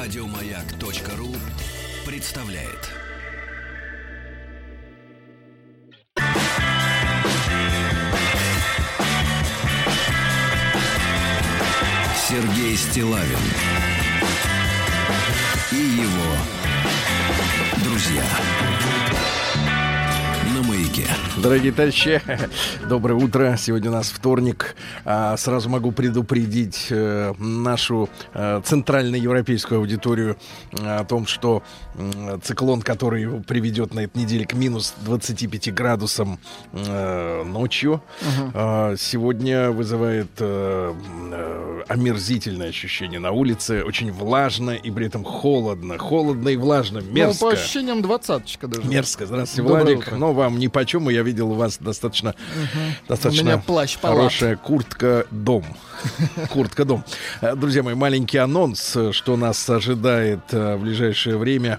Радиомаяк.ру представляет. Сергей Стиллавин и его друзья на Маяке. Дорогие товарищи, доброе утро. Сегодня у нас вторник. Сразу могу предупредить нашу центральноевропейскую аудиторию о том, что циклон, который приведет на этой неделе к минус 25 градусам ночью, сегодня вызывает омерзительное ощущение на улице. Очень влажно и при этом холодно. Холодно и влажно. Мерзко. Ну, по ощущениям двадцаточка даже. Мерзко. Здравствуйте, Доброе Владик. утро. Но вам нипочем. Я видел у вас достаточно У меня плащ-палат. хорошая куртка-дом. Куртка-дом. Друзья мои, маленький анонс, что нас ожидает в ближайшее время.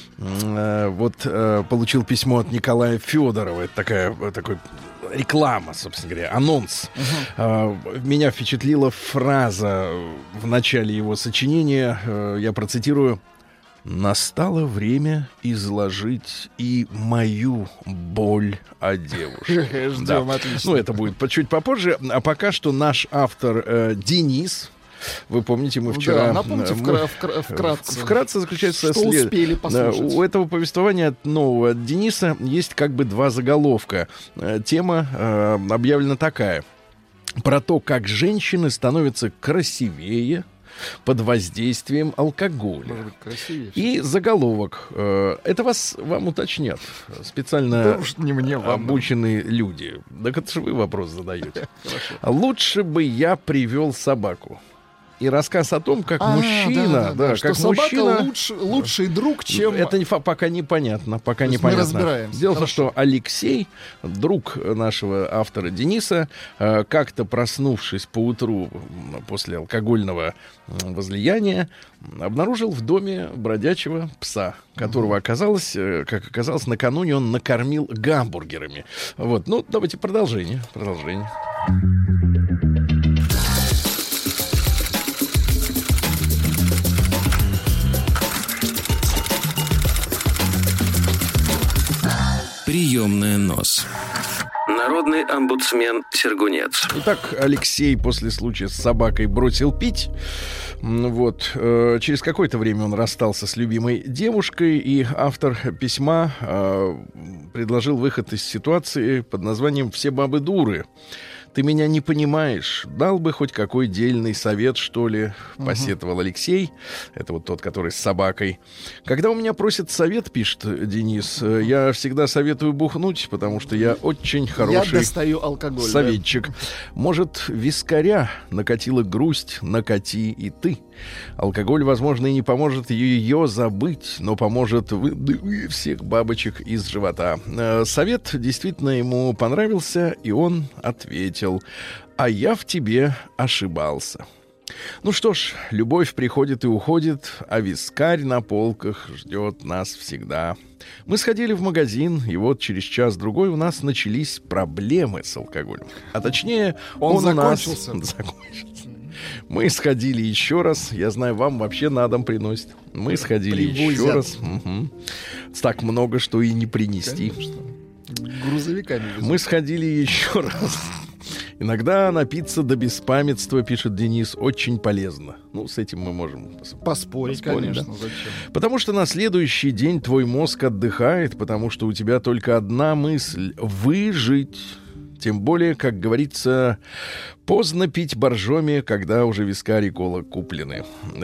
Получил письмо от Николая Федорова. Это такой реклама, собственно говоря, анонс. Меня впечатлила фраза в начале его сочинения. Я процитирую: «Настало время изложить и мою боль о девушке». Ждем, отлично. Ну, это будет чуть попозже. А пока что наш автор Денис. Вы помните, мы вчера... Да, напомните вкратце. Вкратце заключается... Что успели послушать. У этого повествования от нового Дениса есть как бы два заголовка. Тема объявлена такая: про то, как женщины становятся красивее под воздействием алкоголя. Может быть, красивее. И заголовок. Это вам уточнят. Специально не мне, вам. обученные люди. Так это же вы вопрос задаете. Лучше бы я привел собаку. И рассказ о том, как мужчина, что как собака мужчина, лучший друг, чем... это пока непонятно, есть мы разбираемся. Дело в том, что Алексей, друг нашего автора Дениса, как-то проснувшись поутру после алкогольного возлияния, обнаружил в доме бродячего пса, которого как оказалось, накануне он накормил гамбургерами. Давайте продолжение. Приемная нос. Народный омбудсмен Сергунец. Итак, Алексей после случая с собакой бросил пить. Через какое-то время он расстался с любимой девушкой, и автор письма предложил выход из ситуации под названием «Все бабы дуры». «Ты меня не понимаешь. Дал бы хоть какой дельный совет, что ли?» — посетовал Алексей. Это вот тот, который с собакой. «Когда у меня просят совет, — пишет Денис, — я всегда советую бухнуть, потому что я очень хороший Я достаю алкоголь, советчик. Может, вискаря накатила грусть, накати и ты. Алкоголь, возможно, и не поможет ее забыть, но поможет всех бабочек из живота». Совет действительно ему понравился, и он ответил: «А я в тебе ошибался». Ну что ж, любовь приходит и уходит, а вискарь на полках ждет нас всегда. Мы сходили в магазин, и вот через час-другой у нас начались проблемы с алкоголем. А точнее, он закончился. у нас закончился. Мы сходили еще раз. Я знаю, вам вообще на дом приносят. Мы сходили еще раз. Так много, что и не принести. Конечно. Грузовиками везут. Мы сходили еще раз. Иногда напиться до беспамятства, пишет Денис, очень полезно. С этим мы можем Поспорить, конечно. да. Зачем? Потому что на следующий день твой мозг отдыхает, потому что у тебя только одна мысль — выжить. Тем более, как говорится, поздно пить боржоми, когда уже вискарь и кола куплены.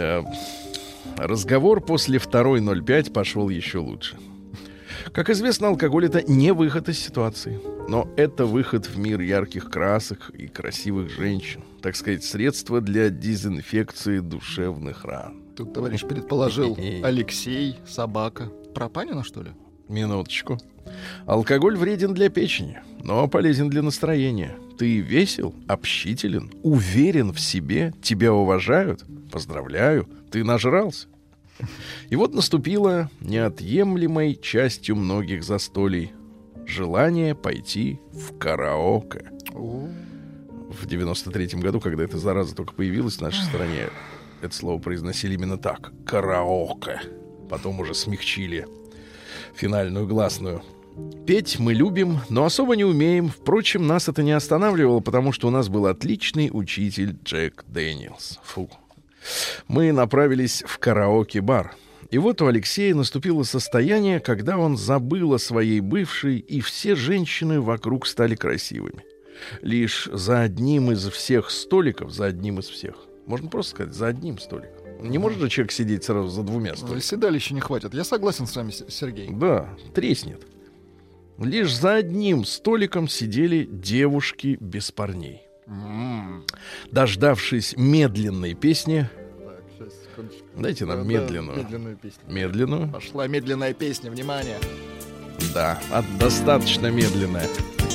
Разговор после 2:05 пошел еще лучше. Как известно, алкоголь — это не выход из ситуации, но это выход в мир ярких красок и красивых женщин. Так сказать, средство для дезинфекции душевных ран. Тут товарищ предположил: Алексей, собака. Про Панина, что ли? Минуточку. Алкоголь вреден для печени, но полезен для настроения. Ты весел, общителен, уверен в себе, тебя уважают. Поздравляю, ты нажрался. И вот наступило неотъемлемой частью многих застолий желание пойти в караоке. В 93-м году, когда эта зараза только появилась в нашей стране, это слово произносили именно так. Караоке. Потом уже смягчили финальную гласную. Петь мы любим, но особо не умеем. Впрочем, нас это не останавливало, потому что у нас был отличный учитель Джек Дэниелс. Фу. Мы направились в караоке-бар. И вот у Алексея наступило состояние, когда он забыл о своей бывшей, и все женщины вокруг стали красивыми. Лишь за одним из всех столиков, можно просто сказать, за одним столиком. Не может же человек сидеть сразу за двумя столиками. Седалища не хватит. Я согласен с вами, Сергей. Да, треснет. Лишь за одним столиком сидели девушки без парней. Дождавшись медленной песни... Дайте нам медленную песню. Медленную. Пошла медленная песня, внимание. Да, достаточно медленная.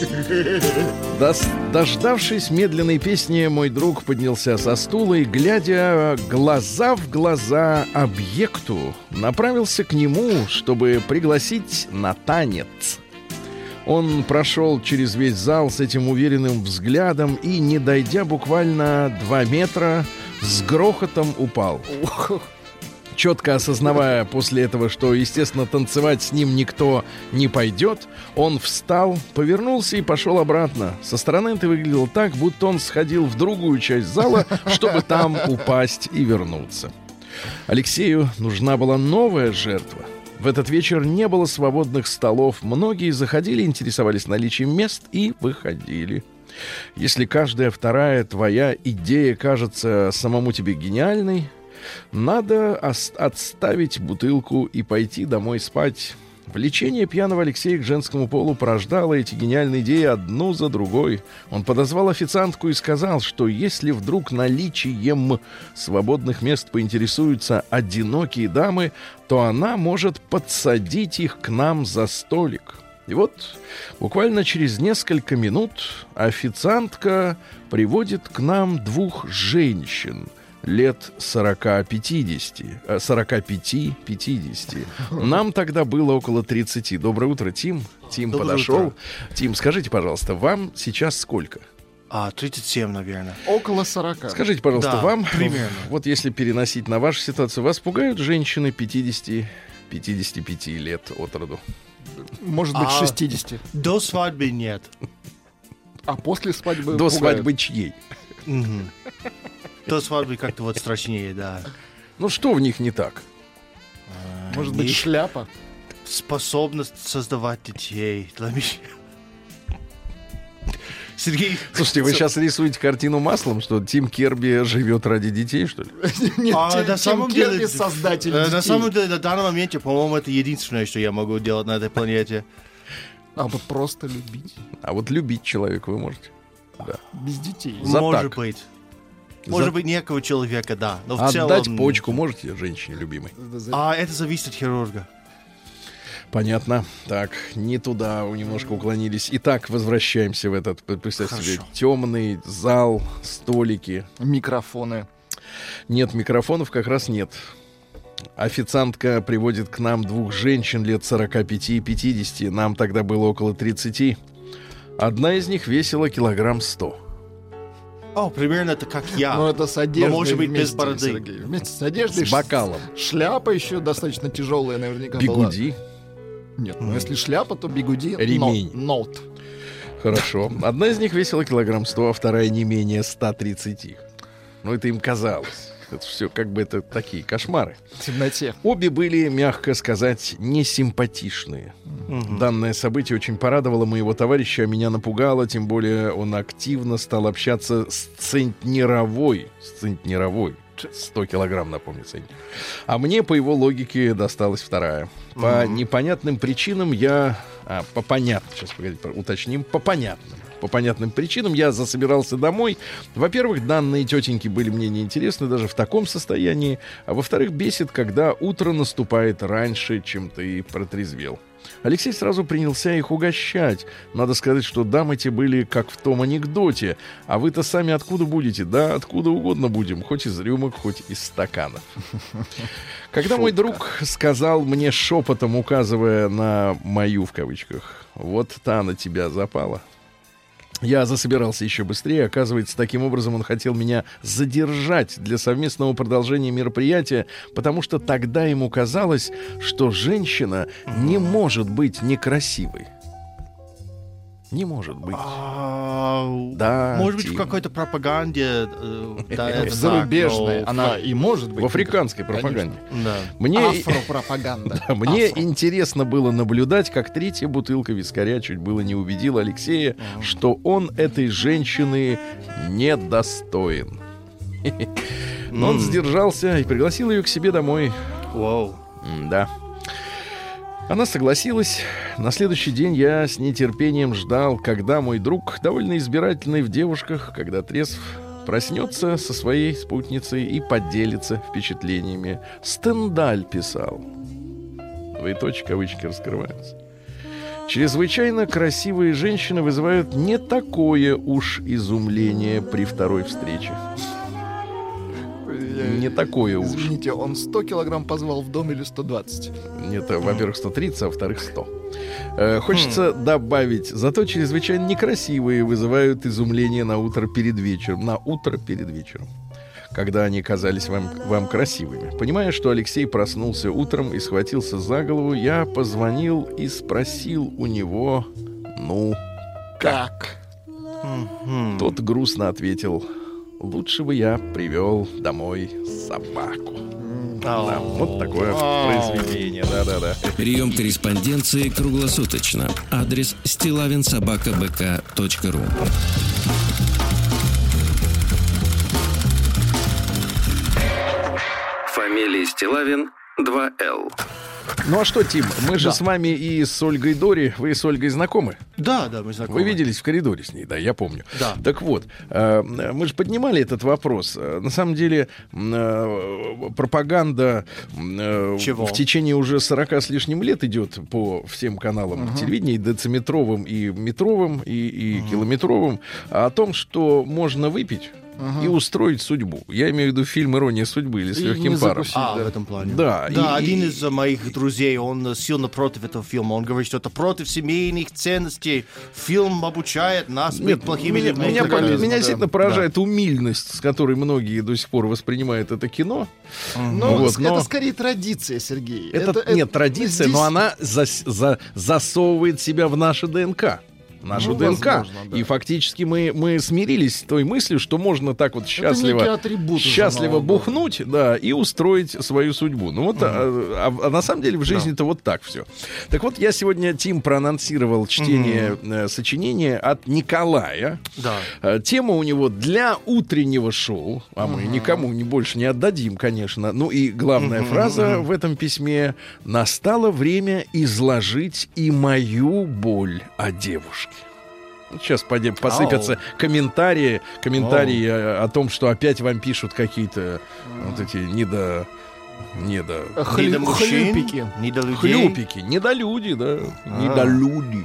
Дождавшись медленной песни, мой друг поднялся со стула и, глядя глаза в глаза объекту, направился к нему, чтобы пригласить на танец. Он прошел через весь зал с этим уверенным взглядом и, не дойдя буквально 2 метра, с грохотом упал. Четко осознавая после этого, что, естественно, танцевать с ним никто не пойдет, он встал, повернулся и пошел обратно. Со стороны это выглядело так, будто он сходил в другую часть зала, чтобы там упасть и вернуться. Алексею нужна была новая жертва. В этот вечер не было свободных столов. Многие заходили, интересовались наличием мест и выходили. Если каждая вторая твоя идея кажется самому тебе гениальной, надо отставить бутылку и пойти домой спать. Влечение пьяного Алексея к женскому полу порождало эти гениальные идеи одну за другой. Он подозвал официантку и сказал, что если вдруг наличием свободных мест поинтересуются одинокие дамы, то она может подсадить их к нам за столик. И вот буквально через несколько минут официантка приводит к нам 2 женщин лет 45-50. Нам тогда было около 30. Доброе утро, Тим. Тим подошел. Тим, скажите, пожалуйста, вам сейчас сколько? 37, наверное. Около 40. Скажите, пожалуйста, Да, вам, примерно. вот если переносить на вашу ситуацию, вас пугают женщины 50-55 лет от роду? Может быть, 60. До свадьбы нет. А после свадьбы До пугают. свадьбы чьей? Мгм. До свадьбы как-то вот страшнее, да. Ну, что в них не так? Может быть, Они шляпа. способность создавать детей для меня. Сергей, Слушайте, вы сейчас рисуете картину маслом, что Тим Керби живет ради детей, что ли? Нет, на Тим самом Керби деле, создатель на детей. самом деле, на данном моменте, по-моему, это единственное, что я могу делать на этой планете. А вот просто любить. А вот любить человека вы можете. Да. Без детей. За Может так. быть. Может быть, некого человека, да. Но в Отдать целом... почку можете женщине любимой? Это зависит от хирурга. Понятно. Так, не туда немножко уклонились. Итак, возвращаемся в этот, представьте себе, Хорошо. темный зал, столики. Микрофоны. Нет микрофонов, как раз нет. Официантка приводит к нам 2 женщин лет 45 и 50. Нам тогда было около 30. Одна из них весила 100 килограмм. О, примерно это как я. Но это с одеждой может быть, без вместе, бороды. Сергей. Вместе с одеждой. С бокалом. Шляпа еще достаточно тяжелая наверняка Бигуди. была. Нет, ну если шляпа, то бигуди. Ремень. Нот. Хорошо. Одна из них весила 100 килограмм, а вторая не менее 130. Ну, это им казалось. Это все как бы это такие кошмары. В темноте. Обе были, мягко сказать, несимпатичные. Данное событие очень порадовало моего товарища, а меня напугало, тем более он активно стал общаться с центнеровой. 100 килограмм, напомню, центнер. А мне, по его логике, досталась вторая. По непонятным причинам я... по понятным причинам я засобирался домой. Во-первых, данные тетеньки были мне неинтересны даже в таком состоянии. А во-вторых, бесит, когда утро наступает раньше, чем ты протрезвел. Алексей сразу принялся их угощать. Надо сказать, что дамы те были как в том анекдоте. А вы-то сами откуда будете? Да, откуда угодно будем. Хоть из рюмок, хоть из стаканов. Когда мой друг сказал мне шепотом, указывая на мою, в кавычках, вот та на тебя запала, Я засобирался еще быстрее. Оказывается, таким образом он хотел меня задержать для совместного продолжения мероприятия, потому что тогда ему казалось, что женщина не может быть некрасивой. Не может быть. Да, Может быть, в Тим. какой-то пропаганде. Да, это Зарубежная. так, Она и может быть. В африканской пропаганде. но- Да. Мне, Афропропаганда. да, мне интересно было наблюдать, как третья бутылка вискаря чуть было не убедила Алексея, что он этой женщины недостоин. Но он сдержался и пригласил ее к себе домой. Вау. Да. Она согласилась. На следующий день я с нетерпением ждал, когда мой друг, довольно избирательный в девушках, когда трезв, проснется со своей спутницей и поделится впечатлениями. Стендаль писал. Двоеточие, кавычки раскрываются. Чрезвычайно красивые женщины вызывают не такое уж изумление при второй встрече. Не такое уж. Извините, он 100 килограмм позвал в дом или 120? Нет, во-первых, 130, а во-вторых, 100. Хочется добавить, зато чрезвычайно некрасивые вызывают изумление на утро перед вечером. На утро перед вечером. Когда они казались вам красивыми. Понимая, что Алексей проснулся утром и схватился за голову, я позвонил и спросил у него, ну, как? Тот грустно ответил, лучше бы я привел домой собаку. Да, вот такое произведение, да-да-да. Прием корреспонденции круглосуточно. Адрес stilavinsobakabk.ru. Фамилия Стилавин 2Л. Ну а что, Тим, мы же с вами и с Ольгой Дори, вы с Ольгой знакомы? Да, мы знакомы. Вы виделись в коридоре с ней, да, я помню. Да. Так вот, мы же поднимали этот вопрос. На самом деле, пропаганда Чего? в течение уже 40 с лишним лет идет по всем каналам телевидения, и дециметровым, и метровым, и километровым, о том, что можно выпить и устроить судьбу. Я имею в виду фильм «Ирония судьбы» или «С И легким не паром». закусить. В этом плане. Да, Да, и- один из моих друзей, он сильно против этого фильма. Он говорит, что это против семейных ценностей. Фильм обучает нас быть плохими людьми. меня алкоголизма, да. действительно поражает умильность, с которой многие до сих пор воспринимают это кино. Но Вот, но- это скорее традиция, Сергей. Нет, традиция, здесь- но она засовывает себя в наше ДНК. Нашу Ну, ДНК. возможно, да. И фактически мы смирились с той мыслью, что можно так вот некий счастливо атрибут уже счастливо Нового года. бухнуть, да, и устроить свою судьбу. Ну вот, а на самом деле в жизни-то вот так все. Так вот, я сегодня, Тим, проанонсировал чтение сочинения от Николая. Да. Тема у него для утреннего шоу, а мы никому больше не отдадим, конечно. Ну и главная фраза в этом письме: «Настало время изложить и мою боль о девушке». Вот сейчас посыпятся комментарии о том, что опять вам пишут какие-то вот эти Хлюпики. хлюпики, недолюди, да, недолюди.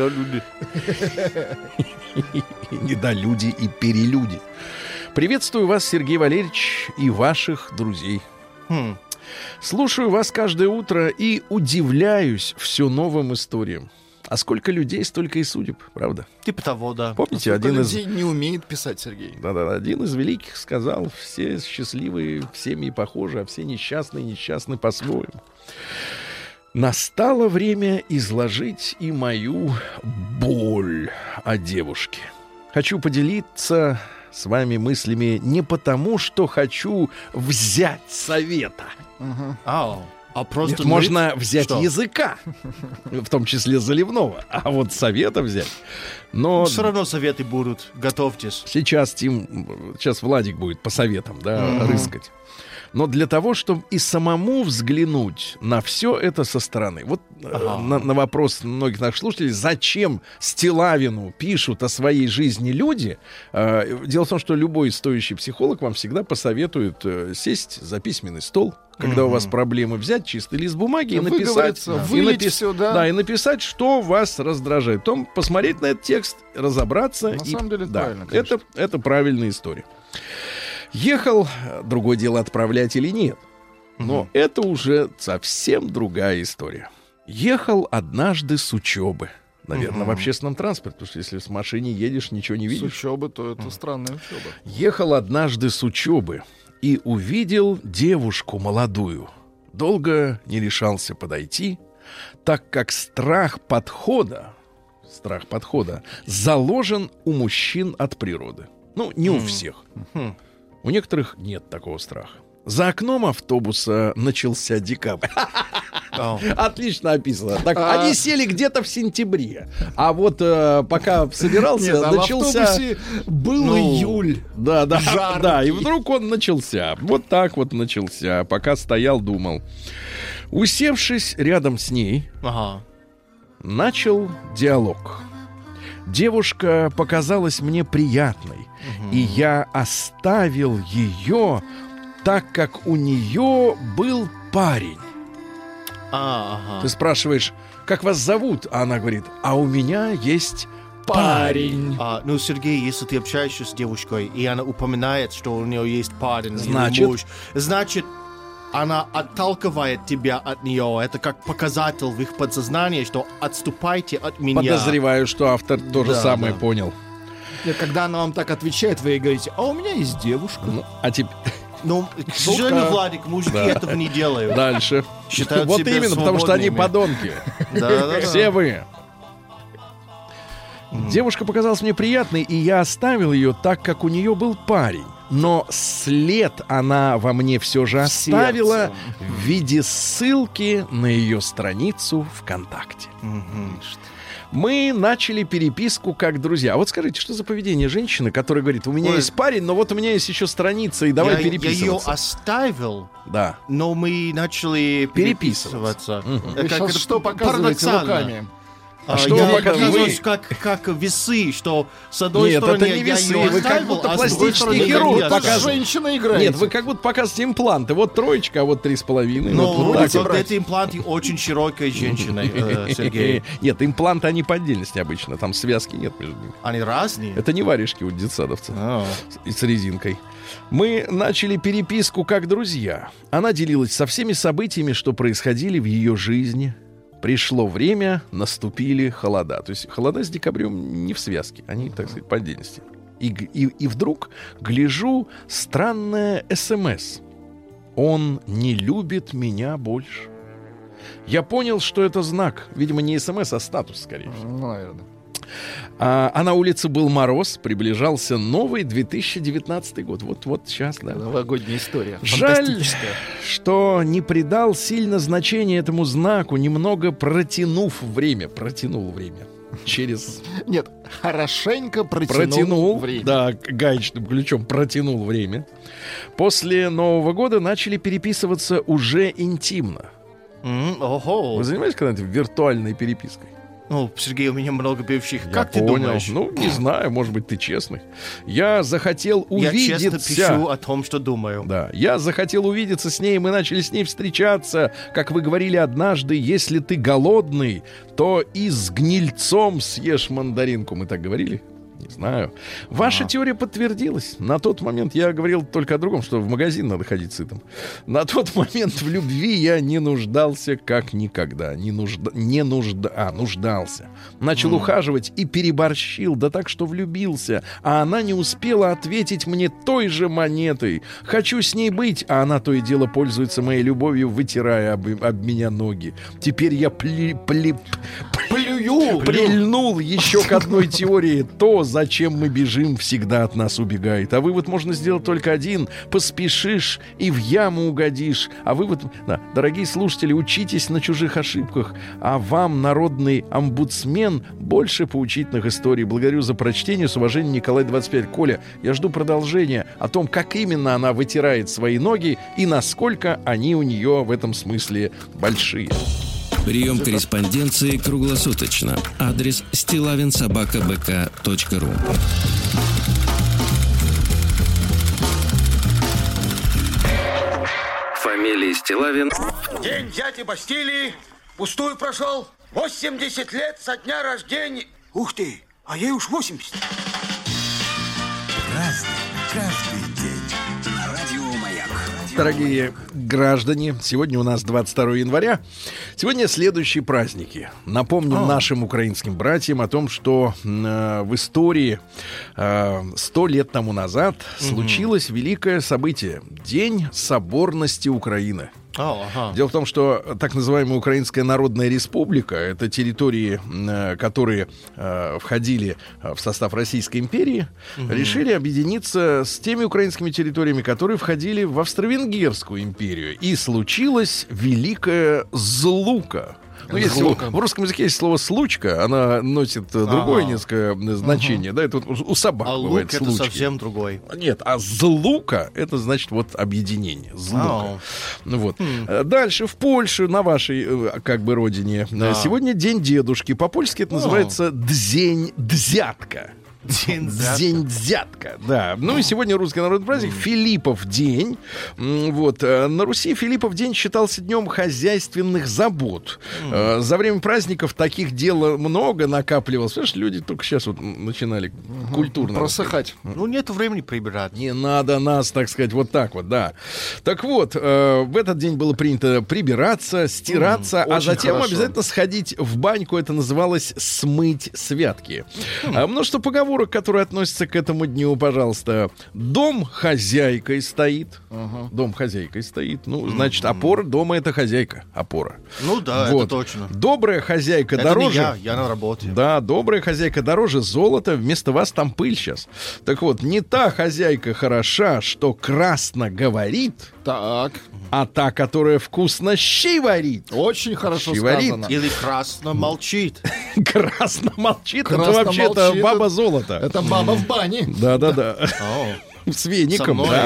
Недолюди и перелюди. Приветствую вас, Сергей Валерьевич, и ваших друзей. Слушаю вас каждое утро и удивляюсь все новым историям. А сколько людей, столько и судеб, правда? Типа того, да. Помните, Сколько один из... людей не умеет писать, Сергей. Да-да, один из великих сказал: все счастливые, всеми похожи, а все несчастны по-своему. Настало время изложить и мою боль о девушке. Хочу поделиться с вами мыслями не потому, что хочу взять совета. А просто Нет, можно взять Что? языка, в том числе заливного, а вот совета взять. Но Все равно советы будут. Готовьтесь. сейчас, Тим, сейчас Владик будет по советам, да, рыскать. Но для того, чтобы и самому взглянуть на все это со стороны. Вот на вопрос многих наших слушателей, зачем Стилавину пишут о своей жизни люди, дело в том, что любой стоящий психолог вам всегда посоветует сесть за письменный стол, когда у вас проблемы, взять чистый лист бумаги и написать, Выговориться, вылить всё, да. да, и написать, что вас раздражает. Потом посмотреть на этот текст, разобраться. На самом деле это да, правильно, конечно. это правильная история. Ехал, другое дело, отправлять или нет. Но это уже совсем другая история. Ехал однажды с учебы. Наверное, в общественном транспорте, потому что если с машине едешь, ничего не С видишь. учебы, то это странная учеба. Ехал однажды с учебы и увидел девушку молодую. Долго не решался подойти, так как страх подхода заложен у мужчин от природы. Ну, не у всех. У некоторых нет такого страха. За окном автобуса начался декабрь. Отлично описано. Так, они сели где-то в сентябре. А вот пока собирался, начался... в автобусе был июль. Да, и вдруг он начался. Вот так вот начался. Пока стоял, думал. Усевшись рядом с ней, начал диалог. Девушка показалась мне приятной, и я оставил ее, так как у нее был парень. Ты спрашиваешь, как вас зовут? А она говорит, а у меня есть парень. Ну, Сергей, если ты общаешься с девушкой, и она упоминает, что у нее есть парень, значит, или муж, значит, она отталкивает тебя от нее. Это как показатель в их подсознании, что отступайте от меня. Подозреваю, что автор то же самое понял. Нет, когда она вам так отвечает, вы ей говорите, а у меня есть девушка. А теперь... Ну, к сожалению, Владик, мужики этого не делают. Дальше. Считают вот себя именно, потому что они свободными. подонки. Все вы. Девушка показалась мне приятной, и я оставил ее, так как у нее был парень. Но след она во мне все же оставила в виде ссылки на ее страницу ВКонтакте. Мы начали переписку как друзья. А вот скажите, что за поведение женщины, которая говорит, у меня есть парень, но вот у меня есть еще страница, и давай переписываться. Я ее оставил, да. Но мы начали переписываться. Вы сейчас что показываете руками? Что я вы показываете? Как весы, что с одной стороны это не весы, я ее вы как оставил, будто а с другой пластический стороны хирург я показываете. Женщина играет. Нет, вы как будто показываете импланты. Вот 3, а вот 3,5. Но вот так эти импланты очень широкой женщины, Сергей. Нет, импланты, они по отдельности обычно. Там связки нет между ними. Они разные? Это не варежки у детсадовцев с резинкой. Мы начали переписку как друзья. Она делилась со всеми событиями, что происходили в ее жизни. Пришло время, наступили холода. То есть холода с декабрем не в связке, они, так сказать, по отдельности. И вдруг гляжу странное СМС. Он не любит меня больше. Я понял, что это знак. Видимо, не СМС, а статус, скорее всего. Наверное. А на улице был мороз, приближался новый 2019 год. Вот сейчас, да. Новогодняя история. Жаль, что не придал сильно значения этому знаку, немного протянул время. Через... Нет, хорошенько протянул время. Да, гаечным ключом протянул время. После Нового года начали переписываться уже интимно. Вы занимаетесь когда-нибудь виртуальной перепиской? Ну, Сергей, у меня много бывших. Я как понял. ты думаешь? Ну, не знаю, может быть, ты честный. Я захотел увидеться. Я честно пишу о том, что думаю. Да, я захотел увидеться с ней, мы начали с ней встречаться. Как вы говорили однажды, если ты голодный, то и с гнильцом съешь мандаринку. Мы так говорили? Не знаю. Ваша теория подтвердилась. На тот момент я говорил только о другом, что в магазин надо ходить сытым. На тот момент в любви я не нуждался как никогда. Нуждался. Начал ухаживать и переборщил, да так, что влюбился. А она не успела ответить мне той же монетой. Хочу с ней быть, а она то и дело пользуется моей любовью, вытирая об меня ноги. Теперь я прильнул еще к одной теории. То, зачем мы бежим, всегда от нас убегает. А вывод можно сделать только один. Поспешишь и в яму угодишь. А вывод... Да, дорогие слушатели, учитесь на чужих ошибках. А вам, народный омбудсмен, больше поучительных историй. Благодарю за прочтение. С уважением, Николай 25. Коля, я жду продолжения о том, как именно она вытирает свои ноги и насколько они у нее в этом смысле большие. Прием корреспонденции круглосуточно. Адрес stilavinsobakabk.ru. Фамилия Стилавин. День дяди Бастилии пустую прошел. 80 лет со дня рождения. Ух ты, а ей уж 80. Разный каждый день. На радио Маяк. Итак, дорогие граждане, сегодня у нас 22 января. Сегодня следующие праздники. Напомним нашим украинским братьям о том, что в истории 100 лет тому назад случилось великое событие. День соборности Украины. Дело в том, что так называемая Украинская Народная Республика — это территории, которые входили в состав Российской империи, решили объединиться с теми украинскими территориями, которые входили в Австро-Венгерскую империю. И случилась Великая Злука. Ну, если в русском языке есть слово «случка», она носит другое несколько значение. Да, это вот у собак бывает лук — это совсем другой. Нет, а «злука» — это значит вот объединение. Злука. Вот. Дальше в Польше, на вашей как бы родине, сегодня День дедушки. По-польски это называется «дзень-дзятка». День-дзятка, да. Ну и сегодня русский народный праздник Филиппов день. Вот. На Руси Филиппов день считался днем хозяйственных забот. За время праздников таких дел много накапливалось. Слышишь, люди только сейчас вот начинали культурно просыхать. Ну, нет времени прибирать. Не надо нас, так сказать, вот так вот, да. Так вот, в этот день было принято прибираться, стираться, а затем обязательно сходить в баньку. Это называлось смыть святки. Множество поговорок, которые относятся к этому дню, пожалуйста. Дом хозяйкой стоит. Дом хозяйкой стоит. Ну, значит, опора дома — это хозяйка. Опора. Ну да, вот. это точно. Добрая хозяйка это дороже. Не я на работе. Да, добрая хозяйка дороже золота. Вместо вас там пыль сейчас. Так вот, не та хозяйка хороша, что красно говорит. Так. А та, которая вкусно щи варит. Очень хорошо сказано. Или красно молчит. Красно молчит. Это вообще-то баба золото. Это баба в бане. Да-да-да. С веником, да.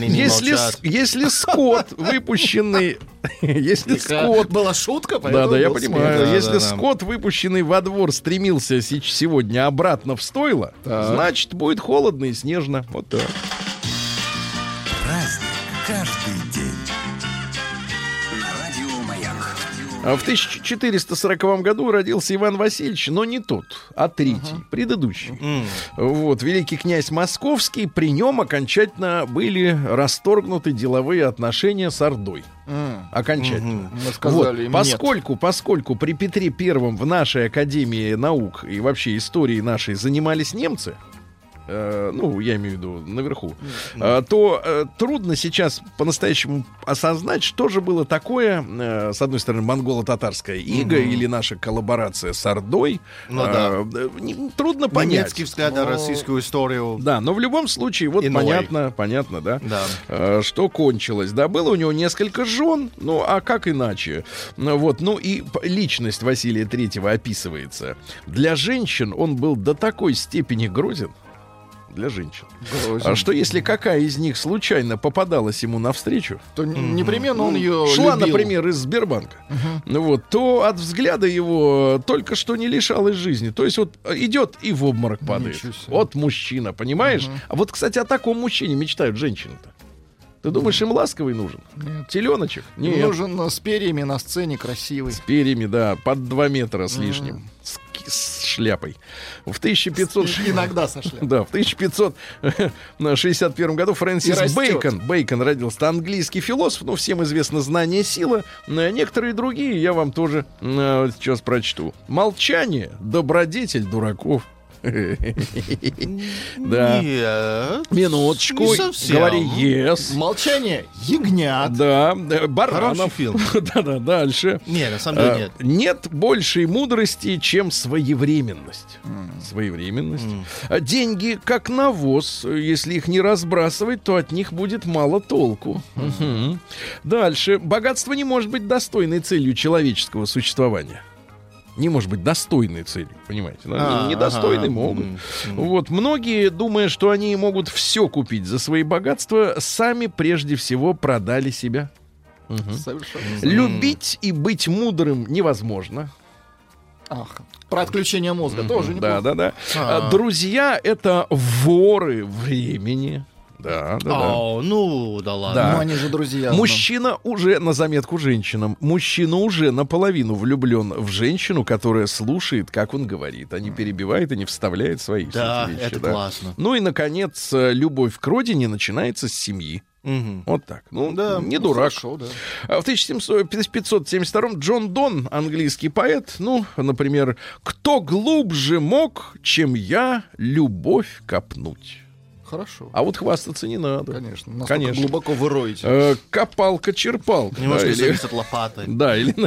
Если скот, выпущенный... Если скот... Была шутка, поэтому... Да, я понимаю. Если скот, выпущенный во двор, стремился сегодня обратно в стойло, значит, будет холодно и снежно. Вот так. Праздник каждый день. В 1440 году родился Иван Васильевич, но не тот, а третий, предыдущий. Вот, великий князь Московский, при нем окончательно были расторгнуты деловые отношения с Ордой. Окончательно. Мы сказали, вот, поскольку при Петре Первом в нашей Академии наук и вообще истории нашей занимались немцы, ну, я имею в виду наверху, то трудно сейчас по-настоящему осознать, что же было такое, с одной стороны, монголо-татарская ига или наша коллаборация с Ордой. Трудно понять. Немецкий взгляд на российскую историю. Да, но в любом случае, вот понятно, да, что кончилось. Да, было у него несколько жен, ну, а как иначе? Вот, ну, и личность Василия Третьего описывается. Для женщин он был до такой степени грозен, для женщин. А что если какая из них случайно попадалась ему навстречу, то непременно он ее шла, любил. Например, из Сбербанка, вот, то от взгляда его только что не лишалась жизни. То есть вот идет и в обморок падает. Вот мужчина, понимаешь? А вот, кстати, о таком мужчине мечтают женщины-то. Ты думаешь, им ласковый нужен? Нет. Теленочек? Нет. Нужен с перьями на сцене, красивый. С перьями, да, под 2 метра с лишним. С шляпой. В 1500... Иногда со шляпой. Да, в 1561 году Фрэнсис Бэйкон родился. Английский философ, ну, всем известно «Знание — сила». Некоторые другие я вам тоже сейчас прочту. «Молчание — добродетель дураков». Да. Нет. Минуточку. Не совсем. Говори yes. Молчание ягнят. Да. Баранов. Да, дальше. Нет, на самом деле нет. Нет большей мудрости, чем своевременность. Своевременность. Деньги как навоз. Если их не разбрасывать, то от них будет мало толку. Дальше. Богатство не может быть достойной целью человеческого существования. Не может быть достойной целью, понимаете? Недостойны могут. Вот. Многие, думая, что они могут все купить за свои богатства, сами прежде всего продали себя. Любить и быть мудрым невозможно. Про отключение мозга тоже неплохо. Да. Друзья — это воры времени. Да. Ну, да ладно. Да. Ну, они же друзья. Мужчина уже, на заметку женщинам, мужчина уже наполовину влюблен в женщину, которая слушает, как он говорит, а не перебивает и не вставляет свои Да, все эти вещи. это классно. Ну и, наконец, любовь к родине начинается с семьи. Вот так. Ну, Да, не ну, дурак. хорошо, да. А в 1572-м Джон Донн, английский поэт, например, «Кто глубже мог, чем я, любовь копнуть». Хорошо. А вот хвастаться не надо. Конечно. Насколько Конечно. глубоко вы роете. Копалка-черпалка. Немножко да, зависит от лопаты. Да, или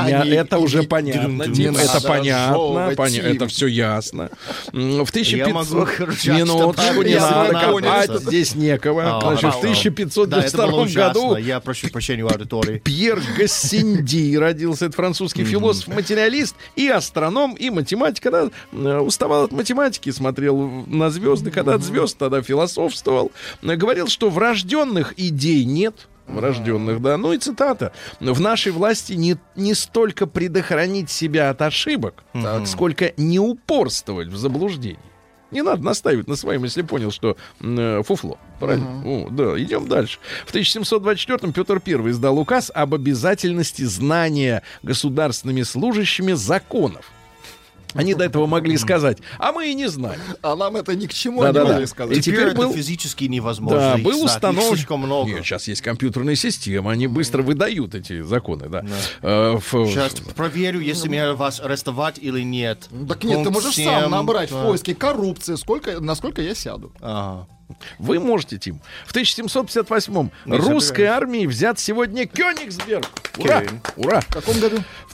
это уже понятно. не Тим, это надо понятно. разжевывать, Тим. Это все ясно. В Я могу 1500... кричать, Минуточку, что не я надо понял. копать, здесь некого. Значит, в Да, это было 1592 ужасно. году Я прошу прощения у аудитории. Пьер Гассенди родился. Это французский философ-материалист и астроном, и математик. Когда уставал от математики, смотрел на звезды, когда от звезд тогда философствовал. Говорил, что врожденных идей нет. Врожденных, да. Ну и цитата. «В нашей власти не столько предохранить себя от ошибок, сколько не упорствовать в заблуждении». Не надо настаивать на своем, если понял, что фуфло. Правильно? Да, идем дальше. В 1724-м Петр I издал указ об обязательности знания государственными служащими законов. Они до этого могли сказать, а мы и не знаем. А нам это ни к чему Да. не могли сказать. И теперь это был- физически невозможно. Да, их был знать. Их установлен. слишком много. Нет, сейчас есть компьютерная система, они быстро выдают эти законы, да. Сейчас проверю, если меня вас арестовать или нет. Так нет, ты Пункт можешь 7, сам набрать да. в поиске коррупции, насколько я сяду. Ага. Вы можете, Тим. В 1758-м русской армии взят сегодня Кёнигсберг. Ура! Окей. Ура! В каком году? В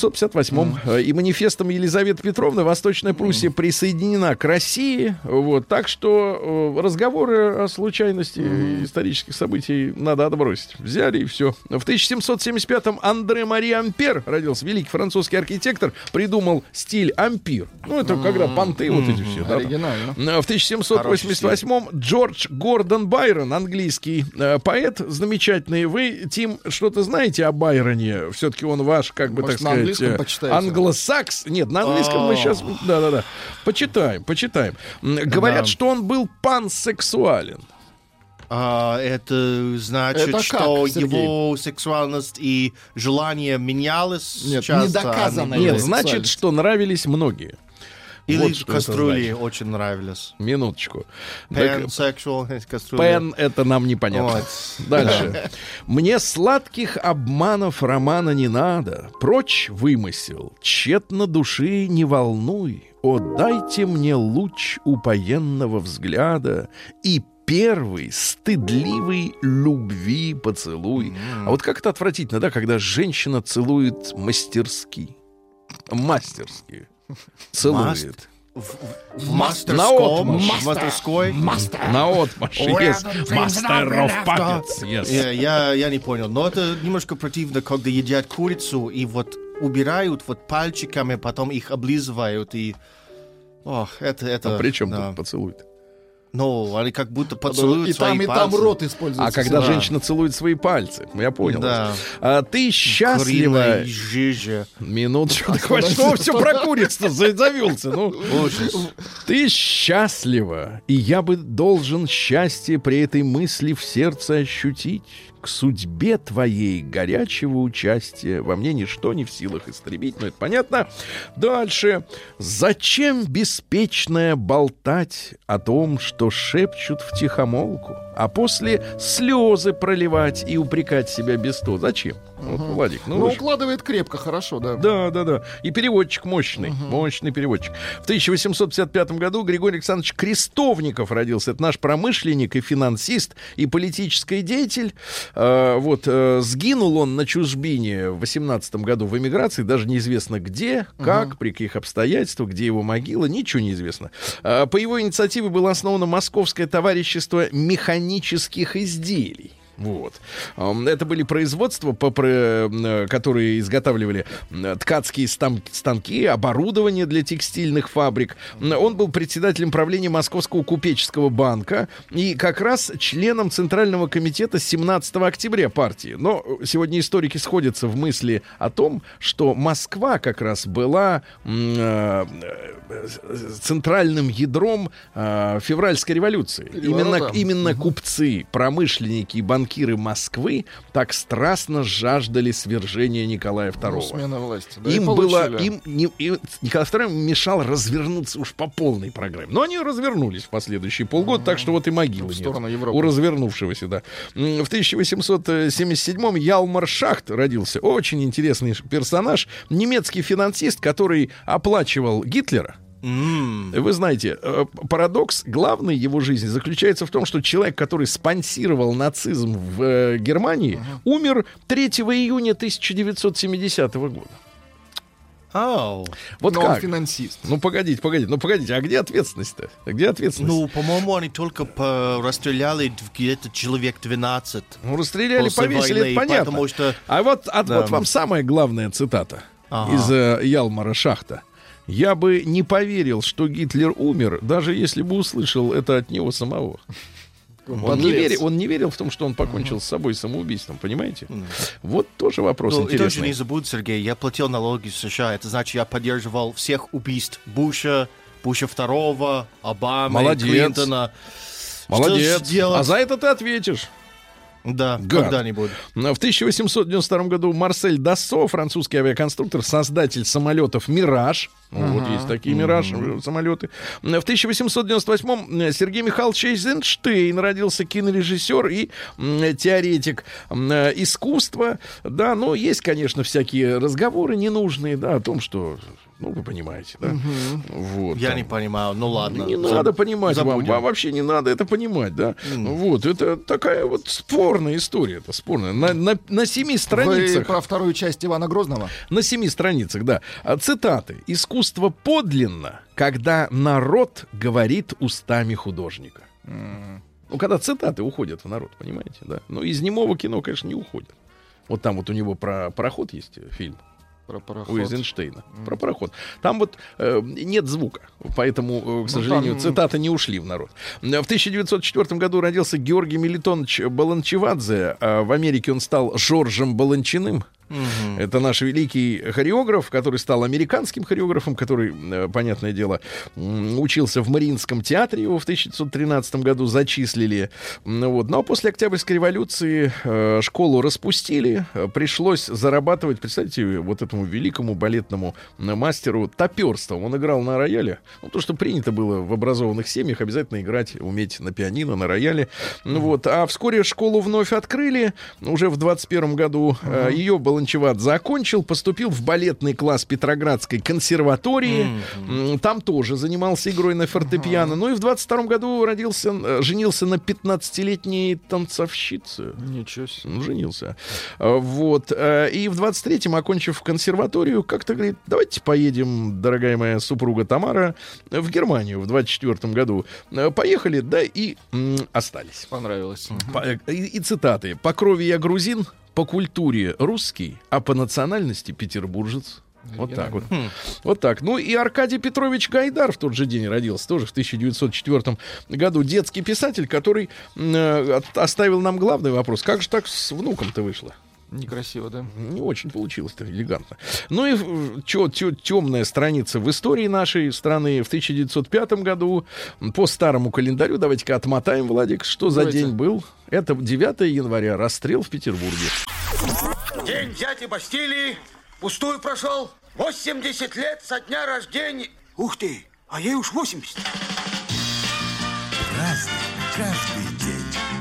1758-м и манифестом Елизаветы Петровны Восточная Пруссия присоединена к России. Вот, так что разговоры о случайности исторических событий надо отбросить. Взяли и все. В 1775-м Андре Мари Ампер родился, великий французский архитектор, придумал стиль ампир. Ну, это когда понты вот эти все. Да, там. Оригинально. В 1788-м Джордж Гордон Байрон, английский поэт замечательный. Вы, Тим, что-то знаете о Байроне? Все-таки он ваш, как бы, Может, так на сказать, английском почитаете? англосакс. Нет, на английском мы сейчас... Да. Почитаем. Говорят, что он был пансексуален. Это значит, Это как, что Сергей? его сексуальность и желание менялось Нет, часто. не доказано. Они- Нет, это значит, сексуальность. что нравились многие. Или Вот что это кастрюли значит. очень нравились. Минуточку. Так, Пансексуал, кастрюли. Пен — это нам непонятно. Вот. Дальше. Мне сладких обманов романа не надо. Прочь вымысел, тщетно души не волнуй. О, дайте мне луч упоенного взгляда и первый стыдливый любви поцелуй. А вот как это отвратительно, да, когда женщина целует мастерски. Мастерски. Целует. В мастерском. Наотмашь. В мастерской. Наотмашь. Yes. Master of puppets. Yes. Я не понял. Но это немножко противно, когда едят курицу и вот убирают вот пальчиками, потом их облизывают и... Ох, это... А при чем да. тут поцелует? Ну, они как будто поцелуют И свои там, и пальцы. там рот используется. А когда всегда. женщина целует свои пальцы, я понял. Да. А ты счастлива... Куриная жижа. Минуточку, так что все про курицу завелся. Ну, Ужас. ты счастлива, и я бы должен счастье при этой мысли в сердце ощутить. К судьбе твоей горячего участия во мне ничто не в силах истребить. Ну, это понятно. Дальше. Зачем беспечное болтать о том, что шепчут втихомолку, а после слезы проливать и упрекать себя без то? Зачем? Вот, Владик, Ну, вы же- укладывает крепко, хорошо, да. Да. И переводчик мощный. Мощный переводчик. В 1855 году Григорий Александрович Крестовников родился. Это наш промышленник и финансист, и политический деятель. Сгинул он на чужбине в 18 году в эмиграции. Даже неизвестно где, как, при каких обстоятельствах, где его могила. Ничего не известно. По его инициативе было основано Московское товарищество механических изделий. Вот. Это были производства, которые изготавливали ткацкие станки, оборудование для текстильных фабрик. Он был председателем правления Московского купеческого банка и как раз членом Центрального комитета 17 октября партии. Но сегодня историки сходятся в мысли о том, что Москва как раз была центральным ядром февральской революции. Именно купцы, промышленники и банкиры Москвы так страстно жаждали свержения Николая II. Смена власти. Да, Николай II мешал развернуться уж по полной программе. Но они развернулись в последующие полгода, так что вот и могилы нет у развернувшегося, да. В 1877-м Ялмар Шахт родился. Очень интересный персонаж. Немецкий финансист, который оплачивал Гитлера. Вы знаете, парадокс главной его жизни заключается в том, что человек, который спонсировал нацизм в Германии, умер 3 июня 1970 года. Вот но как? Он финансист. Ну, погодите, а где ответственность-то? Где ответственность? Ну, по-моему, они только расстреляли где-то человек 12. Ну, расстреляли, повесили, это понятно. Потому что... Вот вам самая главная цитата из Ялмара Шахта. «Я бы не поверил, что Гитлер умер, даже если бы услышал это от него самого». Он не верил в том, что он покончил с собой самоубийством, понимаете? Вот тоже вопрос интересный. И тоже не забудь, Сергей, я платил налоги в США. Это значит, я поддерживал всех убийств Буша II, Обамы, Клинтона. Молодец. А за это ты ответишь. Да, когда-нибудь. В 1892 году Марсель Dassault, французский авиаконструктор, создатель самолетов «Мираж». Вот есть такие «Мираж» самолеты. В 1898-м Сергей Михайлович Эйзенштейн родился, кинорежиссер и теоретик искусства. Да, но есть, конечно, всякие разговоры ненужные, да, о том, что... Ну, вы понимаете, да? Вот, я не понимаю, ну ладно. Не надо понимать вам, вообще не надо это понимать, да? Вот, это такая вот спорная история, это спорная. На 7 страницах... Вы про вторую часть Ивана Грозного? На 7 страницах, да. Цитаты. «Искусство подлинно, когда народ говорит устами художника». Ну, когда цитаты уходят в народ, понимаете, да? Но из немого кино, конечно, не уходят. Вот там вот у него про пароход есть фильм. Про пароход. У Эйзенштейна. Про пароход. Там вот нет звука, поэтому, к сожалению, цитаты не ушли в народ. В 1904 году родился Георгий Мелитонович Баланчевадзе. В Америке он стал Жоржем Баланчиным. Это наш великий хореограф, который стал американским хореографом, который, понятное дело, учился в Мариинском театре, его в 1913 году зачислили. Вот. Но после Октябрьской революции школу распустили, пришлось зарабатывать, представьте, вот этому великому балетному мастеру топерством. Он играл на рояле, ну, то, что принято было в образованных семьях, обязательно играть, уметь на пианино, на рояле. Вот. А вскоре школу вновь открыли, уже в 21 году. Ее Баланчевадзе закончил, поступил в балетный класс Петроградской консерватории. Там тоже занимался игрой на фортепиано. Ну и в 22 году женился на 15-летней танцовщице. Ничего себе. Женился. Вот. И в 23-м, окончив консерваторию, как-то говорит, давайте поедем, дорогая моя супруга Тамара, в Германию в 24 году. Поехали, да, и остались. Понравилось. И цитаты. «По крови я грузин, по культуре русский, а по национальности петербуржец». Вот так вот. Вот так. Ну и Аркадий Петрович Гайдар в тот же день родился, тоже в 1904 году. Детский писатель, который оставил нам главный вопрос. Как же так с внуком-то вышло? Некрасиво, да? Не очень получилось-то элегантно. Ну и темная страница в истории нашей страны. В 1905 году по старому календарю, давайте-ка отмотаем, Владик, что за день был. Это 9 января, расстрел в Петербурге. День взятия Бастилии пустую прошел. 80 лет со дня рождения. Ух ты, а ей уж 80. Разный, каждый день.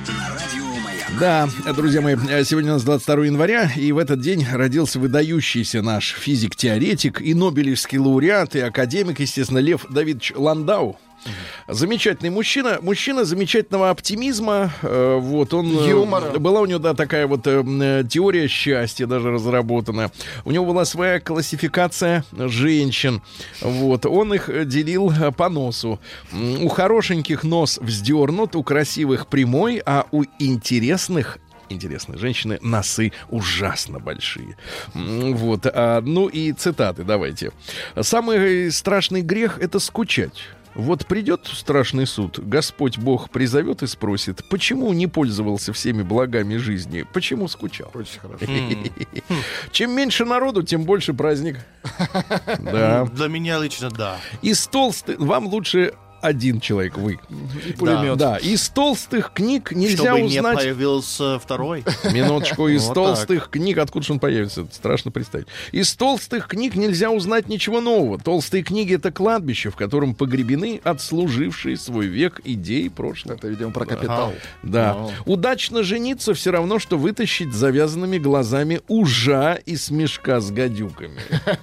Да, друзья мои, сегодня у нас 22 января, и в этот день родился выдающийся наш физик-теоретик и нобелевский лауреат, и академик, естественно, Лев Давидович Ландау. Замечательный мужчина замечательного оптимизма. Вот он, юмора. Была у него, да, такая вот теория счастья даже разработана. У него была своя классификация женщин. Вот он их делил по носу. У хорошеньких нос вздернут, у красивых прямой, а у интересных интересно. Женщины носы ужасно большие. Вот. Ну и цитаты давайте. Самый страшный грех — это скучать. Вот придет страшный суд, Господь Бог призовет и спросит, почему не пользовался всеми благами жизни, почему скучал? Очень хорошо. Чем меньше народу, тем больше праздник. Да. Для меня лично да. Из толстых... Вам лучше один человек, вы. И пулемет. Да, из толстых книг нельзя Чтобы узнать... не появился второй. Минуточку, из Вот толстых книг, откуда же он появится? Это страшно представить. Из толстых книг нельзя узнать ничего нового. Толстые книги — это кладбище, в котором погребены отслужившие свой век идеи прошлого. Это, видимо, про капитал. Да. Удачно жениться все равно, что вытащить с завязанными глазами ужа из мешка с гадюками.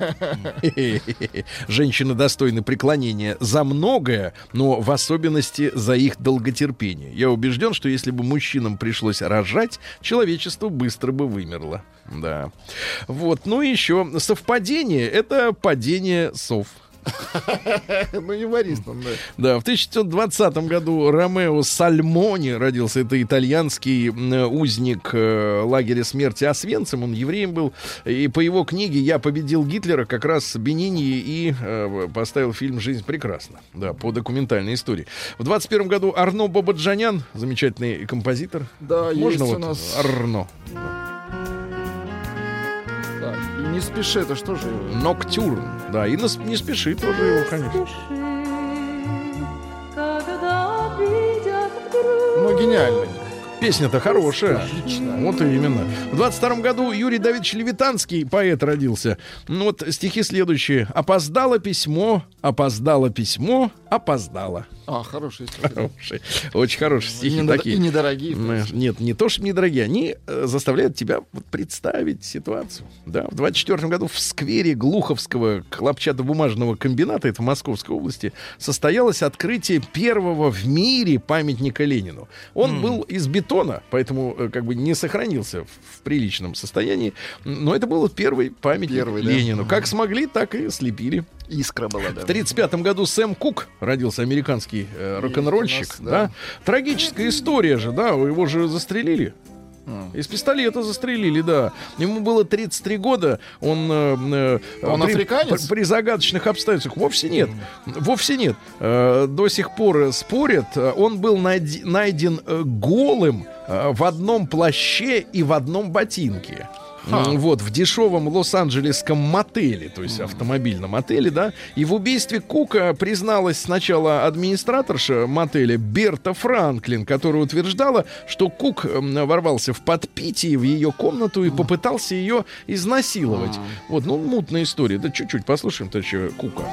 Женщины достойны преклонения за многое, но в особенности за их долготерпение. Я убежден, что если бы мужчинам пришлось рожать, человечество быстро бы вымерло. Да. Вот. Ну и еще совпадение — это падение сов. Ну, юморист он, да. Да, в 1920 году Ромео Сальмони родился. Это итальянский узник лагеря смерти Освенцим. Он евреем был. И по его книге «Я победил Гитлера» как раз Бенини и поставил фильм «Жизнь прекрасна». Да, по документальной истории. В 21 году Арно Бабаджанян, замечательный композитор. Да, Можно есть вот у нас... Арно? Так, и не спеши, это что же его? Ноктюрн. Да, и не спеши тоже его, конечно. Ну, гениальный. Песня-то хорошая. Отлично. Вот и именно. В 22 году Юрий Давидович Левитанский, поэт, родился. Ну вот стихи следующие. «Опоздало письмо, опоздало письмо, опоздало». А, хорошие стихи. Хорошие. Очень хорошие стихи И такие. недорогие. Нет, не то, что недорогие. Они заставляют тебя вот представить ситуацию. Да, в 24 году в сквере Глуховского хлопчатобумажного комбината, это в Московской области, состоялось открытие первого в мире памятника Ленину. Он был из бетона, поэтому как бы не сохранился в приличном состоянии. Но это был первый памятник Ленину. Как смогли, так и слепили. Искра была, да. В 1935 году Сэм Кук родился, американский рок-н-ролльщик. Есть у нас, да. да. Трагическая история же, да, его же застрелили. Из пистолета застрелили, да. Ему было 33 года. Он африканец? При загадочных обстоятельствах. Вовсе нет. Вовсе нет. До сих пор спорят. Он был найден голым в одном плаще и в одном ботинке. Вот, в дешевом лос-анджелесском мотеле, то есть автомобильном отеле, да. И в убийстве Кука призналась сначала администраторша мотеля Берта Франклин, которая утверждала, что Кук ворвался в подпитие в ее комнату и попытался ее изнасиловать. Вот, ну, мутная история. Да чуть-чуть послушаем товарища Кука.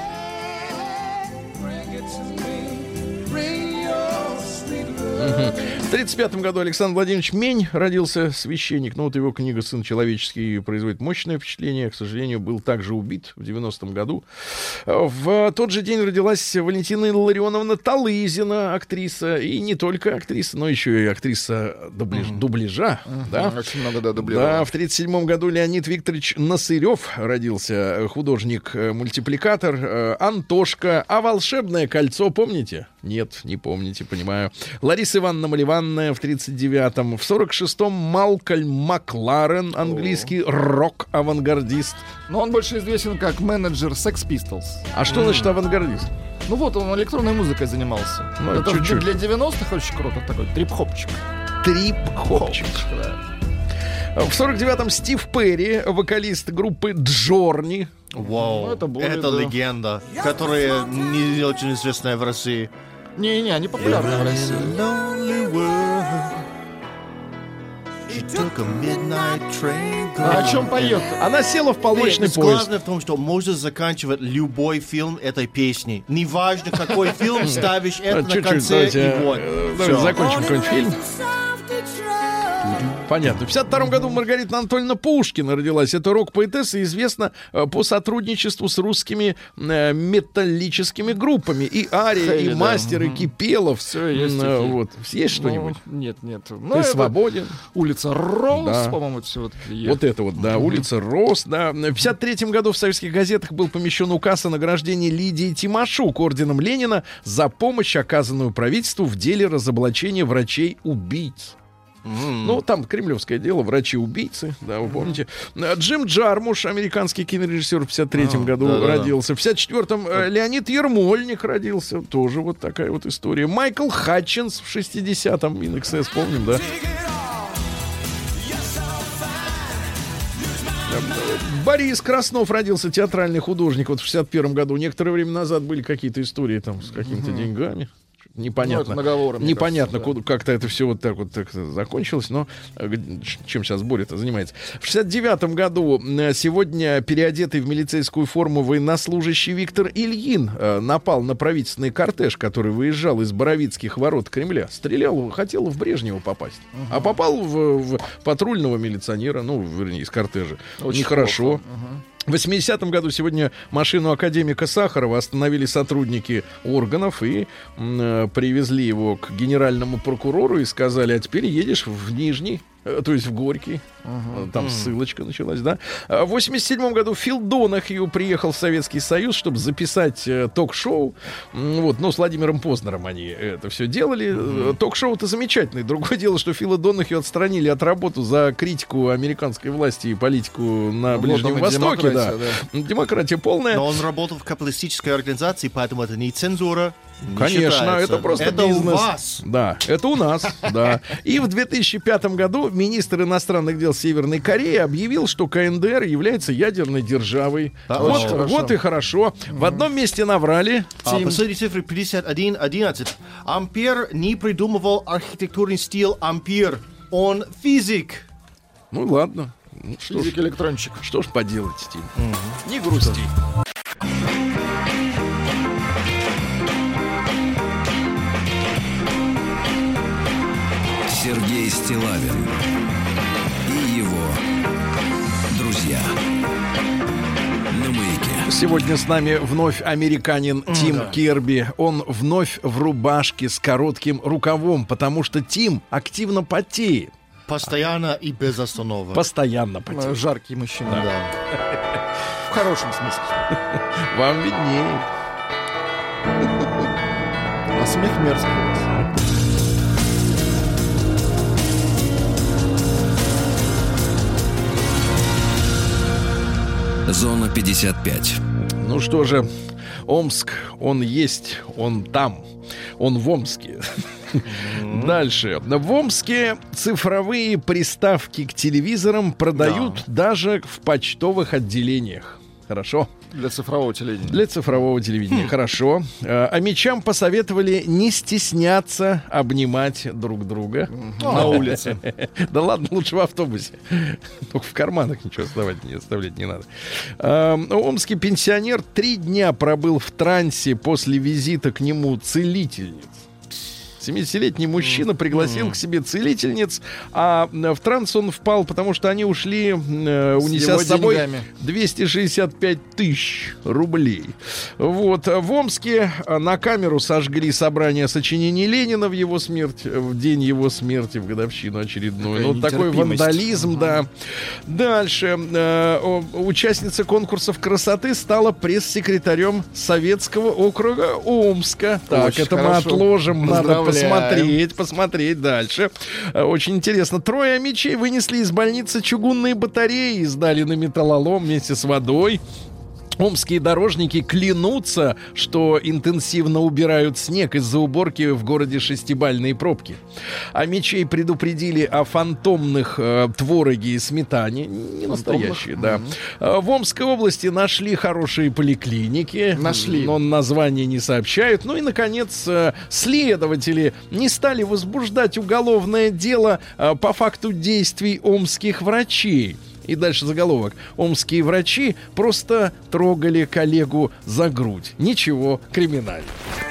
В 1935 году Александр Владимирович Мень родился, священник. Ну вот его книга «Сын человеческий» производит мощное впечатление. К сожалению, был также убит в 90-м году. В тот же день родилась Валентина Илларионовна Талызина, актриса. И не только актриса, но еще и актриса дубляжа. Да? Очень много, да, дублировал. Да, в 1937 году Леонид Викторович Насырев родился, художник-мультипликатор. Антошка. А «Волшебное кольцо» помните? Нет, не помните, понимаю. Лариса Ивановна Маливанная в 1939-м. В 1946-м Малкольм Макларен, английский рок-авангардист. Но он больше известен как менеджер Sex Pistols. А что значит авангардист? Ну вот, он электронной музыкой занимался. Ну, это чуть-чуть. для 90-х очень круто, такой трип-хопчик. Трип-хопчик. В 49-м Стив Перри, вокалист группы Джорни. Вау, Ну, это более, это да. легенда, которая не очень известная в России. Не-не, они популярны в России. А о чем поет? Она села в полночный поезд. Главное в том, что можно заканчивать любой фильм этой песней. Неважно, какой фильм, ставишь это на Чуть-чуть, конце, давайте, и вот. давайте Всё. закончим какой-нибудь фильм. Понятно. В 1952 году Маргарита Анатольевна Пушкина родилась. Это рок-поэтесса, известна по сотрудничеству с русскими металлическими группами. И Ария, Хэви, и да. Мастер, и Кипелов. Всё есть такие. Вот. Есть что-нибудь? Нет. Ну, Ты это свободен. улица Роуз, Да. по-моему, все вот такие. Вот это вот, да, улица Рос, да. В 1953 году в советских газетах был помещен указ о награждении Лидии Тимошук орденом Ленина за помощь, оказанную правительству в деле разоблачения врачей-убийц. Ну, там кремлевское дело, врачи-убийцы, да, вы помните. Джим Джармуш, американский кинорежиссер, в 53-м году родился. В 54-м Леонид Ермольник родился. Тоже вот такая вот история. Майкл Хатчинс в 60-м. In Excess, помним, да? Борис Краснов родился, театральный художник, вот в 61-м году. Некоторое время назад были какие-то истории там с какими-то деньгами. Непонятно, непонятно, кажется, как-то это все вот так закончилось, но чем сейчас Боря-то занимается. В 69-м году сегодня переодетый в милицейскую форму военнослужащий Виктор Ильин напал на правительственный кортеж, который выезжал из Боровицких ворот Кремля. Стрелял, хотел в Брежнева попасть, а попал в патрульного милиционера, ну, вернее, из кортежа. Очень нехорошо. В 80-м году сегодня машину академика Сахарова остановили сотрудники органов и привезли его к генеральному прокурору и сказали: а теперь едешь в Нижний, то есть в Горький. Там ссылочка началась, да. В 87-м году Фил Донахью приехал в Советский Союз, чтобы записать ток-шоу. Вот, но с Владимиром Познером они это все делали. Ток-шоу-то замечательное. Другое дело, что Фила Донахью отстранили от работы за критику американской власти и политику на Ближнем Востоке. Да. Демократия полная. Но он работал в капиталистической организации, поэтому это не цензура. Конечно, считается. Это просто это бизнес. У вас. Да, это у нас, да. И в 2005 году министр иностранных дел Северной Кореи объявил, что КНДР является ядерной державой. Вот и хорошо. В одном месте наврали. Последние цифры 51:11. Ампер не придумывал архитектурный стиль Ампер. Он физик. Ну ладно. Физик-электронщик. Что ж поделать, Тим? Не грусти. Сергей Стиллавин и его друзья на Маяке. Сегодня с нами вновь американин Тим Керби. Он вновь в рубашке с коротким рукавом, потому что Тим активно потеет. Постоянно и без остановок. Постоянно потеет. Жаркий мужчина. Да. В хорошем смысле. Вам виднее. А смех мерзкий у вас. Зона 55. Ну что же, Омск, он есть, он там, он в Омске. Дальше. В Омске цифровые приставки к телевизорам продают даже в почтовых отделениях. Хорошо. Для цифрового телевидения. Для цифрового телевидения. Хорошо. А мечам посоветовали не стесняться обнимать друг друга На улице. Да ладно, лучше в автобусе. Только в карманах ничего оставлять не надо. Омский пенсионер 3 дня пробыл в трансе после визита к нему целительниц. 70-летний мужчина пригласил к себе целительниц, а в транс он впал, потому что они ушли, унеся с собой деньгами 265 тысяч рублей. Вот. В Омске на камеру сожгли собрание сочинений Ленина в его смерть, в день его смерти, в годовщину очередную. Ну, такой вандализм, да. Дальше. Участница конкурсов красоты стала пресс-секретарем Советского округа Омска. Так, очень это хорошо. мы отложим. Надо Поздравляем. посмотреть дальше. Очень интересно. 3 мечей вынесли из больницы чугунные батареи и сдали на металлолом вместе с водой. Омские дорожники клянутся, что интенсивно убирают снег из-за уборки в городе 6-бальные пробки. А мечей предупредили о фантомных твороге и сметане. Не настоящие, да. В Омской области нашли хорошие поликлиники. Но названия не сообщают. Ну и, наконец, следователи не стали возбуждать уголовное дело по факту действий омских врачей. И дальше заголовок. Омские врачи просто трогали коллегу за грудь. Ничего криминального.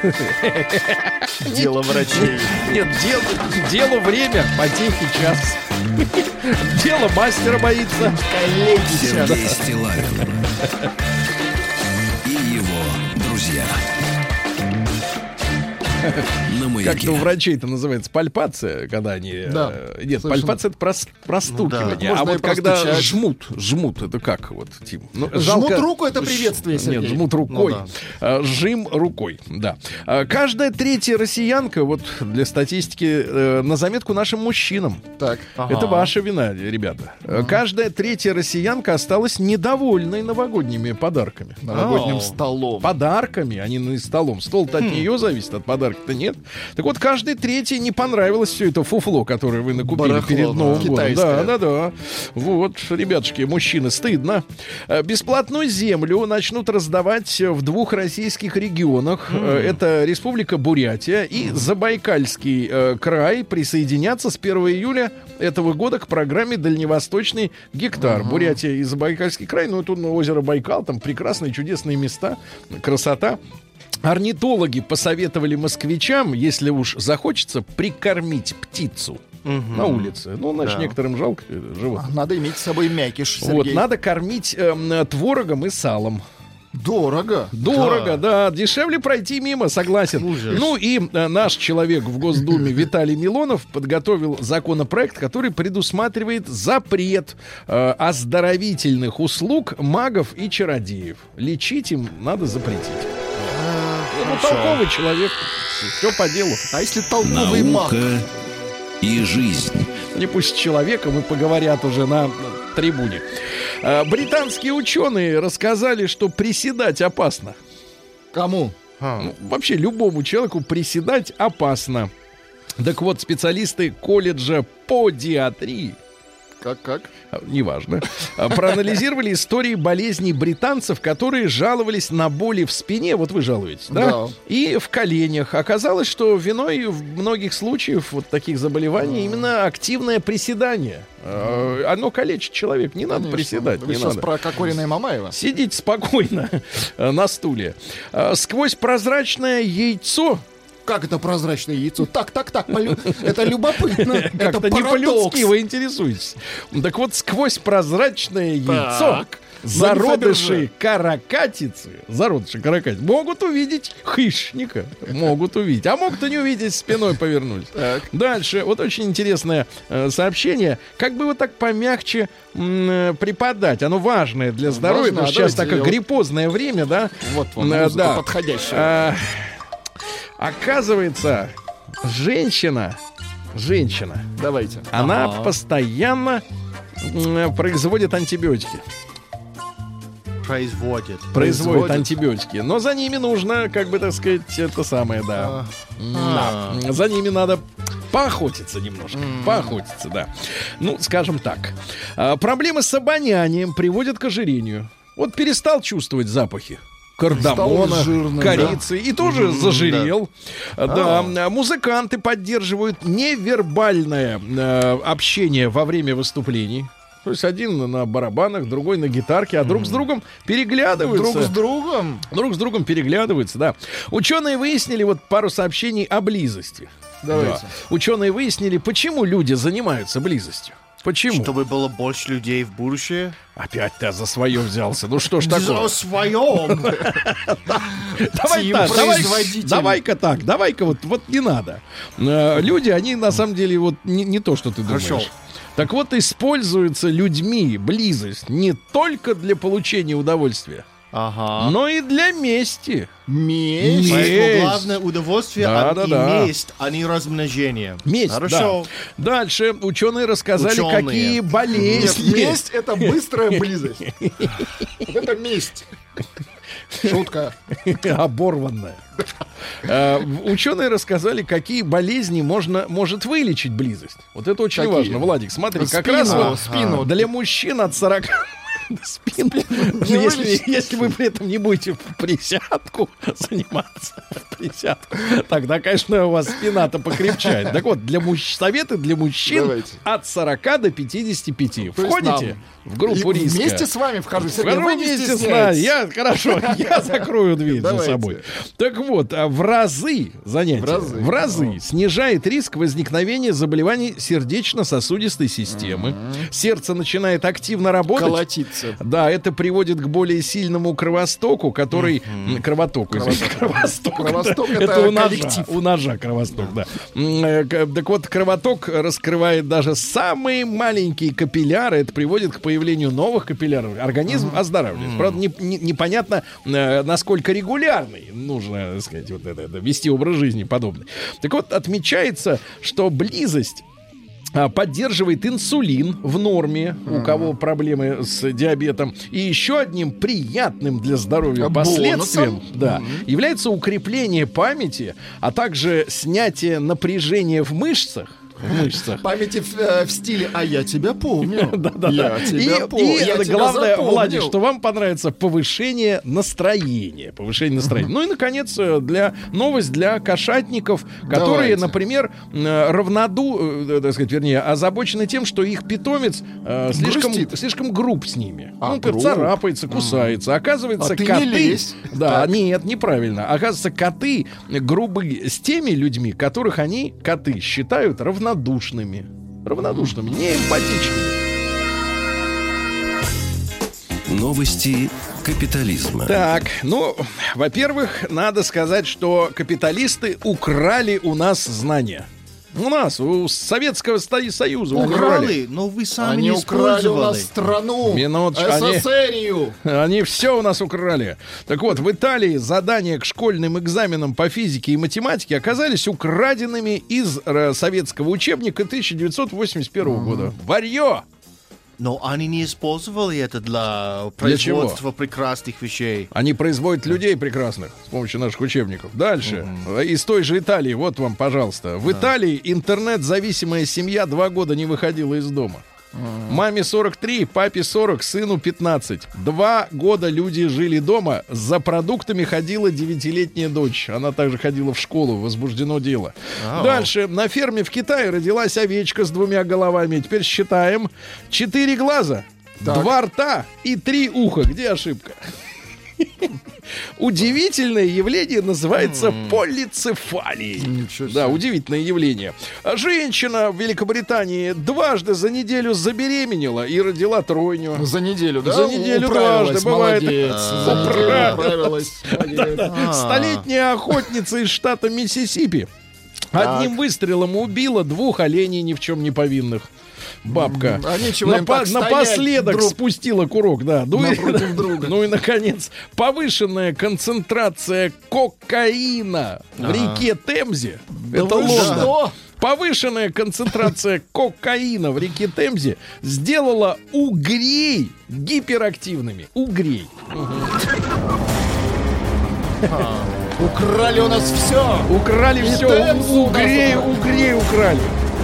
Дело врачей. Нет, делу время, потехи час. Дело мастера боится. Сергей Стиллавин и его друзья На маяке. Как-то у врачей это называется пальпация, когда они... Да, нет, совершенно. пальпация — это простукивание. Можно А и вот когда простучать. жмут, это как? Вот, Тим? Ну, Жмут руку — это приветствие, Сергей. Нет, жмут рукой. Жим рукой, да. Каждая третья россиянка, вот для статистики, на заметку нашим мужчинам. Так. Это ваша вина, ребята. Каждая третья россиянка осталась недовольной новогодними подарками. Новогодним столом. Подарками, а не столом. Стол-то от нее зависит, от подарка-то нет. Так вот, каждый третий не понравилось все это фуфло, которое вы накупили Барахло, перед Новым годом. китайское. Да. Вот, ребятушки, мужчины, стыдно. Бесплатную землю начнут раздавать в 2 российских регионах. Это Республика Бурятия и Забайкальский край присоединятся с 1 июля этого года к программе «Дальневосточный гектар». Бурятия и Забайкальский край, ну, тут озеро Байкал, там прекрасные, чудесные места, красота. Орнитологи посоветовали москвичам, если уж захочется, прикормить птицу на улице. Ну, значит, некоторым жалко животных. Надо иметь с собой мякиш, Сергей. Вот, надо кормить творогом и салом. Дорого. Дорого, да. Дешевле пройти мимо, согласен. Ну и наш человек в Госдуме Виталий Милонов подготовил законопроект, который предусматривает запрет оздоровительных услуг магов и чародеев. Лечить им надо запретить. Ну, толковый человек. Все по делу. А если толковый маг? Наука и жизнь. Не пусть с человеком и поговорят уже на трибуне. Британские ученые рассказали, что приседать опасно. Кому? Ну, вообще любому человеку приседать опасно. Так вот, специалисты колледжа подиатрии, Как? неважно, проанализировали истории болезней британцев, которые жаловались на боли в спине, вот вы жалуетесь, да? Да. И в коленях. Оказалось, что виной в многих случаях вот таких заболеваний именно активное приседание. Оно калечит человека, не надо приседать, Вы не сейчас надо. про Кокорина и Мамаева? Сидите спокойно на стуле. Сквозь прозрачное яйцо. Как это прозрачное яйцо? Так. Это любопытно. Это Как-то не парадокс. по-людски вы интересуетесь. Так вот, сквозь прозрачное яйцо зародыши каракатицы могут увидеть хищника. Могут увидеть. А могут и не увидеть, спиной повернулись. Дальше. Вот очень интересное сообщение. Как бы вот так помягче преподать. Оно важное для здоровья. Важно, Потому что сейчас давайте такое я гриппозное время, да? Вот вам музыка подходящая. Оказывается, женщина, Давайте. она постоянно производит антибиотики. Производит антибиотики. Но за ними нужно, как бы так сказать, это самое, да. Да. За ними надо поохотиться немножко. Поохотиться, да. Ну, скажем так. Проблемы с обонянием приводят к ожирению. Вот перестал чувствовать запахи кардамона, Стал жирным, корицы, и тоже зажирел. Да. Музыканты поддерживают невербальное общение во время выступлений. То есть один на барабанах, другой на гитарке, а друг с другом переглядываются. Друг с другом? Друг с другом переглядываются, да. Ученые выяснили вот пару сообщений о близости. Давайте. Да. Ученые выяснили, почему люди занимаются близостью. Почему? Чтобы было больше людей в будущее. Опять ты за свое взялся. Ну что ж такое? О своем. Давай-ка так, давай-ка вот не надо. Люди, они на самом деле вот не то, что ты думаешь. Хорошо. Так вот, используется людьми близость не только для получения удовольствия, но и для мести. Месть. Поэтому главное удовольствие Да. месть, а не размножение. Месть, Хорошо. да. Дальше ученые рассказали, какие Нет, болезни. месть — это быстрая близость. Вот это месть. Шутка. Оборванная. Ученые рассказали, какие болезни может вылечить близость. Вот это очень Какие? важно. Владик, смотри, как Спину, раз вот спину. для мужчин от 40... Спину. Если вы при этом не будете в присядку заниматься, тогда, конечно, у вас спина-то покрепчает. Так вот, советы для мужчин Давайте. от 40 до 55. То есть Входите в группу И риска. вместе с вами вхожу. Сергей, Вхожу вы не вместе с нами. стесняйтесь. Хорошо, я закрою дверь за Давайте. собой. Так вот, в разы занятие, в разы снижает риск возникновения заболеваний сердечно-сосудистой системы. Сердце начинает активно работать. Колотиться. Разумеется. Да, это приводит к более сильному кровостоку, который... Кровотоку, извините. Кровосток Это это у ножа, коллектив. у ножа кровосток, да. Так вот, кровоток раскрывает даже самые маленькие капилляры. Это приводит к появлению новых капилляров. Организм оздоравливает. Правда, непонятно, насколько регулярный нужно, так сказать, вот это вести образ жизни подобный. Так вот, отмечается, что близость поддерживает инсулин в норме, у кого проблемы с диабетом. И еще одним приятным для здоровья последствием является укрепление памяти, а также снятие напряжения в мышцах. Памяти в стиле «А я тебя помню». Я тебя И помню. главное, Владик, что вам понравится повышение настроения. Ну и, наконец, новость для кошатников, которые, например, озабочены тем, что их питомец слишком груб с ними. Царапается, кусается. Оказывается, ты коты... не лезь. Да, нет, неправильно. Оказывается, коты грубы с теми людьми, которых они, коты, считают равнодушными, не эмпатичными. Новости капитализма. Так, во-первых, надо сказать, что капиталисты украли у нас знания. У нас, у Советского Союза украли, но вы сами они не украли у нас использовали. страну, СССРию. Они все у нас украли. Так вот, в Италии задания к школьным экзаменам по физике и математике оказались украденными из советского учебника 1981 года. Варьё! Но они не использовали это для чего? производства прекрасных вещей. Они производят людей прекрасных с помощью наших учебников. Дальше. Из той же Италии. Вот вам, пожалуйста. В Италии интернет-зависимая семья 2 года не выходила из дома. Маме 43, папе 40, сыну 15. 2 года люди жили дома. За продуктами ходила 9-летняя дочь. Она также ходила в школу. Возбуждено дело. Дальше. На ферме в Китае родилась овечка с 2 головами. Теперь считаем. 4 глаза, 2 рта и 3 уха. Где ошибка? Удивительное явление называется полицефалией. Да, удивительное явление. Женщина в Великобритании 2 за неделю забеременела и родила 3. За неделю, да? За неделю Управилась, 2 бывает. молодец. За неделю управилась, молодец. Столетняя охотница из штата Миссисипи одним выстрелом убила 2 оленей ни в чем не повинных. Бабка напоследок спустила курок, да. Напротив друга. Ну и, наконец, повышенная концентрация кокаина в реке Темзе. Это Лондон. Повышенная концентрация кокаина в реке Темзе сделала угрей гиперактивными. Угрей. Украли у нас все. Украли все. Угрей украли.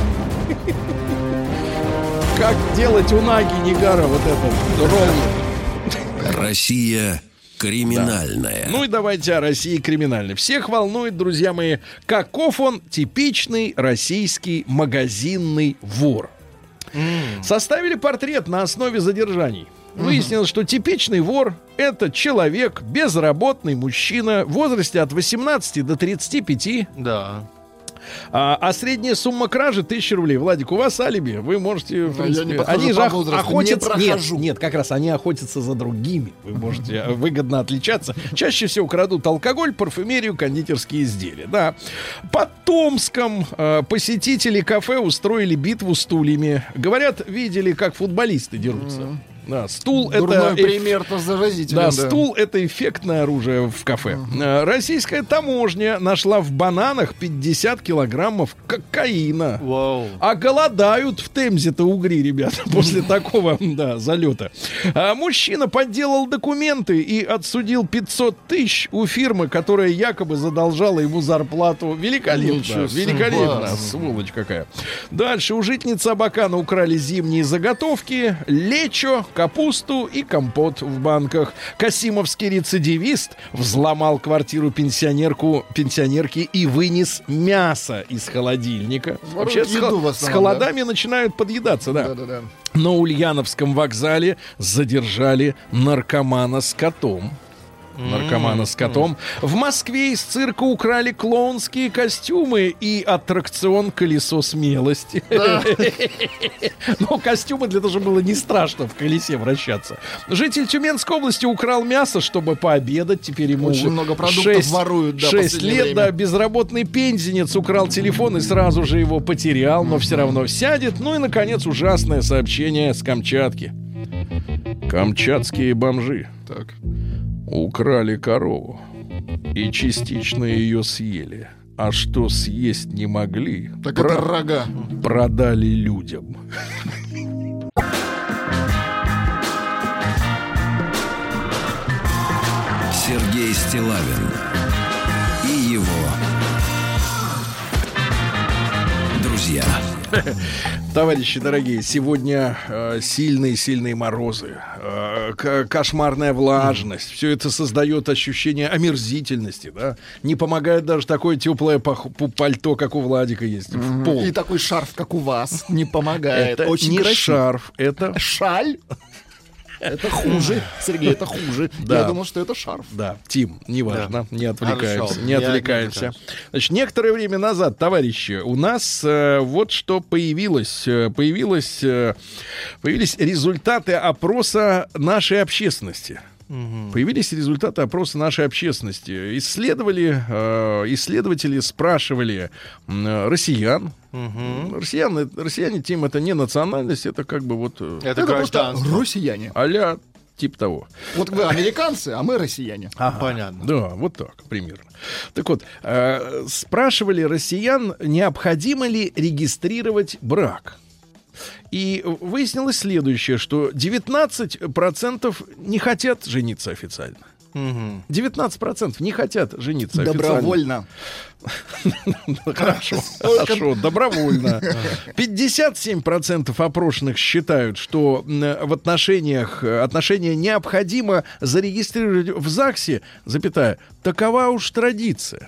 Как делать у Наги Нигара вот этот ролл? Россия криминальная. Ну и давайте о России криминальной. Всех волнует, друзья мои, каков он типичный российский магазинный вор. Составили портрет на основе задержаний. Выяснилось, что типичный вор — это человек, безработный мужчина в возрасте от 18 до 35. Да. А средняя сумма кражи 1000 рублей. Владик, у вас алиби, вы можете, в принципе, я не подхожу они же по возрасту, охотятся. не прохожу. Нет, как раз они охотятся за другими. Вы можете выгодно отличаться. Чаще всего крадут алкоголь, парфюмерию, кондитерские изделия. Да. Под Томском посетители кафе устроили битву стульями. Говорят, видели, как футболисты дерутся. Да, стул Дурной это пример-то заразителен. Да, стул это эффектное оружие в кафе. Российская таможня нашла в бананах 50 килограммов кокаина. Вау. А голодают в Темзе-то угри, ребята, после такого, залета. Мужчина подделал документы и отсудил 500 тысяч у фирмы, которая якобы задолжала ему зарплату. Великолепно, великолепно, сволочь какая. Дальше у житницы Абакана украли зимние заготовки, лечо, капусту и компот в банках. Касимовский рецидивист взломал квартиру пенсионерки и вынес мясо из холодильника. Вообще с холодами начинают подъедаться, да. На Ульяновском вокзале задержали наркомана с котом. наркомана с котом. В Москве из цирка украли клоунские костюмы и аттракцион «Колесо смелости». Но костюмы для того, чтобы было не страшно в колесе вращаться. Житель Тюменской области украл мясо, чтобы пообедать. Теперь ему Очень много продуктов воруют, да, 6 последнее лет, время. да, безработный пензенец украл телефон и сразу же его потерял, но все равно сядет. Ну и, наконец, ужасное сообщение с Камчатки. Камчатские бомжи Так. украли корову и частично ее съели. А что съесть не могли, Так это рога. продали людям. Сергей Стиллавин и его друзья. Товарищи дорогие, сегодня сильные морозы, кошмарная влажность. Все это создает ощущение омерзительности, да? Не помогает даже такое теплое пальто, как у Владика есть, в пол. И такой шарф, как у вас, не помогает. Это Очень не красиво. шарф, это... Шаль? Это хуже, Сергей, это хуже. Да. Я думал, что это шарф. Да, Тим, неважно, не отвлекаемся, Хорошо. не Я отвлекаемся. не Значит, некоторое время назад, товарищи, у нас вот что появилось. Появились результаты опроса нашей общественности. Появились результаты опроса нашей общественности. Исследователи спрашивали россиян. Россияне, Тим, это не национальность, это как бы вот Это просто гражданство. россияне. а-ля типа того. Вот вы американцы, а мы россияне. Понятно. Да, вот так примерно. Так вот, спрашивали россиян, необходимо ли регистрировать брак. И выяснилось следующее, что 19% не хотят жениться официально. 19% не хотят жениться официально. Добровольно. Хорошо, добровольно. 57% опрошенных считают, что в отношения необходимо зарегистрировать в ЗАГСе, такова уж традиция.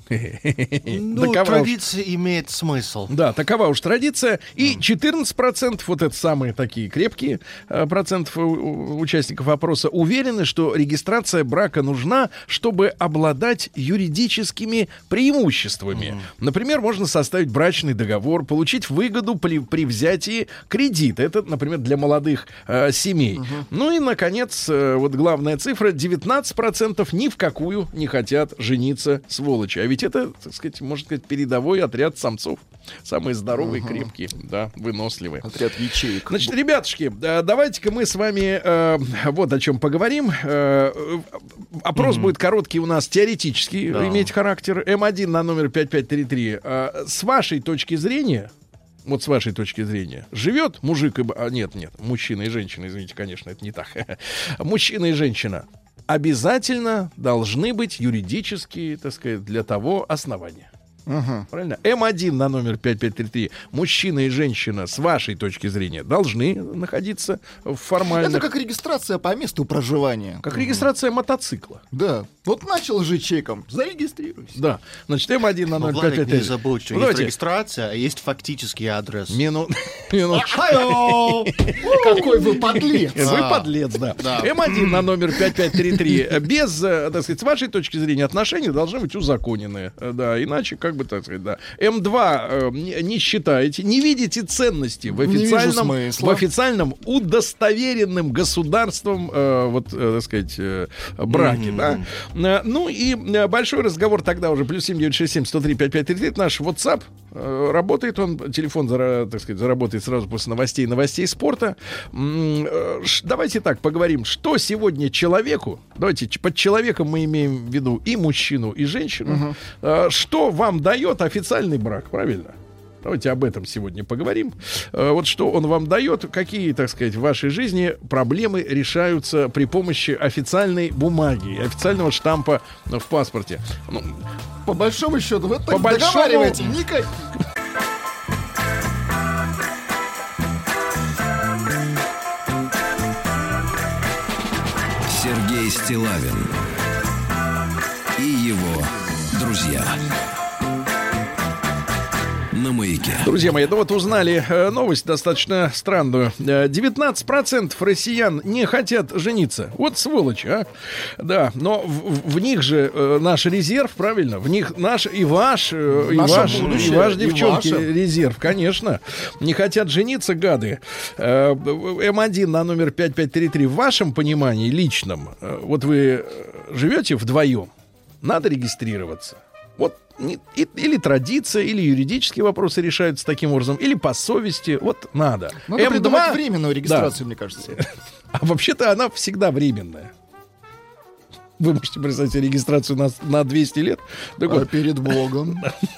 Ну, традиция имеет смысл. Да, такова уж традиция. И 14%, вот это самые такие крепкие процентов участников опроса, уверены, что регистрация брака нужна, чтобы обладать юридическими преимуществами. Например, можно составить брачный договор, получить выгоду при взятии кредита. Это, например, для молодых семей. Ну и, наконец, вот главная цифра, 19% ни в какую не хотят жениться, сволочи. А ведь это, так сказать, можно сказать, передовой отряд самцов. Самые здоровые, крепкие, да, выносливые. Отряд ячеек. Значит, ребятушки, давайте-ка мы с вами вот о чем поговорим. Опрос будет короткий у нас, теоретический иметь характер. М1 на номер 5533. С вашей точки зрения, вот с вашей точки зрения, живет мужик и... Нет, мужчина и женщина, извините, конечно, это не так. Мужчина и женщина обязательно должны быть юридические, так сказать, для того основания. Правильно? М1 на номер 5533. Мужчина и женщина, с вашей точки зрения, должны находиться в формальных... Это как регистрация по месту проживания. Как регистрация мотоцикла. Да. Вот начал жить чеком, зарегистрируйся. Да. Значит, М1 на Но, номер Владик, 5533. не забудь, что есть Давайте. регистрация, а есть фактический адрес. Минуточку. Какой вы подлец. Вы подлец, да. М1 на номер 5533. Без, так сказать, с вашей точки зрения, отношения должны быть узаконенные. Да, иначе, как бы, так сказать, да. М2 не считаете, не видите ценности в официальном удостоверенным государством, вот, так сказать, браке, да. Ну и большой разговор тогда уже, плюс 7967-103-5533, это наш WhatsApp. Работает он, телефон, так сказать, заработает сразу после новостей спорта. Давайте так поговорим, что сегодня человеку, давайте под человеком мы имеем в виду и мужчину, и женщину, что вам дает официальный брак, правильно? Давайте об этом сегодня поговорим. Вот что он вам дает, какие, так сказать, в вашей жизни проблемы решаются при помощи официальной бумаги, официального штампа в паспорте. Ну, По большому счету, вы По так большому- договариваете. Никак. Сергей Стиллавин и его друзья. на Маяке. Друзья мои, ну вот узнали новость достаточно странную. 19% россиян не хотят жениться. Вот сволочь, а. Да, но в них же наш резерв, правильно? В них наш и ваш, и ваш, девчонки, резерв, конечно. Не хотят жениться, гады. М1 на номер 5533. В вашем понимании личном, вот вы живете вдвоем, надо регистрироваться. Вот или традиция, или юридические вопросы решаются таким образом, или по совести. Вот надо. Надо придумать временную регистрацию, мне кажется. А вообще-то она всегда временная. Вы можете представить себе регистрацию на 200 лет. Так вот, перед Богом.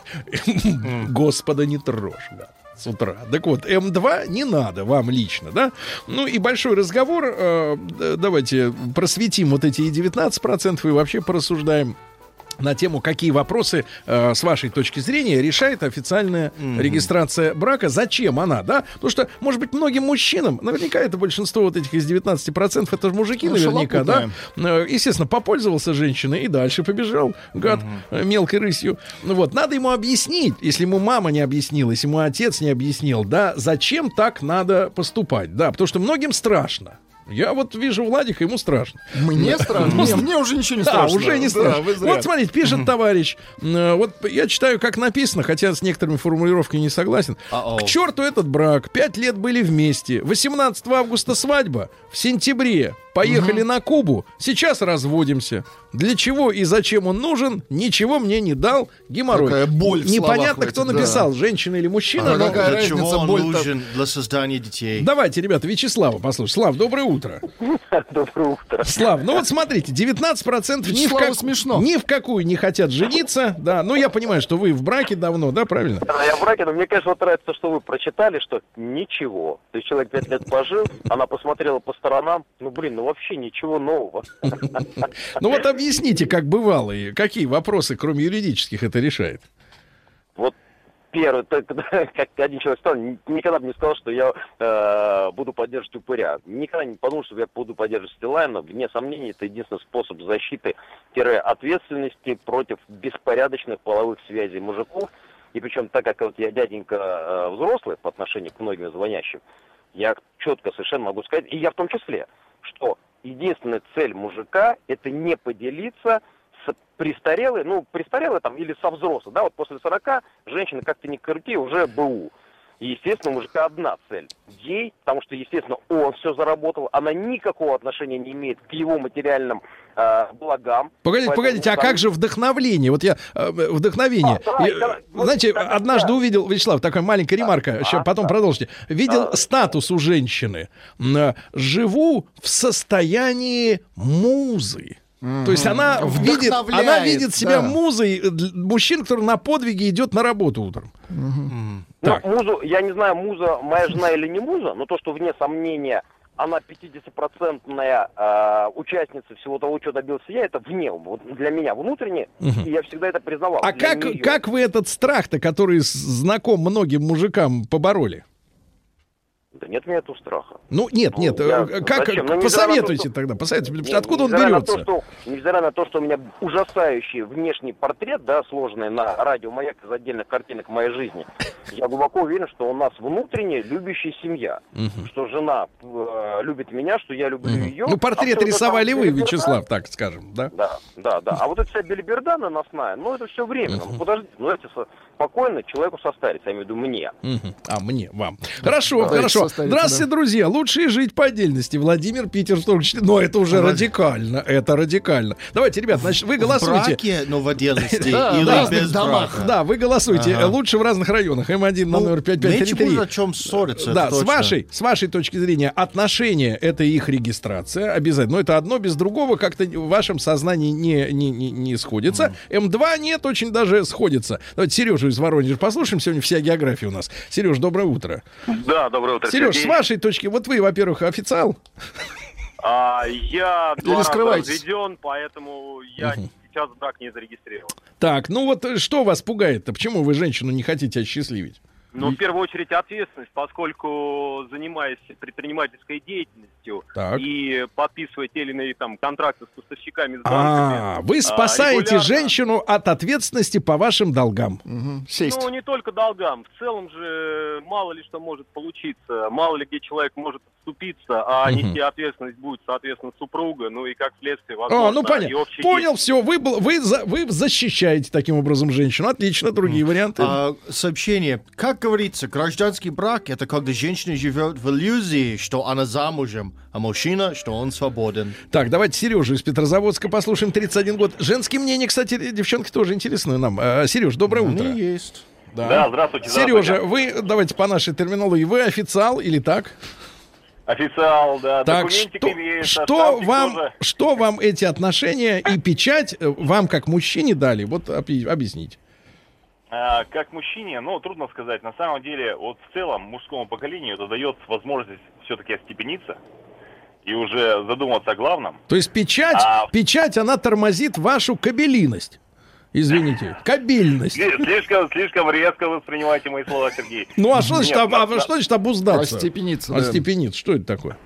Господа не трожь, да, с утра. Так вот, М2 не надо вам лично, да? Ну и большой разговор. Давайте просветим вот эти 19% и вообще порассуждаем на тему, какие вопросы, с вашей точки зрения, решает официальная регистрация брака. Зачем она, да? Потому что, может быть, многим мужчинам, наверняка это большинство вот этих из 19%, это же мужики наверняка, да? Естественно, попользовался женщиной и дальше побежал, гад, мелкой рысью. Вот, надо ему объяснить, если ему мама не объяснила, если ему отец не объяснил, да, зачем так надо поступать, да, потому что многим страшно. Я вот вижу Владика, ему страшно. Мне страшно? Не, мне уже ничего не страшно. Уже не страшно. Вот смотрите, пишет товарищ. Вот я читаю, как написано, хотя с некоторыми формулировками не согласен. К черту этот брак. 5 лет были вместе. 18 августа свадьба. В сентябре поехали на Кубу. Сейчас разводимся. Для чего и зачем он нужен, ничего мне не дал. Геморрой. Какая боль в Непонятно, словах кто этих, написал, женщина или мужчина. Но какая Для разница, чего он боль-то? нужен для создания детей? Давайте, ребята, Вячеслава послушай. Слав, доброе утро. Доброе утро. Слав, ну вот смотрите, 19% смешно. ни в какую не хотят жениться. Да, ну я понимаю, что вы в браке давно, да, правильно? Да, я в браке, но мне, конечно, вот нравится, что вы прочитали, что ничего. То есть человек 5 лет пожил, она посмотрела по сторонам, ну вообще ничего нового. Ну вот объясните, как бывало, и какие вопросы, кроме юридических, это решает? Вот первый, как один человек сказал, никогда бы не сказал, что я буду поддерживать упыря. Никогда не подумал, что я буду поддерживать Стилавина. Вне сомнений, это единственный способ защиты-ответственности против беспорядочных половых связей мужиков. И причем, так как вот я дяденька взрослый по отношению к многим звонящим, я четко совершенно могу сказать, и я в том числе, что единственная цель мужика — это не поделиться с престарелой, там, или со взрослой, да, вот после 40 женщина, как-то не крути, уже БУ. И, естественно, у мужика одна цель. Ей, потому что, естественно, он все заработал, она никакого отношения не имеет к его материальным благам. Погодите, а как же вдохновление? Вот я... вдохновение. Знаете, однажды увидел, Вячеслав, такая маленькая ремарка, сейчас потом продолжите. Видел статус у женщины. Живу в состоянии музы. То есть она видит себя музой мужчин, который на подвиге идет на работу утром. Ну, музу, я не знаю, муза моя жена или не муза, но то, что вне сомнения она 50% участница всего того, что добился я, это вне, вот для меня внутренне, и я всегда это признавал. А как вы этот страх-то, который знаком многим мужикам, побороли? Да нет у меня этого страха. Ну, нет. Как? Посоветуйте тогда. Посоветуйте. Откуда он берется? Невзирая на то, что у меня ужасающий внешний портрет, да, сложный на радио «Маяк» из отдельных картинок моей жизни, я глубоко уверен, что у нас внутренняя любящая семья. Что жена любит меня, что я люблю ее. Ну, портрет рисовали вы, Вячеслав, так скажем, да? Да. А вот эта вся белиберда наносная, это все временно. Подождите, давайте спокойно человеку состариться, я имею в виду мне. Мне, вам. Хорошо. Здравствуйте, друзья. Лучше жить по отдельности. Владимир, Питер, 44. Но это уже радикально. Это радикально. Давайте, ребят, значит, вы голосуйте. В браке, но в отдельности или без брака. Да, вы голосуйте. Лучше в разных районах. М1 на номер 5533. Меньше о чем ссориться. Да, с вашей точки зрения, отношения — это их регистрация. Обязательно. Но это одно без другого как-то в вашем сознании не сходится. М2 нет, очень даже сходится. Давайте Сережу из Воронежа послушаем. Сегодня вся география у нас. Сереж, доброе утро. Да, доброе утро. Сереж, с вашей точки, вот вы, во-первых, официал. Я 2 раза разведен, поэтому я сейчас брак не зарегистрирован. Так, ну вот что вас пугает-то? Почему вы женщину не хотите осчастливить? Ну, в первую очередь ответственность, поскольку занимаясь предпринимательской деятельностью Так. и подписывая те или иные там контракты с поставщиками, с банками. Вы спасаете регулярно. женщину от ответственности по вашим долгам. Сесть. Ну, не только долгам. В целом же мало ли что может получиться. Мало ли где человек может отступиться, а нести ответственность будет, соответственно, супруга. Ну и как следствие, возможно, Ну и понятно. общее Понял, действие. все. Вы защищаете таким образом женщину. Отлично, другие варианты. Сообщение. Как говорится, гражданский брак — это когда женщина живет в иллюзии, что она замужем, а мужчина, что он свободен. Так, давайте Сережу из Петрозаводска послушаем, 31 год. Женские мнения, кстати, девчонки тоже интересны нам. Сереж, доброе утро. Они есть. Да, здравствуйте. Сережа, вы, давайте по нашей терминологии, вы официал или так? Официал, да. Так, Документик имеется. что вам эти отношения и печать вам как мужчине дали? Вот объясните. Как мужчине, трудно сказать. На самом деле, вот в целом мужскому поколению это дает возможность все-таки остепениться и уже задуматься о главном. То есть печать, она тормозит вашу кабелиность. Извините, кабельность. Слишком резко воспринимаете мои слова, Сергей. Ну а что значит обуздаться? Остепениться. Остепениться, что это такое?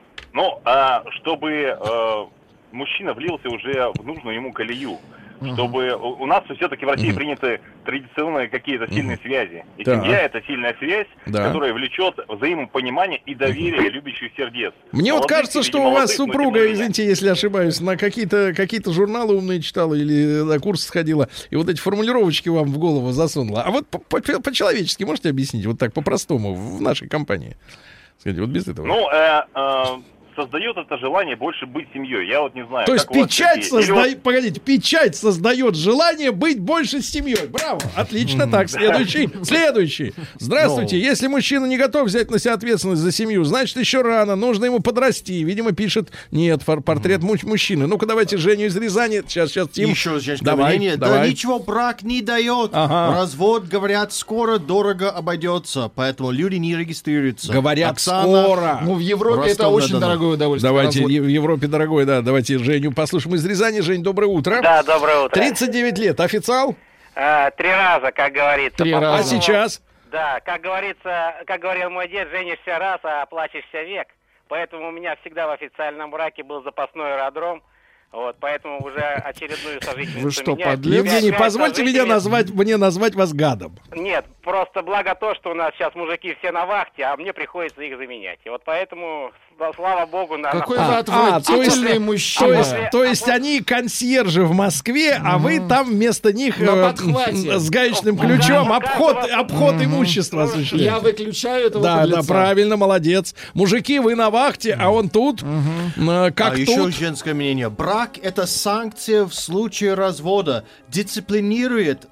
Чтобы мужчина влился уже в нужную ему колею. Чтобы у нас все-таки в России приняты традиционные какие-то сильные связи. И семья — это сильная связь, которая влечет взаимопонимание и доверие любящих сердец. Мне вот кажется, что у вас супруга, извините, если ошибаюсь, на какие-то журналы умные читала или на курс сходила, и вот эти формулировочки вам в голову засунула. А вот по-человечески можете объяснить, вот так, по-простому, в нашей компании? Скажите, вот без этого. Создает это желание больше быть семьей. Я вот не знаю. То есть печать создает желание быть больше с семьей. Браво, отлично. Так, следующий. Здравствуйте. Если мужчина не готов взять на себя ответственность за семью, значит, еще рано. Нужно ему подрасти. Видимо, пишет портрет мужчины. Ну-ка, давайте Женю из Рязани. Сейчас, Тим. Еще женское мнение. Да ничего брак не дает. Развод, говорят, скоро дорого обойдется. Поэтому люди не регистрируются. Говорят, скоро. Ну, в Европе это очень дорогое удовольствие. Давайте, в Европе дорогой, да. Давайте Женю послушаем из Рязани. Жень, доброе утро. Да, доброе утро. 39 лет. Официал? 3 раза, как говорится. 3 раза. А сейчас? Да, как говорится, как говорил мой дед, женишься раз, а плачешься век. Поэтому у меня всегда в официальном браке был запасной аэродром. Вот, поэтому уже очередную сожительницу. Вы что, меняют. подлец? Евгений, позвольте мне назвать вас гадом. Нет, просто благо то, что у нас сейчас мужики все на вахте, а мне приходится их заменять. И вот поэтому, слава богу, какой вы отвратительный мужчина. То есть они консьержи в Москве, а вы там вместо них с гаечным ключом обход имущества осуществляете. Я выключаю этого подлеца. Да, правильно, молодец. Мужики, вы на вахте, а он тут. Как тут. Еще женское мнение. Брак — это санкция в случае развода. Дисциплинирует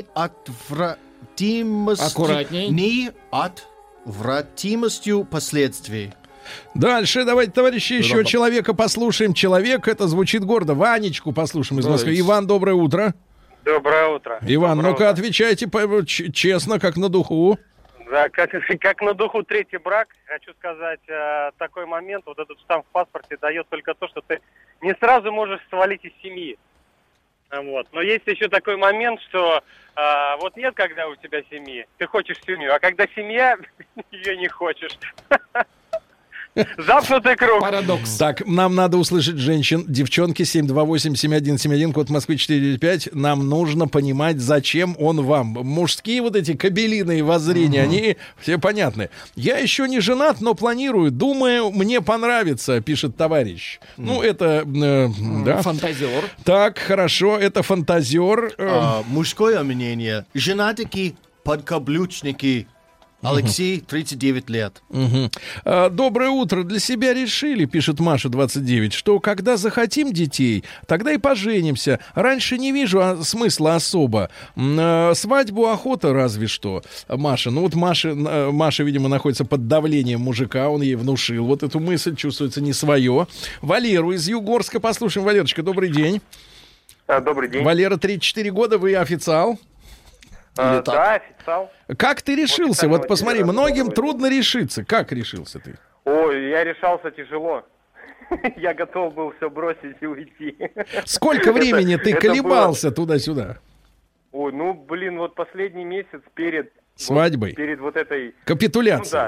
неотвратимостью последствий. Дальше давайте, товарищи, еще человека послушаем. Человек, это звучит гордо. Ванечку послушаем из Москвы. Иван, доброе утро. Доброе утро. Иван, ну-ка отвечайте честно, как на духу. Да, как на духу третий брак, хочу сказать, такой момент, вот этот штамп в паспорте дает только то, что ты не сразу можешь свалить из семьи. Вот. Но есть еще такой момент, что вот нет, когда у тебя семьи, ты хочешь семью, а когда семья, ее не хочешь. Замкнутый круг. Парадокс. Так, нам надо услышать женщин. Девчонки, 728-7171, код Москвы 495. Нам нужно понимать, зачем он вам. Мужские вот эти кабелиные воззрения, они все понятны. Я еще не женат, но планирую. Думаю, мне понравится, пишет товарищ. Ну, это... да. Фантазер. Так, хорошо, это фантазер. Мужское мнение. Женатики, подкаблучники. Алексей, 39 лет. Доброе утро. Для себя решили, пишет Маша, 29, что когда захотим детей, тогда и поженимся. Раньше не вижу смысла особо. Свадьбу охота разве что. Маша, ну вот Маша, видимо, находится под давлением мужика, он ей внушил вот эту мысль, чувствуется не свое. Валеру из Югорска послушаем. Валерочка, добрый день. Добрый день. Валера, 34 года, вы официал? Да, официал. Как ты решился? Вот посмотри, многим трудно решиться. Как решился ты? Ой, я решался тяжело. Я готов был все бросить и уйти. Сколько времени ты колебался туда-сюда? Ой, ну, блин, вот последний месяц перед свадьбой. Вот перед вот этой... Капитуляцией.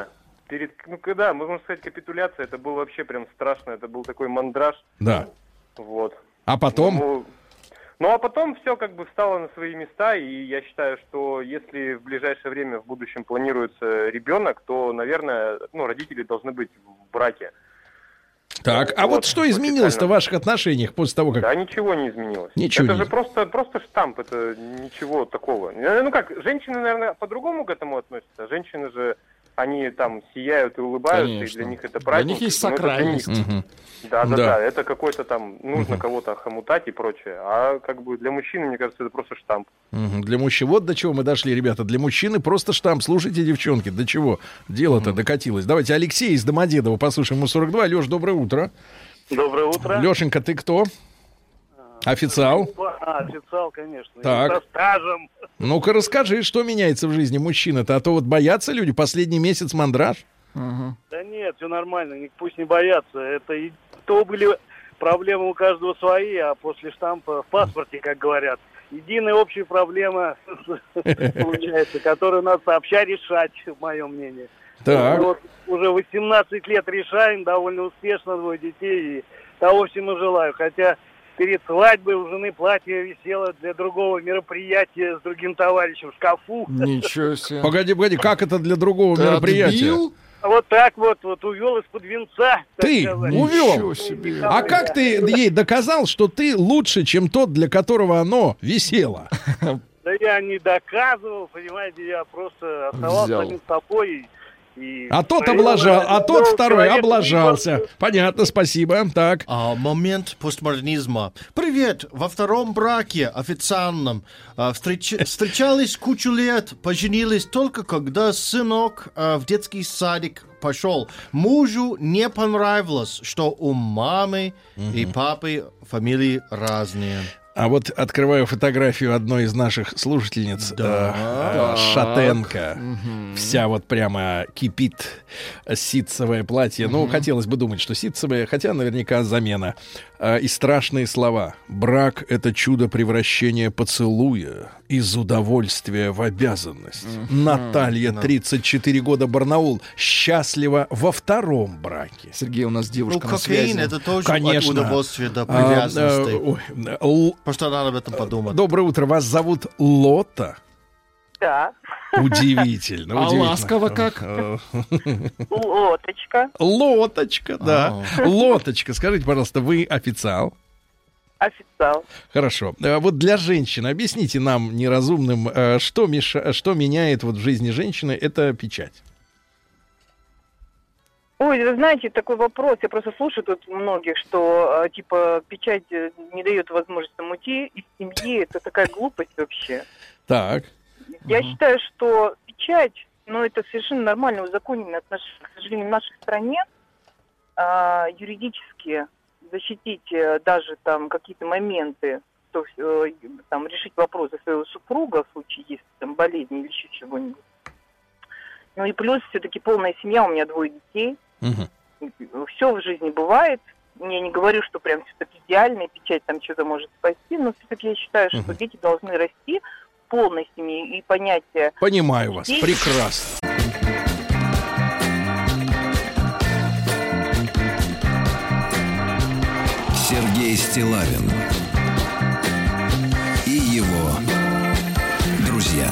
Да, можно сказать, капитуляция. Это было вообще прям страшно. Это был такой мандраж. Да. Вот. А потом? А потом все как бы встало на свои места, и я считаю, что если в ближайшее время в будущем планируется ребенок, то, наверное, родители должны быть в браке. Так, а вот что изменилось-то в ваших отношениях после того, как... Да, ничего не изменилось. Ничего это же просто штамп, это ничего такого. Ну как, женщины, наверное, по-другому к этому относятся. Женщины же, они там сияют и улыбаются, Конечно. И для них это праздник. Для них есть сакральность. Да, это какой-то там, нужно кого-то хомутать и прочее. А как бы для мужчины, мне кажется, это просто штамп. Для мужчин, вот до чего мы дошли, ребята. Для мужчины просто штамп. Слушайте, девчонки, до чего дело-то докатилось. Давайте Алексей из Домодедово послушаем, ему 42. Леш, доброе утро. Доброе утро. Лешенька, ты кто? Официал? Официал, конечно. Так. Со стажем. Ну-ка расскажи, что меняется в жизни мужчины-то? А то вот боятся люди, последний месяц мандраж. Да нет, все нормально, пусть не боятся. Это и то были проблемы у каждого свои, а после штампа в паспорте, как говорят, единая общая проблема получается, которую надо сообща решать, в моем мнении. Так. Вот уже 18 лет решаем, довольно успешно, 2 детей, и того всему желаю. Хотя перед свадьбой у жены платье висело для другого мероприятия с другим товарищем в шкафу. Ничего себе. Погоди, как это для другого мероприятия? Отбил? Вот так вот увел из-под венца. Ты увел? А как ты ей доказал, что ты лучше, чем тот, для которого оно висело? Да я не доказывал, понимаете, я просто оставался самим собой. А тот облажал, а тот второй облажался. Понятно, спасибо. Так. Момент постмодернизма. Привет, во втором браке официальном встречались кучу лет, поженились только когда сынок в детский садик пошел. Мужу не понравилось, что у мамы и папы фамилии разные. А вот открываю фотографию одной из наших слушательниц, Шатенко. Вся вот прямо кипит, ситцевое платье. Ну, хотелось бы думать, что ситцевое, хотя наверняка замена. И страшные слова. Брак — это чудо превращения поцелуя из удовольствия в обязанность. Наталья, 34 года, Барнаул, счастлива во втором браке. Сергей, у нас девушка на кокаин связи. Это тоже Конечно. от удовольствия до привязанности. Просто надо об этом подумать. Доброе утро, вас зовут Лота? Да. Удивительно. А ласково как? Лоточка. Лоточка, да. Лоточка, скажите, пожалуйста, вы официал? Официал. Хорошо. Вот для женщин, объясните нам, неразумным, что меняет вот в жизни женщины эта печать? Ой, вы знаете, такой вопрос, я просто слушаю тут многих, что, типа, печать не дает возможности уйти из семьи, это такая глупость вообще. Так. Я считаю, что печать, это совершенно нормально узаконенное отношение. К сожалению, в нашей стране юридически защитить даже там какие-то моменты, там, решить вопросы своего супруга в случае, если там болезни или еще чего-нибудь. Ну и плюс все-таки полная семья, у меня 2 детей. Все в жизни бывает. Я не говорю, что прям все так идеально, печать там что-то может спасти, но все-таки я считаю, что дети должны расти в полной семье и понятие... Понимаю вас, прекрасно. Сергей Стиллавин и его друзья.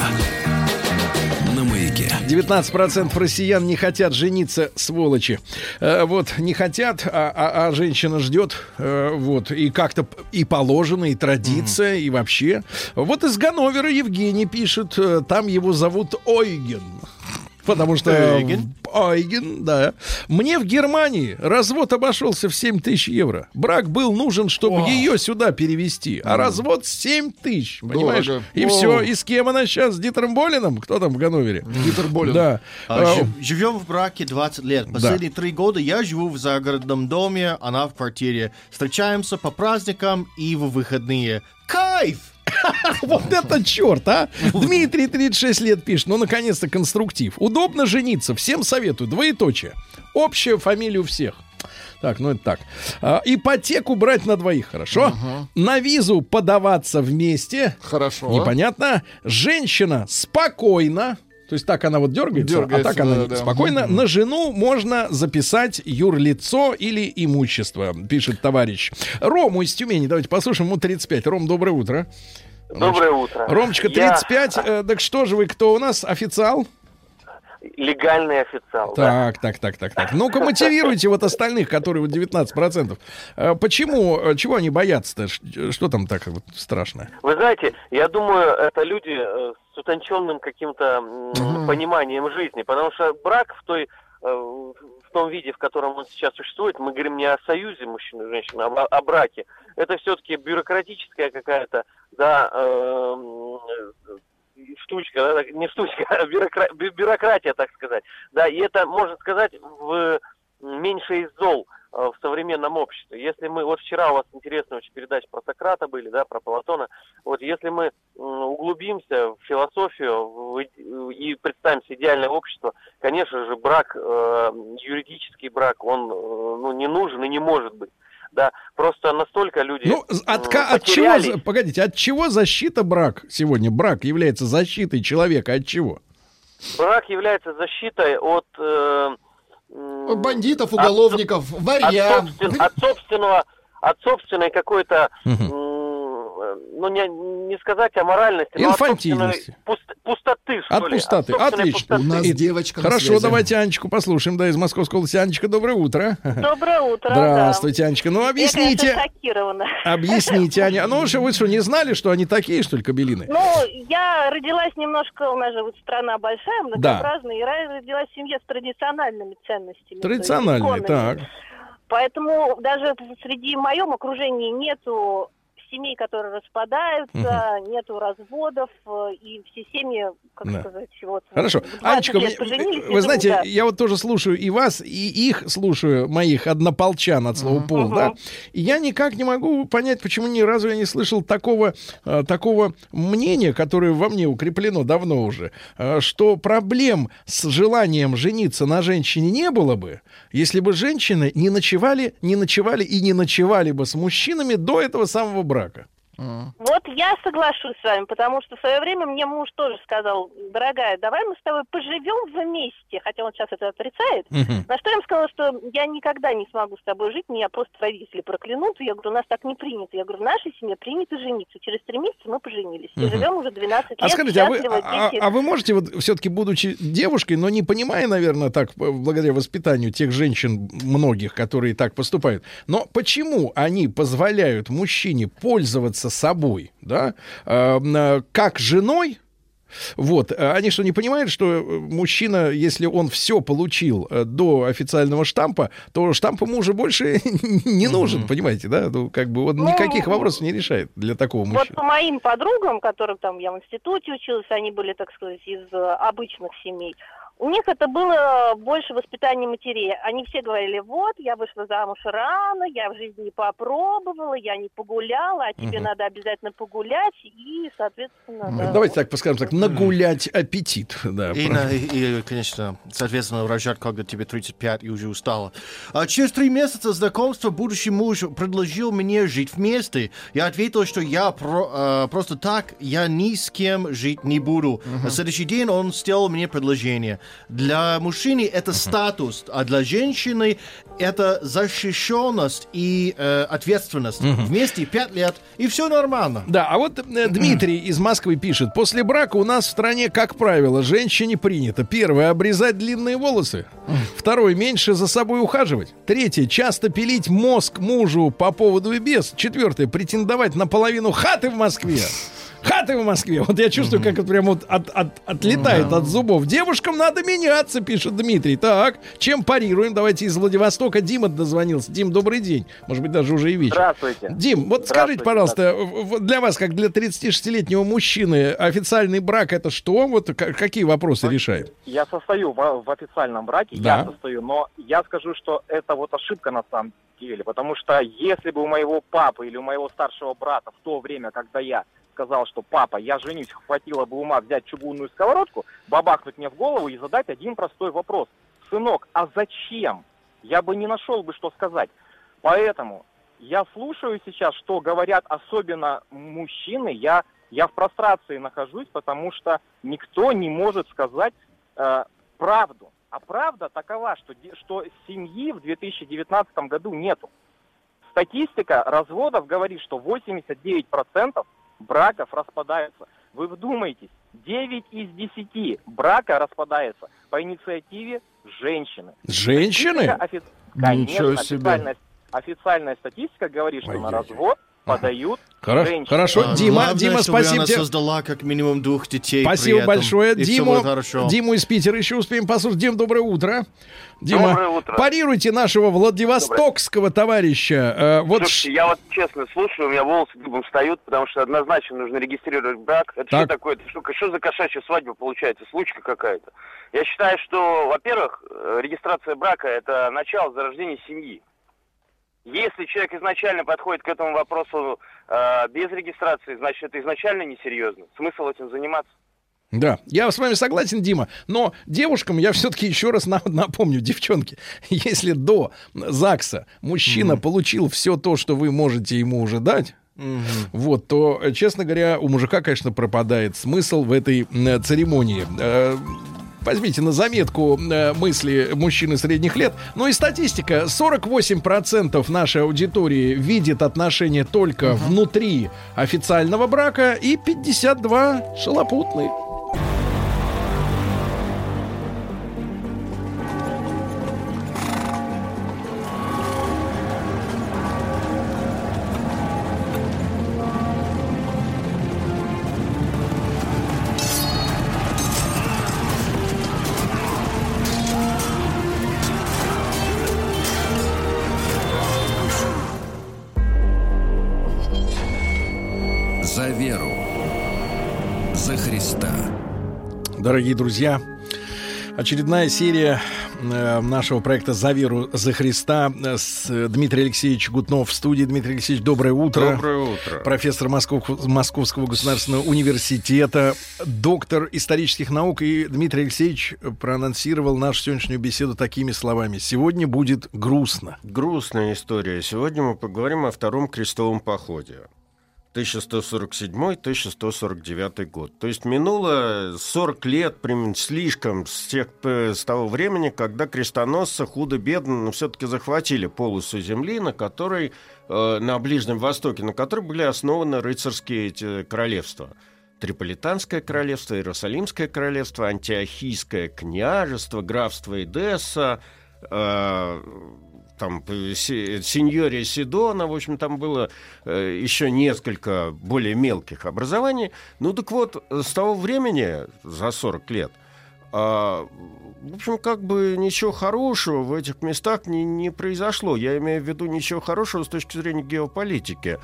19% россиян не хотят жениться, сволочи. Вот, не хотят, а женщина ждет. Вот, и как-то и положено, и традиция, и вообще. Вот из Ганновера Евгений пишет, там его зовут Ойген. Потому что... Ойген, да. Мне в Германии развод обошелся в 7 тысяч евро. Брак был нужен, чтобы ее сюда перевезти. А развод 7 тысяч, понимаешь? Дорого. И все. И с кем она сейчас? С Дитером Болиным? Кто там в Ганновере? Дитер Болин. Да. Живем в браке 20 лет. Последние 3 года я живу в загородном доме, она в квартире. Встречаемся по праздникам и в выходные. Кайф! Вот это черт, а! Дмитрий, 36 лет, пишет. Ну, наконец-то, конструктив. Удобно жениться. Всем советую. Двоеточие. Общая фамилия у всех. Так, ну это так. Ипотеку брать на 2, хорошо? На визу подаваться вместе. Хорошо. Непонятно. Женщина спокойно. То То есть так она вот дергается, а так она спокойно. На жену можно записать юрлицо или имущество, пишет товарищ. Рому из Тюмени, давайте послушаем, ему 35. Ром, доброе утро. Доброе утро. Ромочка, 35. Так что же вы, кто у нас? Официал? Легальный официал. Так. Ну-ка, мотивируйте вот остальных, которые вот 19%. Почему? Чего они боятся-то? Что там так вот страшное? Вы знаете, я думаю, это люди с утонченным каким-то пониманием жизни. Потому что брак в том виде, в котором он сейчас существует, мы говорим не о союзе мужчины и женщины, а о браке. Это все-таки бюрократическая какая-то, штучка, да, не штучка, а бюрократия, так сказать. Да, и это, можно сказать, меньше из зол в современном обществе. Если мы, вот вчера у вас интересная очень передача про Сократа были, да, про Платона, вот если мы углубимся в философию и представим себе идеальное общество, конечно же, брак, юридический брак, он не нужен и не может быть. Да, просто настолько люди потерялись. От чего защита брак сегодня? Брак является защитой человека от чего? Брак является защитой от бандитов, уголовников, варья. От собственной какой-то, не сказать аморальности, инфантильности. Но от пустоты, что от ли. пустоты. Отлично. У нас девочка. Хорошо, давайте Анечку послушаем, из Московской области. Анечка, доброе утро. Доброе утро. Здравствуйте, Анечка. Ну, объясните. Я, конечно, шокирована. Объясните, Аня. Ну, вы что, не знали, что они такие, что ли, кабелины? Ну, я родилась немножко, у нас же вот страна большая, многообразная, и родилась в семье с традициональными ценностями. Традициональные, так. Поэтому даже среди моем окружении нету семей, которые распадаются, нету разводов, и все семьи, сказать, вот... Хорошо. Анечка, вы знаете, я вот тоже слушаю и вас, и их слушаю, моих однополчан от слова «пол», да, и я никак не могу понять, почему ни разу я не слышал такого мнения, которое во мне укреплено давно уже, что проблем с желанием жениться на женщине не было бы, если бы женщины не ночевали бы с мужчинами до этого самого брака. Вот я соглашусь с вами, потому что в свое время мне муж тоже сказал: дорогая, давай мы с тобой поживем вместе, хотя он сейчас это отрицает. На что я ему сказала, что я никогда не смогу с тобой жить, меня просто родители проклянут. Я говорю, у нас так не принято. Я говорю, в нашей семье принято жениться. Через 3 месяца мы поженились. И живем уже 12 лет. А скажите, а вы можете, вот все-таки будучи девушкой, но не понимая, наверное, так, благодаря воспитанию тех женщин, многих, которые так поступают, но почему они позволяют мужчине пользоваться собой, да, как женой? Вот, они что, не понимают, что мужчина, если он все получил до официального штампа, то штамп ему уже больше не нужен, понимаете, да? Ну, как бы он никаких вопросов не решает для такого мужчины. Вот по моим подругам, которым там я в институте училась, они были, так сказать, из обычных семей. У них это было больше воспитание матерей. Они все говорили: вот, я вышла замуж рано, я в жизни не попробовала, я не погуляла, а тебе надо обязательно погулять, и, соответственно... Да. Давайте так поскажем так, нагулять аппетит. Да, и, конечно, соответственно, рожать, когда тебе 35 и уже устала. Через 3 месяца знакомства будущий муж предложил мне жить вместе. Я ответил, что я просто так, я ни с кем жить не буду. На следующий день он сделал мне предложение. Для мужчины это статус, а для женщины это защищенность и ответственность. Вместе 5 лет, и все нормально. Да, а вот Дмитрий из Москвы пишет: после брака у нас в стране, как правило, женщине принято: первое — обрезать длинные волосы, второе — меньше за собой ухаживать, третье — часто пилить мозг мужу по поводу и без, четвертое — претендовать на половину хаты в Москве. Хаты в Москве. Вот я чувствую, как это прямо вот отлетает от зубов. Девушкам надо меняться, пишет Дмитрий. Так, чем парируем? Давайте из Владивостока. Дима дозвонился. Дим, добрый день. Может быть, даже уже и вечер. Здравствуйте. Дим, вот скажите, пожалуйста, для вас, как для 36-летнего мужчины, официальный брак — это что? Вот какие вопросы решает? Я состою в официальном браке, я состою, но я скажу, что это вот ошибка на самом деле. Потому что если бы у моего папы или у моего старшего брата в то время, когда я сказал, что папа, я женюсь, хватило бы ума взять чугунную сковородку, бабахнуть мне в голову и задать один простой вопрос: сынок, а зачем? Я бы не нашел бы, что сказать. Поэтому я слушаю сейчас, что говорят особенно мужчины, я Я в прострации нахожусь, потому что никто не может сказать правду. А правда такова, что семьи в 2019 году нету. Статистика разводов говорит, что 89% браков распадаются. Вы вдумайтесь, 9 из 10 брака распадается по инициативе женщины. Женщины? Конечно, официальная статистика говорит, что на развод подают женщины. Хорошо, Дима, спасибо тебе. Она создала как минимум 2 детей. Спасибо большое. Диму из Питера еще успеем послушать. Дим, доброе утро. Дима, доброе утро. Парируйте нашего владивостокского товарища. Слушайте, я вот честно слушаю, у меня волосы дыбом встают, потому что однозначно нужно регистрировать брак. Это что такое? Что за кошачья свадьба получается? Случка какая-то. Я считаю, что, во-первых, регистрация брака – это начало зарождения семьи. Если человек изначально подходит к этому вопросу без регистрации, значит, это изначально несерьезно. Смысл этим заниматься? Да, я с вами согласен, Дима, но девушкам я все-таки еще раз напомню, девчонки, если до ЗАГСа мужчина получил все то, что вы можете ему уже дать, вот, то, честно говоря, у мужика, конечно, пропадает смысл в этой церемонии. Возьмите на заметку мысли мужчины средних лет. Ну и статистика. 48% нашей аудитории видит отношения только внутри официального брака и 52% шалопутные. За веру, за Христа. Дорогие друзья, очередная серия нашего проекта «За веру, за Христа» с Дмитрием Алексеевичем Гутнов в студии. Дмитрий Алексеевич, доброе утро. Доброе утро. Профессор Московского государственного университета, доктор исторических наук. И Дмитрий Алексеевич проанонсировал нашу сегодняшнюю беседу такими словами. Сегодня будет грустно. Грустная история. Сегодня мы поговорим о Втором крестовом походе. 1147-1149 год. То есть минуло 40 лет, примерно слишком, с того времени, когда крестоносцы худо-бедно, но все-таки захватили полосу земли, на которой, на Ближнем Востоке, на которой были основаны рыцарские эти королевства. Триполитанское королевство, Иерусалимское королевство, Антиохийское княжество, графство Эдесса, там синьория Сидона, в общем, там было еще несколько более мелких образований. Ну так вот, с того времени, за 40 лет, в общем, как бы ничего хорошего в этих местах не произошло. Я имею в виду ничего хорошего с точки зрения геополитики.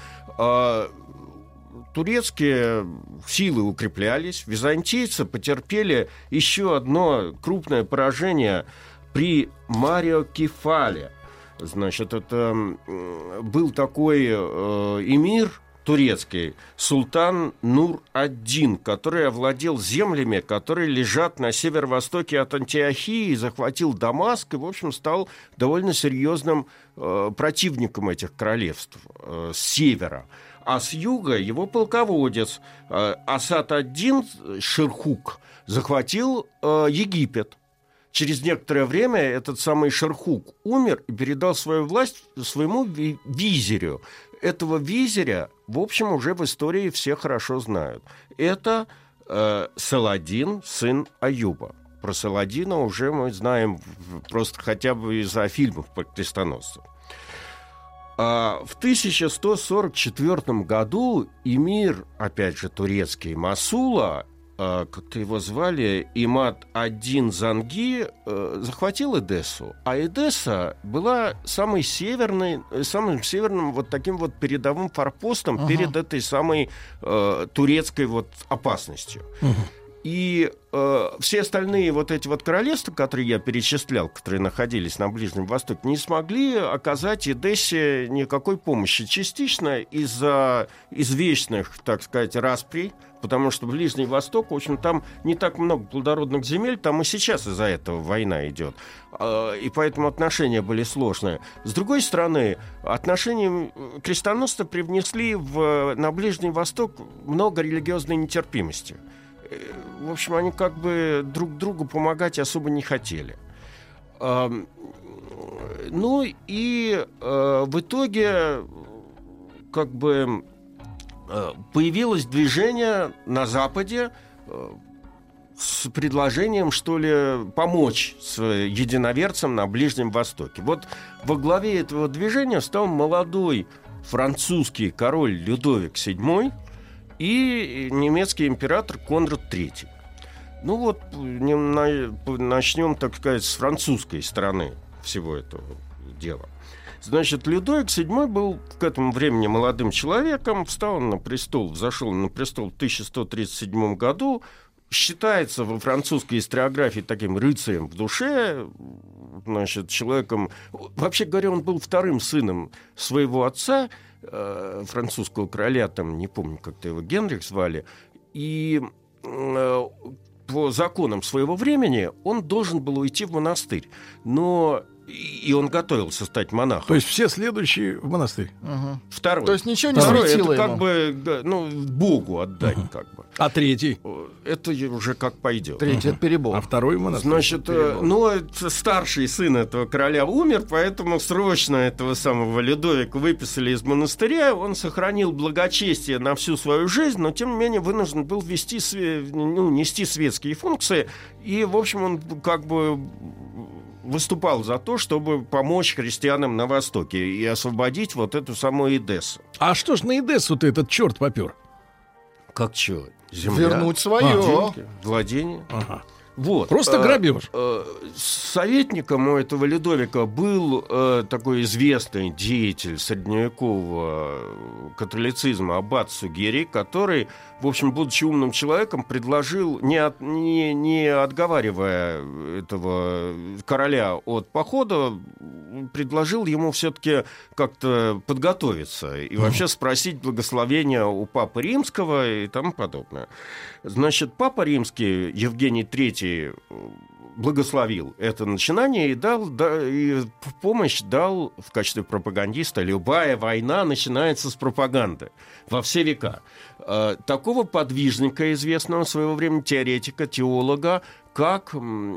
Турецкие силы укреплялись, византийцы потерпели еще одно крупное поражение при Мариокефале. Значит, это был такой эмир турецкий, султан Нур-ад-Дин, который овладел землями, которые лежат на северо-востоке от Антиохии, захватил Дамаск и, в общем, стал довольно серьезным противником этих королевств с севера. А с юга его полководец Асад-ад-Дин Ширхук захватил Египет. Через некоторое время этот самый Ширхук умер и передал свою власть своему визирю. Этого визиря, в общем, уже в истории все хорошо знают. Это Саладин, сын Аюба. Про Саладина уже мы знаем просто хотя бы из-за фильмов про крестоносцев. В 1144 году эмир, опять же, турецкий Масула, как-то его звали, Имад-ад-Дин Занги, захватил Эдессу. А Эдесса была самым северным вот таким вот передовым форпостом перед этой самой турецкой вот опасностью. И все остальные вот эти вот королевства, которые я перечислял, которые находились на Ближнем Востоке, не смогли оказать Эдессе никакой помощи. Частично из-за извечных, так сказать, расприй, потому что Ближний Восток, в общем, там не так много плодородных земель, там и сейчас из-за этого война идет. И поэтому отношения были сложные. С другой стороны, отношения крестоносцы привнесли на Ближний Восток много религиозной нетерпимости. В общем, они как бы друг другу помогать особо не хотели. Ну и в итоге как бы появилось движение на Западе с предложением, что ли, помочь с единоверцам на Ближнем Востоке. Вот во главе этого движения стал молодой французский король Людовик VII и немецкий император Конрад III. Ну вот, начнем, так сказать, с французской стороны всего этого дела. Значит, Людовик VII был к этому времени молодым человеком, взошел на престол в 1137 году, считается во французской историографии таким рыцарем в душе, значит, человеком... Вообще говоря, он был вторым сыном своего отца, французского короля, там, не помню, как-то его Генрих звали, и по законам своего времени он должен был уйти в монастырь, но... И он готовился стать монахом. То есть все следующие в монастырь. Второй. То есть ничего не светило это ему. как бы, ну, Богу отдать, как бы. А третий? Это уже как пойдет. Третий — это перебор. А второй в монастырь? Значит, ну, старший сын этого короля умер, поэтому срочно этого самого Людовика выписали из монастыря. Он сохранил благочестие на всю свою жизнь, но, тем не менее, вынужден был нести светские функции. И, в общем, он как бы... выступал за то, чтобы помочь христианам на Востоке и освободить вот эту самую Эдессу. А что ж на Эдессу-то этот черт попер? Как чё? Земля? Вернуть свое. Владение. Ага. Вот. Просто грабеж. Советником у этого Людовика был такой известный деятель средневекового католицизма аббат Сугерий, который, в общем, будучи умным человеком, предложил, не отговаривая этого короля от похода, предложил ему все-таки как-то подготовиться и вообще спросить благословения у Папы Римского и тому подобное. Значит, Папа Римский, Евгений III, благословил это начинание и и в помощь дал в качестве пропагандиста. Любая война начинается с пропаганды во все века. Такого подвижника, известного своего времени теоретика, теолога, как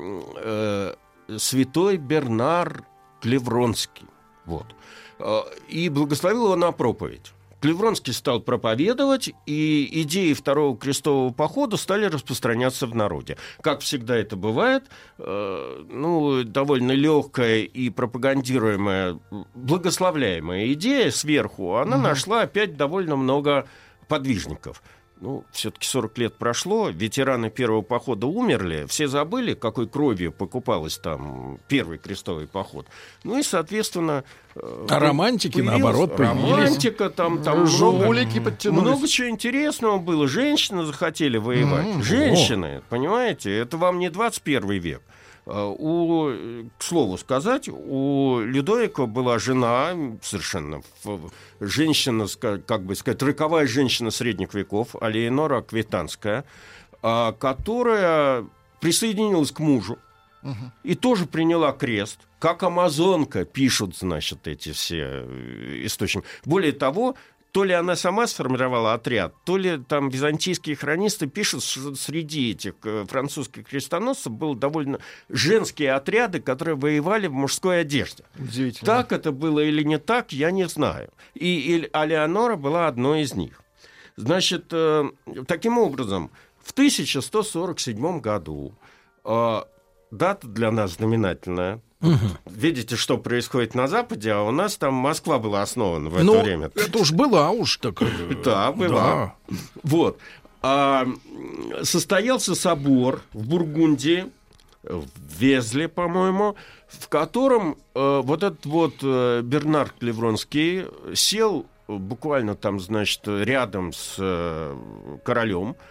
святой Бернар Клевронский. Вот. И благословил его на проповедь. Клевронский стал проповедовать, и идеи Второго крестового похода стали распространяться в народе. Как всегда это бывает, довольно легкая и пропагандируемая, благословляемая идея сверху, она нашла опять довольно много подвижников. Ну, все-таки 40 лет прошло, ветераны первого похода умерли, все забыли, какой кровью покупалась там первый крестовый поход. Ну и, соответственно... А романтики, наоборот, появились. Романтика, там жулики подтянулись. Много чего интересного было. Женщины захотели воевать. Женщины, понимаете, это вам не 21 век. К слову сказать, у Людовика была жена, совершенно женщина, как бы сказать, роковая женщина средних веков, Алеонора Аквитанская, которая присоединилась к мужу и тоже приняла крест. Как амазонка, пишут, значит, эти все источники. Более того, то ли она сама сформировала отряд, то ли там византийские хронисты пишут, что среди этих французских крестоносцев были довольно женские отряды, которые воевали в мужской одежде. Удивительно. Так это было или не так, я не знаю. И Алеонора была одной из них. Значит, таким образом, в 1147 году, дата для нас знаменательная. Видите, что происходит на Западе, а у нас там Москва была основана в это время. Это уж была уж такая. Да, была. Да. Вот. Состоялся собор в Бургундии, в Везле, по-моему, в котором вот этот вот Бернар Клевронский сел буквально там, значит, рядом с королем,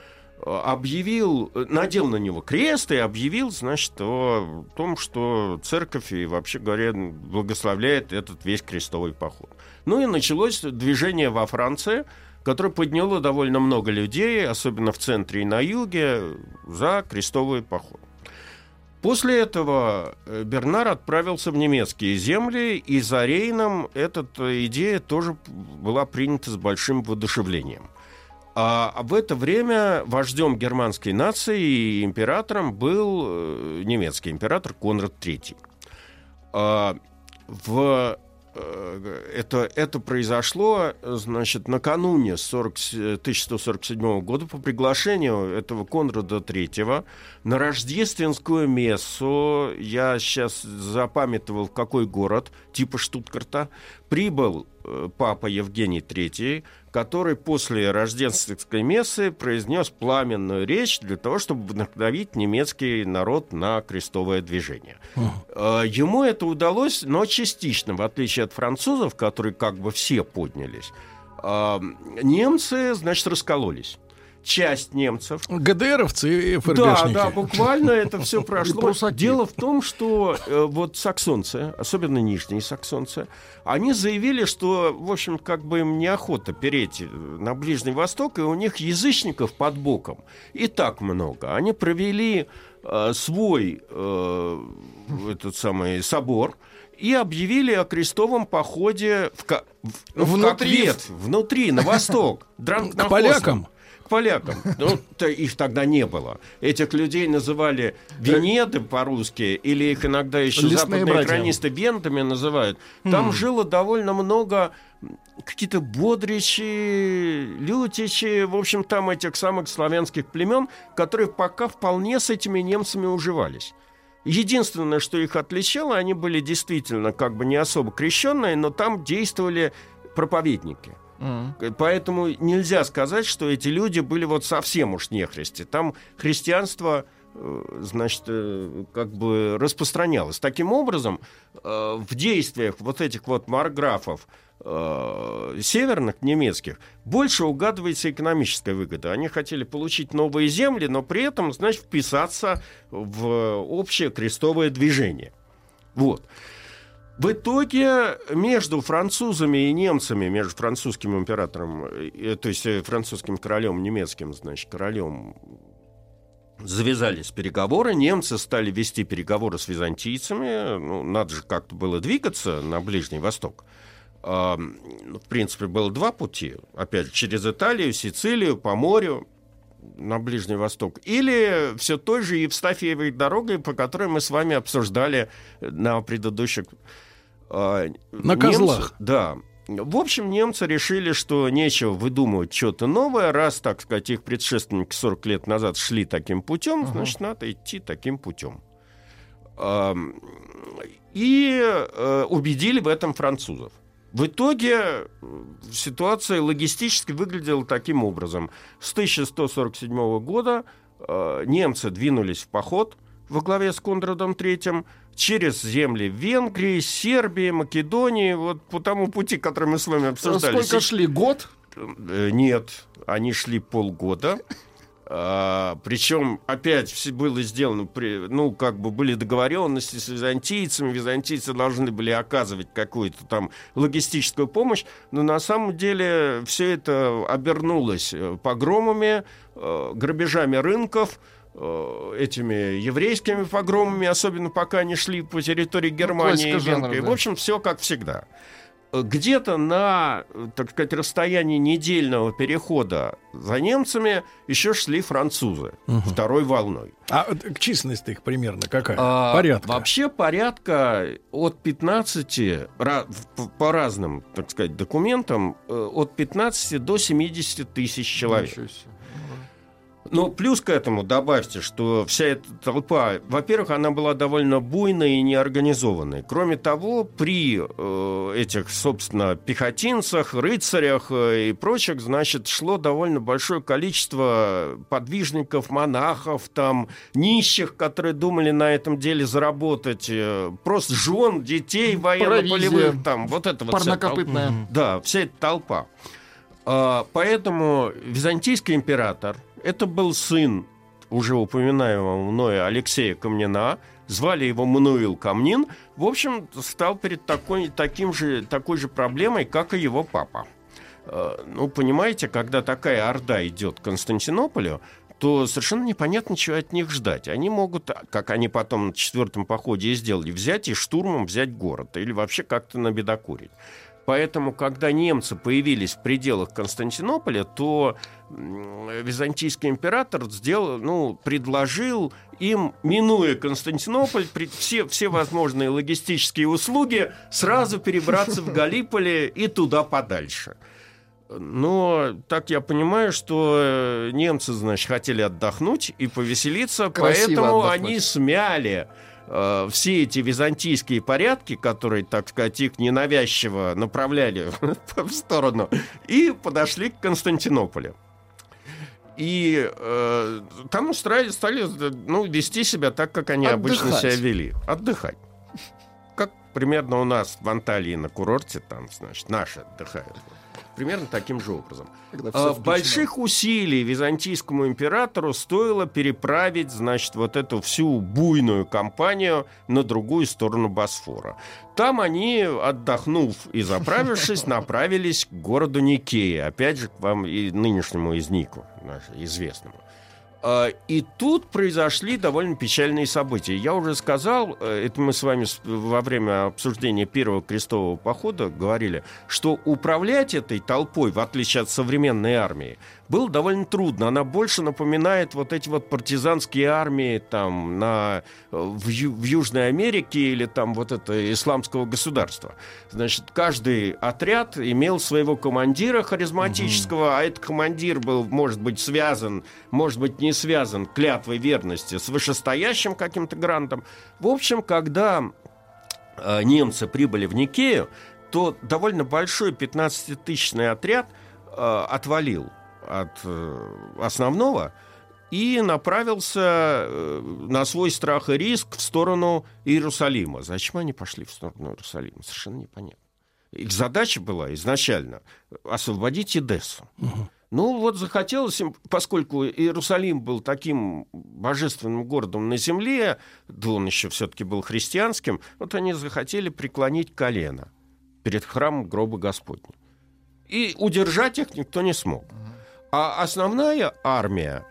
надел на него крест и объявил, значит, о том, что церковь и, вообще говоря, благословляет этот весь крестовый поход. Ну и началось движение во Франции, которое подняло довольно много людей, особенно в центре и на юге, за крестовый поход. После этого Бернар отправился в немецкие земли, и за Рейном эта идея тоже была принята с большим воодушевлением. А в это время вождем германской нации и императором был немецкий император Конрад III. Это произошло, значит, накануне 1147 года по приглашению этого Конрада III на рождественскую мессу, я сейчас запамятовал, в какой город, типа Штутгарта, прибыл папа Евгений III, который после рождественской мессы произнес пламенную речь для того, чтобы вдохновить немецкий народ на крестовое движение. Ему это удалось, но частично, в отличие от французов, которые как бы все поднялись. Немцы, значит, раскололись. Часть немцев. ГДРовцы и ФРГшники. Да, буквально это все прошло. Дело в том, что вот саксонцы, особенно нижние саксонцы, они заявили, что, в общем, как бы им неохота перейти на Ближний Восток, и у них язычников под боком и так много. Они провели свой этот самый собор и объявили о крестовом походе внутри, на восток. К полякам. Полякам. Ну, их тогда не было. Этих людей называли венеды по-русски, или их иногда еще западные хронисты вендами называют. Там жило довольно много какие-то бодричи, лютичи, в общем, там этих самых славянских племен, которые пока вполне с этими немцами уживались. Единственное, что их отличало, они были действительно как бы не особо крещенные, но там действовали проповедники. Поэтому нельзя сказать, что эти люди были вот совсем уж нехристи. Там христианство, значит, как бы распространялось. Таким образом, в действиях вот этих вот марграфов северных, немецких, больше угадывается экономическая выгода. Они хотели получить новые земли, но при этом, значит, вписаться в общее крестовое движение. Вот. В итоге между французами и немцами, между французским императором, то есть французским королем, немецким, значит, королем, завязались переговоры. Немцы стали вести переговоры с византийцами. Ну, надо же как-то было двигаться на Ближний Восток. В принципе, было два пути. Опять же, через Италию, Сицилию, по морю на Ближний Восток. Или все той же Евстафиевой дорогой, по которой мы с вами обсуждали на предыдущих... На козлах. Да. В общем, немцы решили, что нечего выдумывать что-то новое. Раз, так сказать, их предшественники 40 лет назад шли таким путем, значит, надо идти таким путем. И убедили в этом французов. В итоге ситуация логистически выглядела таким образом. С 1147 года немцы двинулись в поход во главе с Конрадом III через земли Венгрии, Сербии, Македонии, вот по тому пути, который мы с вами обсуждали. Сколько шли? Год? Нет, они шли полгода. Причем опять было сделано, ну, как бы были договоренности с византийцами, византийцы должны были оказывать какую-то там логистическую помощь, но на самом деле все это обернулось погромами, грабежами рынков, этими еврейскими погромами, особенно пока они шли по территории Германии и Венгрии. Да. В общем, все как всегда. Где-то на, так сказать, расстоянии недельного перехода за немцами еще шли французы второй волной. А численность их примерно какая? Порядка? Вообще порядка от 15, по разным, так сказать, документам, от 15 до 70 тысяч человек. Но плюс к этому добавьте, что вся эта толпа, во-первых, она была довольно буйной и неорганизованной. Кроме того, при этих, собственно, пехотинцах, рыцарях и прочих, значит, шло довольно большое количество подвижников, монахов, там, нищих, которые думали на этом деле заработать, просто жен, детей военно-полевых, там, вот это вот вся толпа. Да, вся эта толпа. Поэтому византийский император Это был сын уже упоминаемого мной Алексея Камнина. Звали его Мануил Камнин. В общем, стал перед такой же проблемой, как и его папа. Ну, понимаете, когда такая орда идет к Константинополю, то совершенно непонятно, чего от них ждать. Они могут, как они потом на 4-м походе и сделали, взять и штурмом взять город или вообще как-то набедокурить. Поэтому, когда немцы появились в пределах Константинополя, то византийский император предложил им, минуя Константинополь, все возможные логистические услуги, сразу перебраться в Галлиполи и туда подальше. Но так я понимаю, что немцы, значит, хотели отдохнуть и повеселиться, поэтому они смяли все эти византийские порядки, которые, так сказать, их ненавязчиво направляли в сторону, и подошли к Константинополю. И там стали вести себя так, как они обычно себя вели. Отдыхать. Как примерно у нас в Анталии на курорте, там, значит, наши отдыхают. Примерно таким же образом. Больших усилий византийскому императору стоило переправить, значит, вот эту всю буйную кампанию на другую сторону Босфора. Там они, отдохнув и заправившись, направились к городу Никее. Опять же, к вам и нынешнему Изнику, известному. И тут произошли довольно печальные события. Я уже сказал, это мы с вами во время обсуждения первого крестового похода говорили, что управлять этой толпой, в отличие от современной армии, было довольно трудно. Она больше напоминает вот эти вот партизанские армии там, в Южной Америке или там вот это исламского государства. Значит, каждый отряд имел своего командира харизматического, а этот командир был, может быть, связан, может быть, не связан клятвой верности с вышестоящим каким-то грандом. В общем, когда немцы прибыли в Никею, то довольно большой 15-тысячный отряд отвалил от основного и направился на свой страх и риск в сторону Иерусалима. Зачем они пошли в сторону Иерусалима? Совершенно непонятно. Их задача была изначально освободить Эдессу. Ну, вот захотелось им, поскольку Иерусалим был таким божественным городом на земле, да он еще все-таки был христианским, вот они захотели преклонить колено перед храмом гроба Господня. И удержать их никто не смог. А основная армия,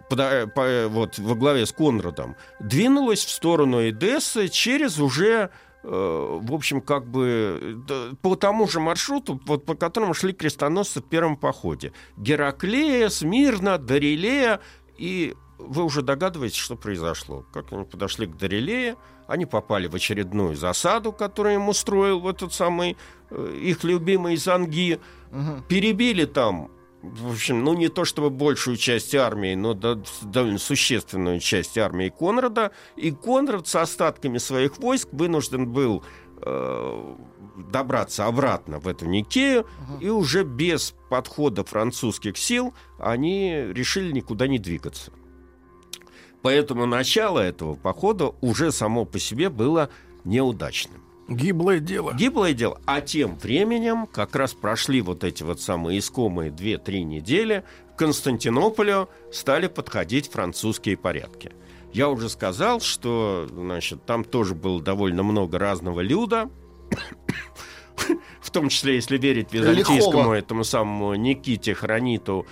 вот во главе с Конрадом, двинулась в сторону Эдессы через уже, в общем, как бы по тому же маршруту, вот, по которому шли крестоносцы в первом походе. Гераклея, Смирна, Дарилея. И вы уже догадываетесь, что произошло. Как они подошли к Дарилее, они попали в очередную засаду, которую им устроил вот этот самый их любимый Занги. Перебили там, в общем, не то чтобы большую часть армии, но довольно существенную часть армии Конрада. И Конрад с остатками своих войск вынужден был добраться обратно в эту Никею, и уже без подхода французских сил они решили никуда не двигаться. Поэтому начало этого похода уже само по себе было неудачным. Гиблое дело. Гиблое дело. А тем временем как раз прошли вот эти вот самые искомые 2-3 недели. К Константинополю стали подходить французские порядки. Я уже сказал, что, значит, там тоже было довольно много разного люда. В том числе, если верить византийскому этому самому Никите Хроняту,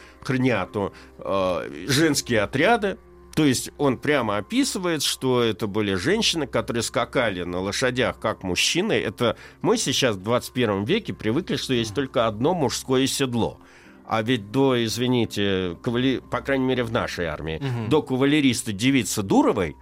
женские отряды. То есть он прямо описывает, что это были женщины, которые скакали на лошадях как мужчины. Это мы сейчас в 21 веке привыкли, что есть только одно мужское седло. А ведь до, извините, по крайней мере в нашей армии, до кавалериста девицы Дуровой,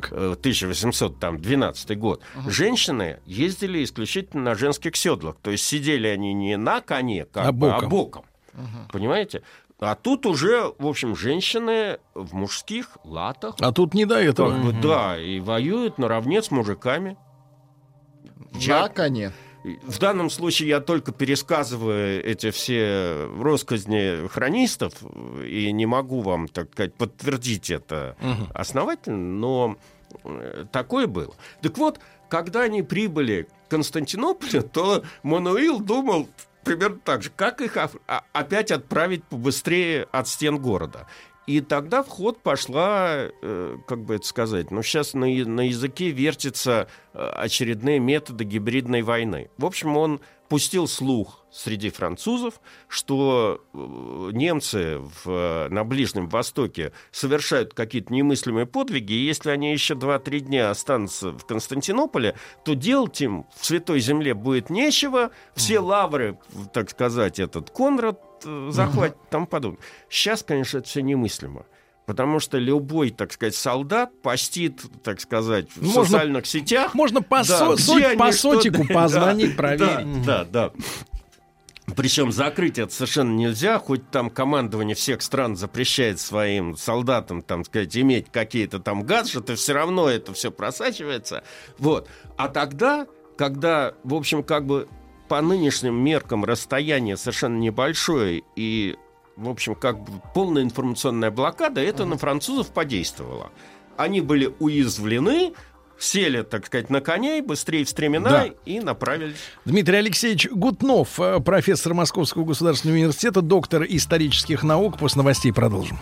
1812 год, женщины ездили исключительно на женских седлах. То есть сидели они не на коне, а боком. Понимаете? А тут уже, в общем, женщины в мужских латах. А тут не до этого. Да, и воюют наравне с мужиками. На коне. В данном случае я только пересказываю эти все россказни хронистов, и не могу вам, так сказать, подтвердить это основательно, но такое было. Так вот, когда они прибыли к Константинополю, то Мануил думал примерно так же, как их опять отправить побыстрее от стен города. И тогда в ход пошла, как бы это сказать, сейчас на языке вертятся очередные методы гибридной войны. В общем, он пустил слух среди французов, что немцы на Ближнем Востоке совершают какие-то немыслимые подвиги, и если они еще 2-3 дня останутся в Константинополе, то делать им в Святой Земле будет нечего, все лавры, так сказать, этот Конрад захватит и тому подобное. Сейчас, конечно, это все немыслимо. Потому что любой, так сказать, солдат постит, так сказать, в социальных сетях. Можно по сотику позвонить, проверить. Да. Причем закрыть это совершенно нельзя, хоть там командование всех стран запрещает своим солдатам, там, сказать, иметь какие-то там гаджеты, все равно это все просачивается. Вот. А тогда, когда, в общем, как бы по нынешним меркам расстояние совершенно небольшое и, в общем, как бы полная информационная блокада, это на французов подействовало. Они были уязвлены, сели, так сказать, на коней, быстрее в стремена и направились. Дмитрий Алексеевич Гутнов, профессор Московского государственного университета, доктор исторических наук. После новостей продолжим.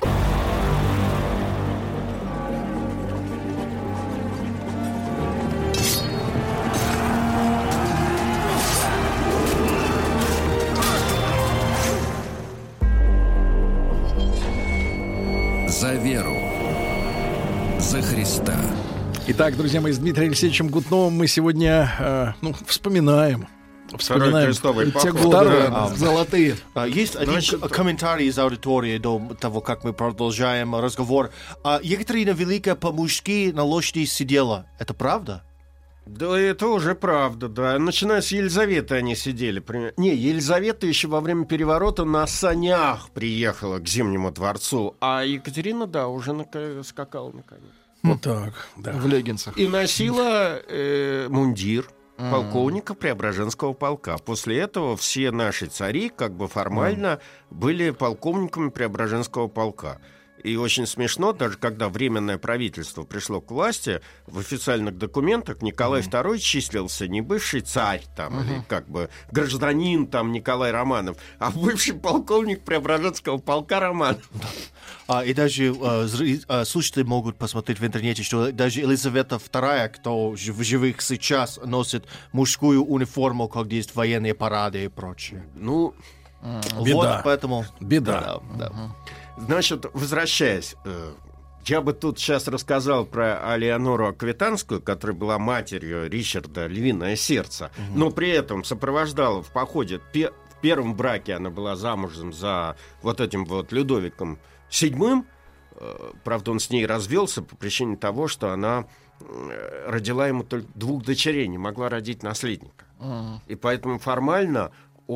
За веру, за Христа. Итак, друзья мои, с Дмитрием Алексеевичем Гутновым мы сегодня вспоминаем крестовый поход. Золотые. Есть один комментарий из аудитории до того, как мы продолжаем разговор. Екатерина Великая по-мужски на лошади сидела. Это правда? Да, это уже правда, да. Начиная с Елизаветы они сидели. Не, Елизавета еще во время переворота на санях приехала к Зимнему дворцу, а Екатерина, да, уже скакала на коне. Вот так, да. В леггинсах. И носила мундир полковника Преображенского полка. После этого все наши цари как бы формально были полковниками Преображенского полка. И очень смешно, даже когда Временное правительство пришло к власти, в официальных документах Николай II числился не бывший царь там, или как бы гражданин там Николай Романов, а бывший полковник Преображенского полка Романов. И даже слушатели могут посмотреть в интернете, что даже Елизавета II, кто в живых сейчас, носит мужскую униформу, когда есть военные парады и прочее. Ну, беда. Вот поэтому... Беда. Да. Значит, возвращаясь, я бы тут сейчас рассказал про Леонору Аквитанскую, которая была матерью Ричарда «Львиное сердце», но при этом сопровождала в походе, в первом браке она была замужем за вот этим вот Людовиком VII, правда, он с ней развелся по причине того, что она родила ему только 2 дочерей, не могла родить наследника. И поэтому формально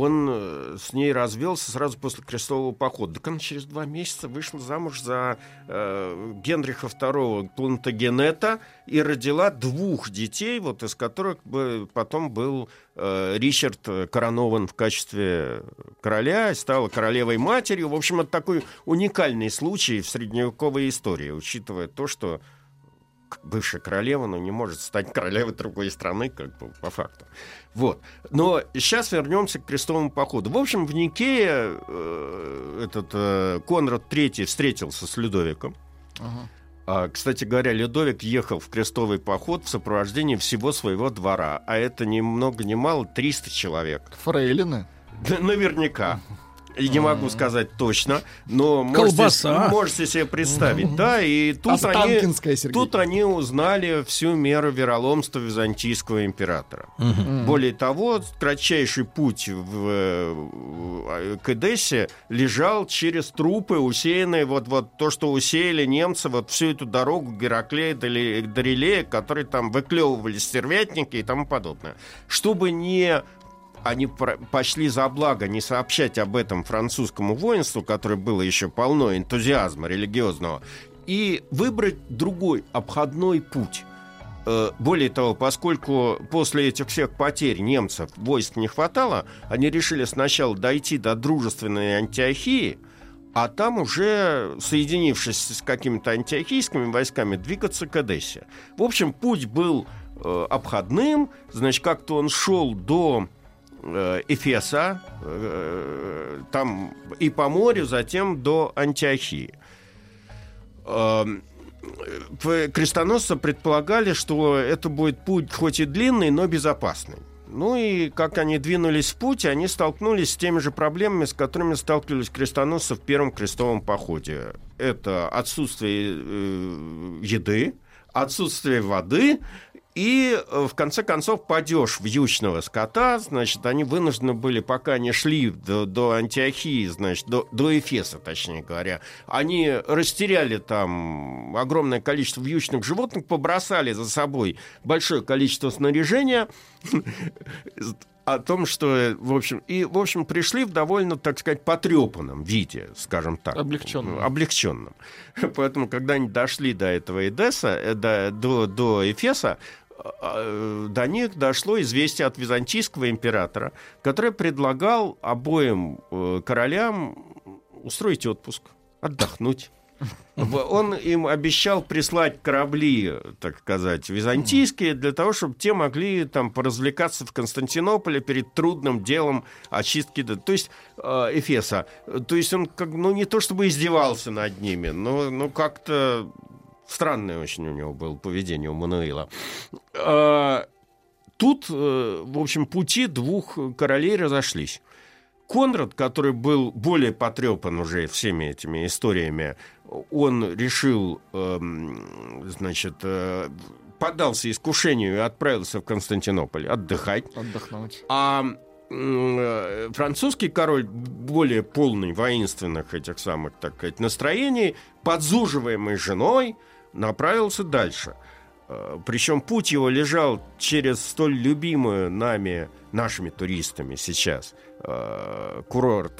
он с ней развелся сразу после крестового похода. Так она через 2 месяца вышла замуж за Генриха II Плантагенета и родила 2 детей, вот из которых потом был Ричард коронован в качестве короля и стала королевой-матерью. В общем, это такой уникальный случай в средневековой истории, учитывая то, что бывшая королева, но не может стать королевой другой страны, как бы по факту. Вот. Но сейчас вернемся к крестовому походу. В общем, в Никее Конрад III встретился с Людовиком. Кстати говоря, Людовик ехал в крестовый поход в сопровождении всего своего двора. А это ни много ни мало 300 человек. Фрейлины? Наверняка. И не могу сказать точно, но можете себе представить. Да, и тут они узнали всю меру вероломства византийского императора. Более того, кратчайший путь к Эдессе лежал через трупы, усеянные вот то, что усеяли немцы, вот всю эту дорогу Гераклея до Рилея, которые там выклевывали стервятники и тому подобное. Чтобы они пошли за благо не сообщать об этом французскому воинству, которое было еще полно энтузиазма религиозного, и выбрать другой обходной путь. Более того, поскольку после этих всех потерь немцев войск не хватало, они решили сначала дойти до дружественной Антиохии, а там уже, соединившись с какими-то антиохийскими войсками, двигаться к Эдессе. В общем, путь был обходным, значит, как-то он шел до Эфеса, там и по морю, затем до Антиохии. крестоносцы предполагали, что это будет путь хоть и длинный, но безопасный. Ну и как они двинулись в путь, они столкнулись с теми же проблемами, с которыми сталкивались крестоносцы в первом крестовом походе. Это отсутствие еды, отсутствие воды и, в конце концов, падеж вьючного скота. Значит, они вынуждены были, пока не шли до Антиохии, значит, до Эфеса, точнее говоря, они растеряли там огромное количество вьючных животных, побросали за собой большое количество снаряжения, о том, что, в общем, пришли в довольно, так сказать, потрепанном виде, скажем так. Облегченном. Поэтому, когда они дошли до этого Эдесса, до Эфеса, до них дошло известие от византийского императора, который предлагал обоим королям устроить отпуск, отдохнуть. Он им обещал прислать корабли, так сказать, византийские, для того, чтобы те могли там поразвлекаться в Константинополе перед трудным делом очистки, то есть Эфеса. То есть он не то чтобы издевался над ними, но как-то странное очень у него было поведение у Мануила. Тут, в общем, пути двух королей разошлись. Конрад, который был более потрепан уже всеми этими историями, он решил, поддался искушению и отправился в Константинополь отдыхать. А французский король, более полный воинственных этих самых, так сказать, настроений, подзуживаемый женой, направился дальше. Причем путь его лежал через столь любимую нашими туристами сейчас курорт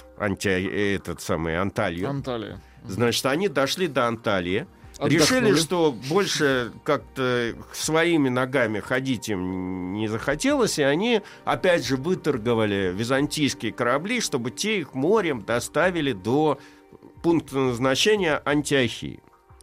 Анталию. Значит, они дошли до Анталии, решили, что больше как-то своими ногами ходить им не захотелось, и они опять же выторговали византийские корабли, чтобы те их морем доставили до пункта назначения Антиохии.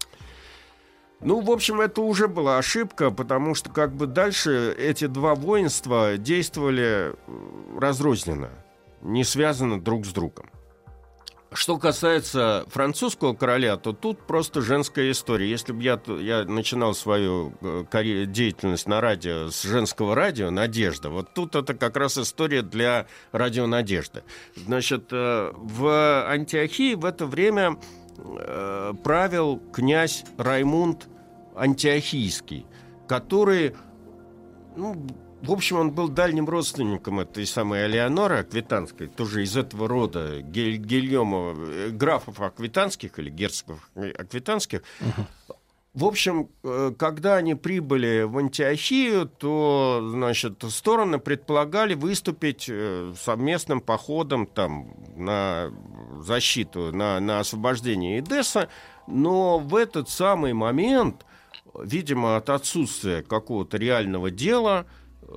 Ну, в общем, это уже была ошибка, потому что как бы дальше эти два воинства действовали разрозненно, не связаны друг с другом. Что касается французского короля, то тут просто женская история. Если бы я начинал свою деятельность на радио с женского радио «Надежда», вот тут это как раз история для радио «Надежда». Значит, в Антиохии в это время правил князь Раймунд Антиохийский, который, в общем, он был дальним родственником этой самой Элеоноры Аквитанской, тоже из этого рода Гильома, графов аквитанских или герцогов аквитанских. В общем, когда они прибыли в Антиохию, то, значит, стороны предполагали выступить совместным походом там, на защиту, на освобождение Эдесса, но в этот самый момент, видимо, от отсутствия какого-то реального дела,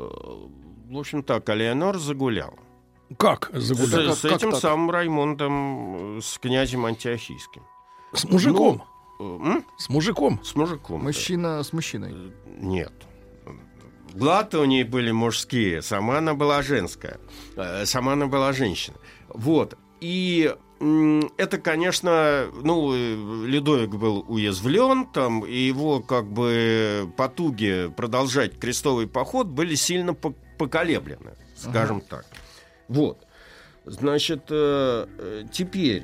в общем так, Элеонор загуляла. Как загуляла? С этим самым Раймондом, с князем Антиохийским. С мужиком? С мужиком? С мужиком. Мужчина с мужчиной? Нет. Глаза у ней были мужские, сама она была женская. Сама она была женщина. Вот. И это, конечно, Людовик был уязвлен, там, и его как бы потуги продолжать крестовый поход были сильно поколеблены, скажем так. Вот. Значит, теперь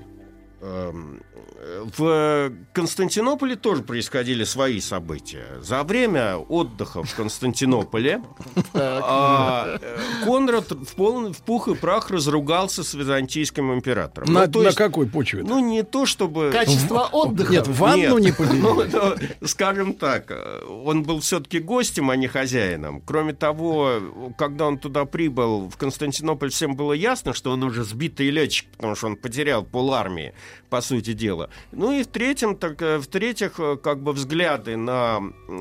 в Константинополе тоже происходили свои события. За время отдыха в Константинополе Конрад в пух и прах разругался с византийским императором. На какой почве? Не то чтобы... Качество отдыха? Нет, ванну не поделили. Скажем так, он был все-таки гостем, а не хозяином. Кроме того, когда он туда прибыл, в Константинополь, всем было ясно, что он уже сбитый летчик, потому что он потерял полармии, по сути дела. Ну и в-третьих, как бы взгляды на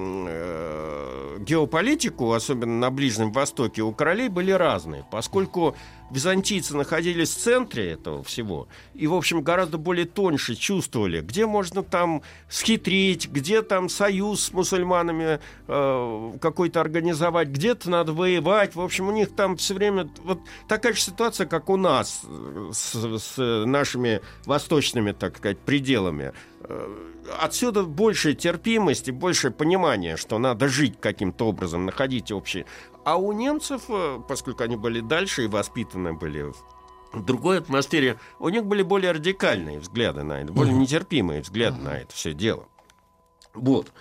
геополитику, особенно на Ближнем Востоке, у королей были разные, поскольку византийцы находились в центре этого всего и, в общем, гораздо более тоньше чувствовали, где можно там схитрить, где там союз с мусульманами какой-то организовать, где-то надо воевать. В общем, у них там все время вот такая же ситуация, как у нас с нашими восточными, так сказать, пределами. Отсюда большая терпимость и большее понимание, что надо жить каким-то образом, находить общее. А у немцев, поскольку они были дальше и воспитаны были в другой атмосфере, у них были более радикальные взгляды на это, более нетерпимые взгляды на это все дело. Вот.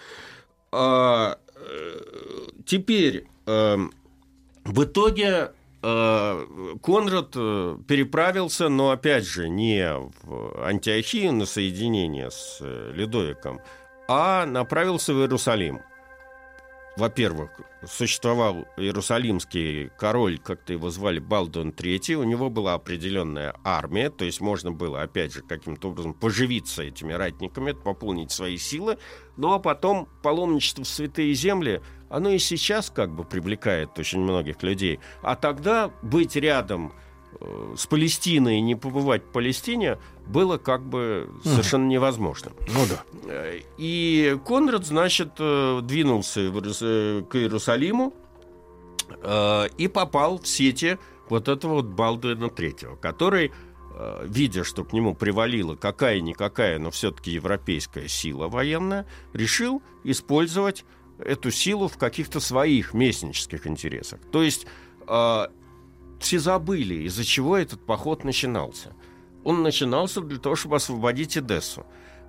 Теперь в итоге Конрад переправился, но опять же не в Антиохию на соединение с Людовиком, а направился в Иерусалим. Во-первых, существовал иерусалимский король, как-то его звали Балдуин III, у него была определенная армия, то есть можно было, опять же, каким-то образом поживиться этими ратниками, пополнить свои силы, ну а потом паломничество в святые земли, оно и сейчас как бы привлекает очень многих людей, а тогда быть рядом с Палестиной и не побывать в Палестине было как бы совершенно невозможно. Ну да. И Конрад, значит, двинулся к Иерусалиму и попал в сети вот этого вот Балдуина III, который, видя, что к нему привалила какая-никакая, но все-таки европейская сила военная, решил использовать эту силу в каких-то своих местнических интересах. То есть все забыли, из-за чего этот поход начинался. Он начинался для того, чтобы освободить Эдессу.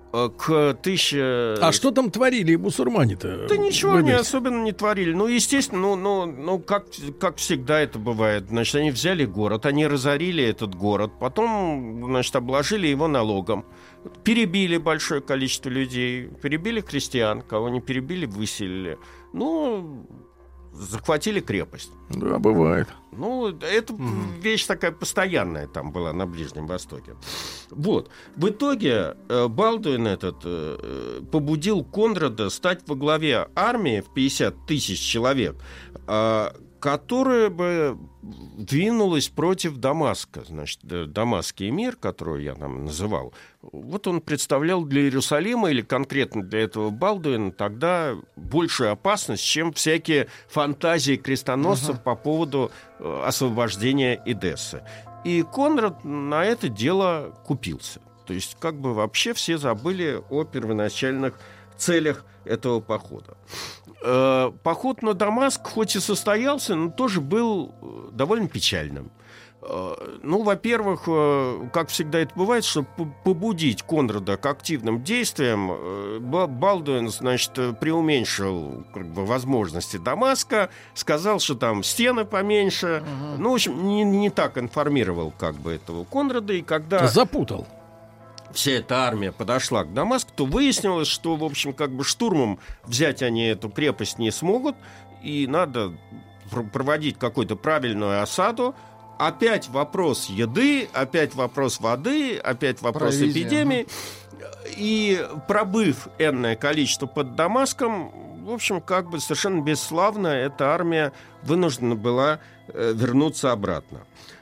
А что там творили мусульмане-то? Да ничего они особенно не творили. Ну, естественно, как всегда это бывает. Значит, они взяли город, они разорили этот город, потом, значит, обложили его налогом, перебили большое количество людей, перебили крестьян, кого не перебили, выселили. Ну, захватили крепость. Да, бывает. Ну, это вещь такая постоянная там была на Ближнем Востоке. Вот. В итоге Балдуин этот побудил Конрада стать во главе армии в 50 тысяч человек, которая бы двинулась против Дамаска. Значит, Дамасский эмир, который я там называл, вот он представлял для Иерусалима или конкретно для этого Балдуина тогда большую опасность, чем всякие фантазии крестоносцев по поводу освобождения Эдессы. И Конрад на это дело купился. То есть как бы вообще все забыли о первоначальных целях этого похода. Поход на Дамаск хоть и состоялся, но тоже был довольно печальным. Ну, во-первых, как всегда это бывает, чтобы побудить Конрада к активным действиям, Балдуин, значит, преуменьшил как бы возможности Дамаска, сказал, что там стены поменьше. Ну, в общем, не так информировал как бы этого Конрада. И когда запутал. Вся эта армия подошла к Дамаску, то выяснилось, что, в общем, как бы штурмом взять они эту крепость не смогут, и надо проводить какую-то правильную осаду. Опять вопрос еды, опять вопрос воды, опять вопрос эпидемии. И пробыв энное количество под Дамаском, в общем, как бы совершенно бесславно эта армия вынуждена была вернуться обратно.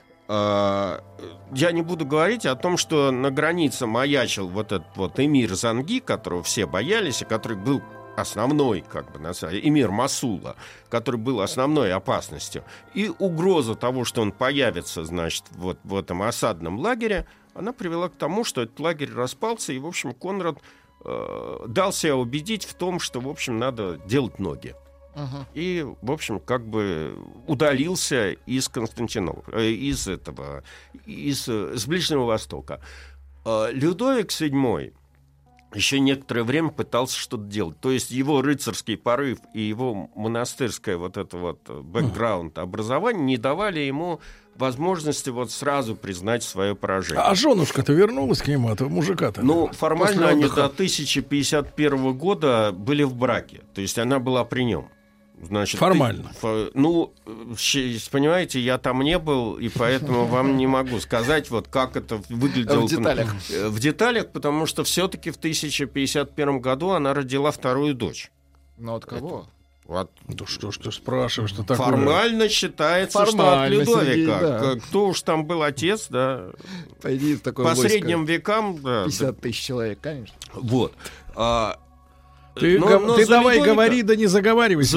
Я не буду говорить о том, что на границе маячил вот этот вот эмир Занги, которого все боялись, и который был основной, как бы, эмир Масула, который был основной опасностью. И угроза того, что он появится, значит, вот в этом осадном лагере, она привела к тому, что этот лагерь распался, и, в общем, Конрад дал себя убедить в том, что, в общем, надо делать ноги. И, в общем, как бы удалился из Константинополя, из Ближнего Востока. Людовик VII еще некоторое время пытался что-то делать. То есть его рыцарский порыв и его монастырское вот это вот бэкграунд образование не давали ему возможности вот сразу признать свое поражение. А женушка-то вернулась к нему, этого мужика-то? Ну, формально они до 1051 года были в браке. То есть она была при нем. Значит, формально. Понимаете, я там не был, и поэтому вам не могу сказать, вот как это выглядело в деталях, потому что все-таки в 1051 году она родила вторую дочь. Ну от кого? Вот. Да что ж ты спрашиваешь, что такое? Формально считается, что от Людовика. Сергей, да. Кто уж там был отец, да. Пойди в такое по войско. Средним векам, да. 50 тысяч человек, конечно. Вот. Ты давай Людовика... говори, да не заговаривайся.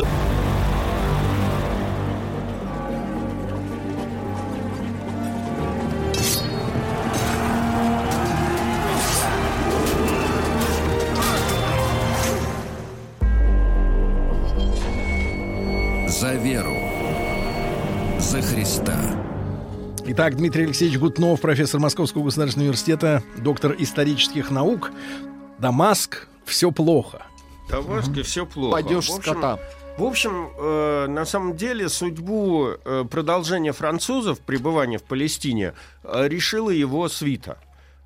веру, за Христа. Итак, Дмитрий Алексеевич Гутнов, профессор Московского государственного университета, доктор исторических наук. Дамаск, все плохо. В Дамаске все плохо. Падеж скота. В общем, на самом деле судьбу продолжения французов, пребывания в Палестине, решила его свита.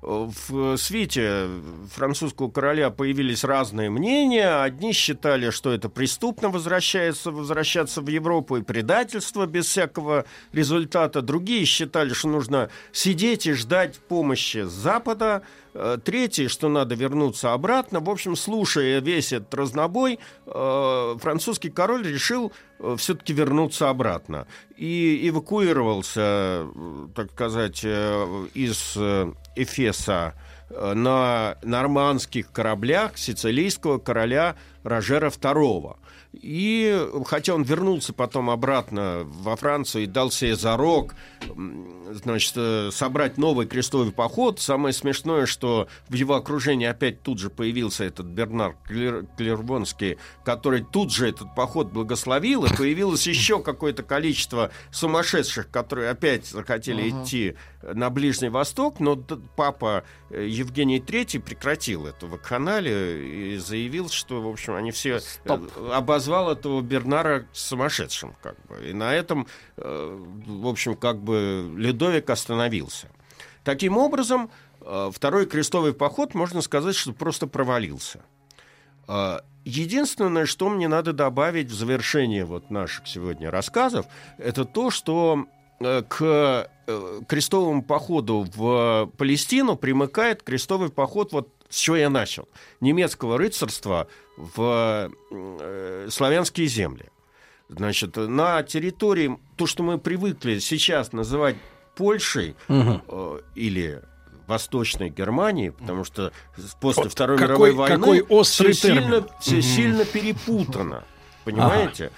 В свите французского короля появились разные мнения. Одни считали, что это преступно возвращаться в Европу и предательство без всякого результата. Другие считали, что нужно сидеть и ждать помощи с Запада. Третьи, что надо вернуться обратно. В общем, слушая весь этот разнобой, французский король решил все-таки вернуться обратно. И эвакуировался, так сказать, из Эфеса на нормандских кораблях сицилийского короля Рожера II. И хотя он вернулся потом обратно во Францию и дал себе зарок, значит, собрать новый крестовый поход, самое смешное, что в его окружении опять тут же появился этот Бернар Клервонский, который тут же этот поход благословил, и появилось еще какое-то количество сумасшедших, которые опять захотели идти на Ближний Восток, но папа Евгений III прекратил эту вакханалию и заявил, что, в общем, они все обозвал этого Бернара сумасшедшим, как бы. И на этом, в общем, как бы Людовик остановился. Таким образом, второй крестовый поход, можно сказать, что просто провалился. Единственное, что мне надо добавить в завершение вот наших сегодня рассказов, это то, что к крестовому походу в Палестину примыкает крестовый поход, вот с чего я начал, немецкого рыцарства в славянские земли. Значит, на территории, то, что мы привыкли сейчас называть Польшей или Восточной Германией, потому что после Второй мировой войны все сильно перепутано. Понимаете?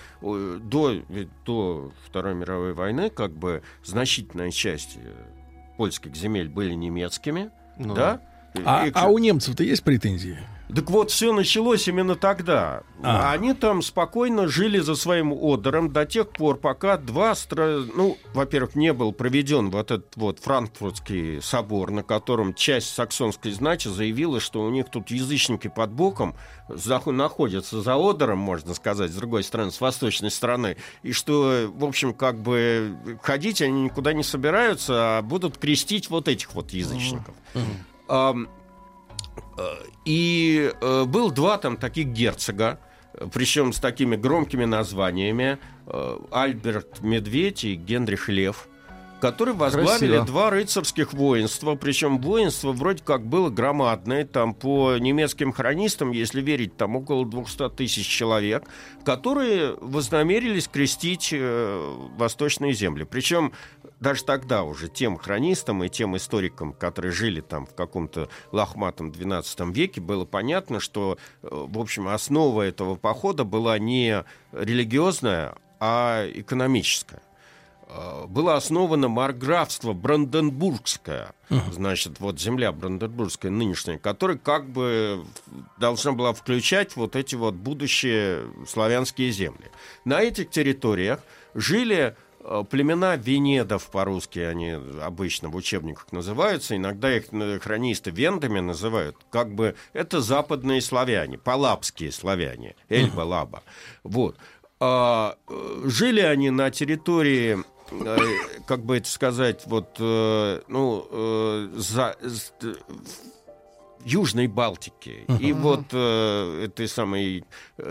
До Второй мировой войны как бы значительная часть польских земель были немецкими, да? А у немцев-то есть претензии? Так вот, все началось именно тогда. Они там спокойно жили за своим одером до тех пор, пока во-первых, не был проведен вот этот вот Франкфуртский собор, на котором часть саксонской знати заявила, что у них тут язычники под боком находятся за одером, можно сказать, с другой стороны, с восточной стороны, и что, в общем, как бы ходить они никуда не собираются, а будут крестить вот этих вот язычников. И был два там таких герцога, причем с такими громкими названиями, Альберт Медведь и Генрих Лев, которые возглавили два рыцарских воинства, причем воинство вроде как было громадное, там по немецким хронистам, если верить, там около 200 тысяч человек, которые вознамерились крестить восточные земли. Причем даже тогда уже тем хронистам и тем историкам, которые жили там в каком-то лохматом XII веке, было понятно, что, в общем, основа этого похода была не религиозная, а экономическая. Было основано маркграфство Бранденбургское, значит, вот земля Бранденбургская нынешняя, которая как бы должна была включать вот эти вот будущие славянские земли. На этих территориях жили племена венедов, по-русски они обычно в учебниках называются, иногда их хронисты вендами называют, как бы это западные славяне, палапские славяне, Эльба-Лаба. Вот. Жили они на территории, как бы это сказать, вот, Южной Балтики и вот этой самой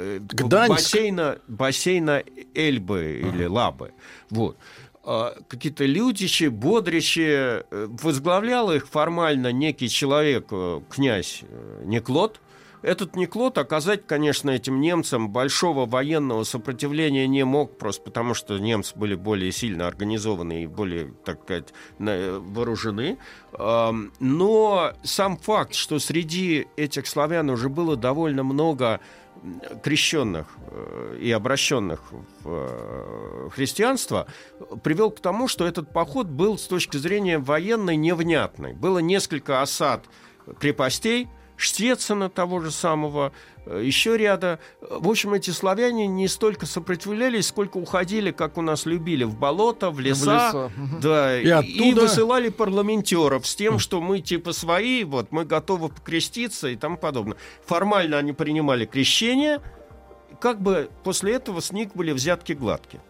бассейна Эльбы или Лабы. Вот. Какие-то людичи, бодричи, возглавлял их формально некий человек, князь Неклод. Этот Неклод оказать, конечно, этим немцам большого военного сопротивления не мог, просто потому что немцы были более сильно организованы и более, так сказать, вооружены. Но сам факт, что среди этих славян уже было довольно много крещенных и обращенных в христианство, привел к тому, что этот поход был с точки зрения военной невнятный. Было несколько осад крепостей, Штецена того же самого, еще ряда. В общем, эти славяне не столько сопротивлялись, сколько уходили, как у нас любили, в болото, в леса, да, и высылали парламентеров с тем, что мы типа свои, вот, мы готовы покреститься и тому подобное. Формально они принимали крещение, как бы после этого с них были взятки гладкие.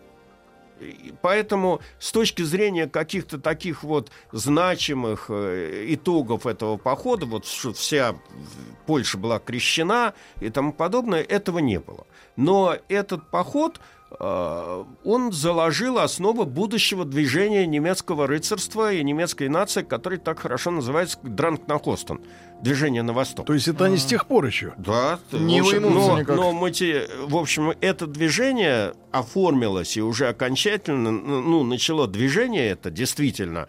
Поэтому с точки зрения каких-то таких вот значимых итогов этого похода, вот что вся Польша была крещена и тому подобное, этого не было. Но этот поход, он заложил основу будущего движения немецкого рыцарства и немецкой нации, которое так хорошо называется Дранкнахостен, движение на восток. То есть это не с тех пор еще? Да. Не уймутся никак. Но в общем, это движение оформилось и уже окончательно начало движение это действительно,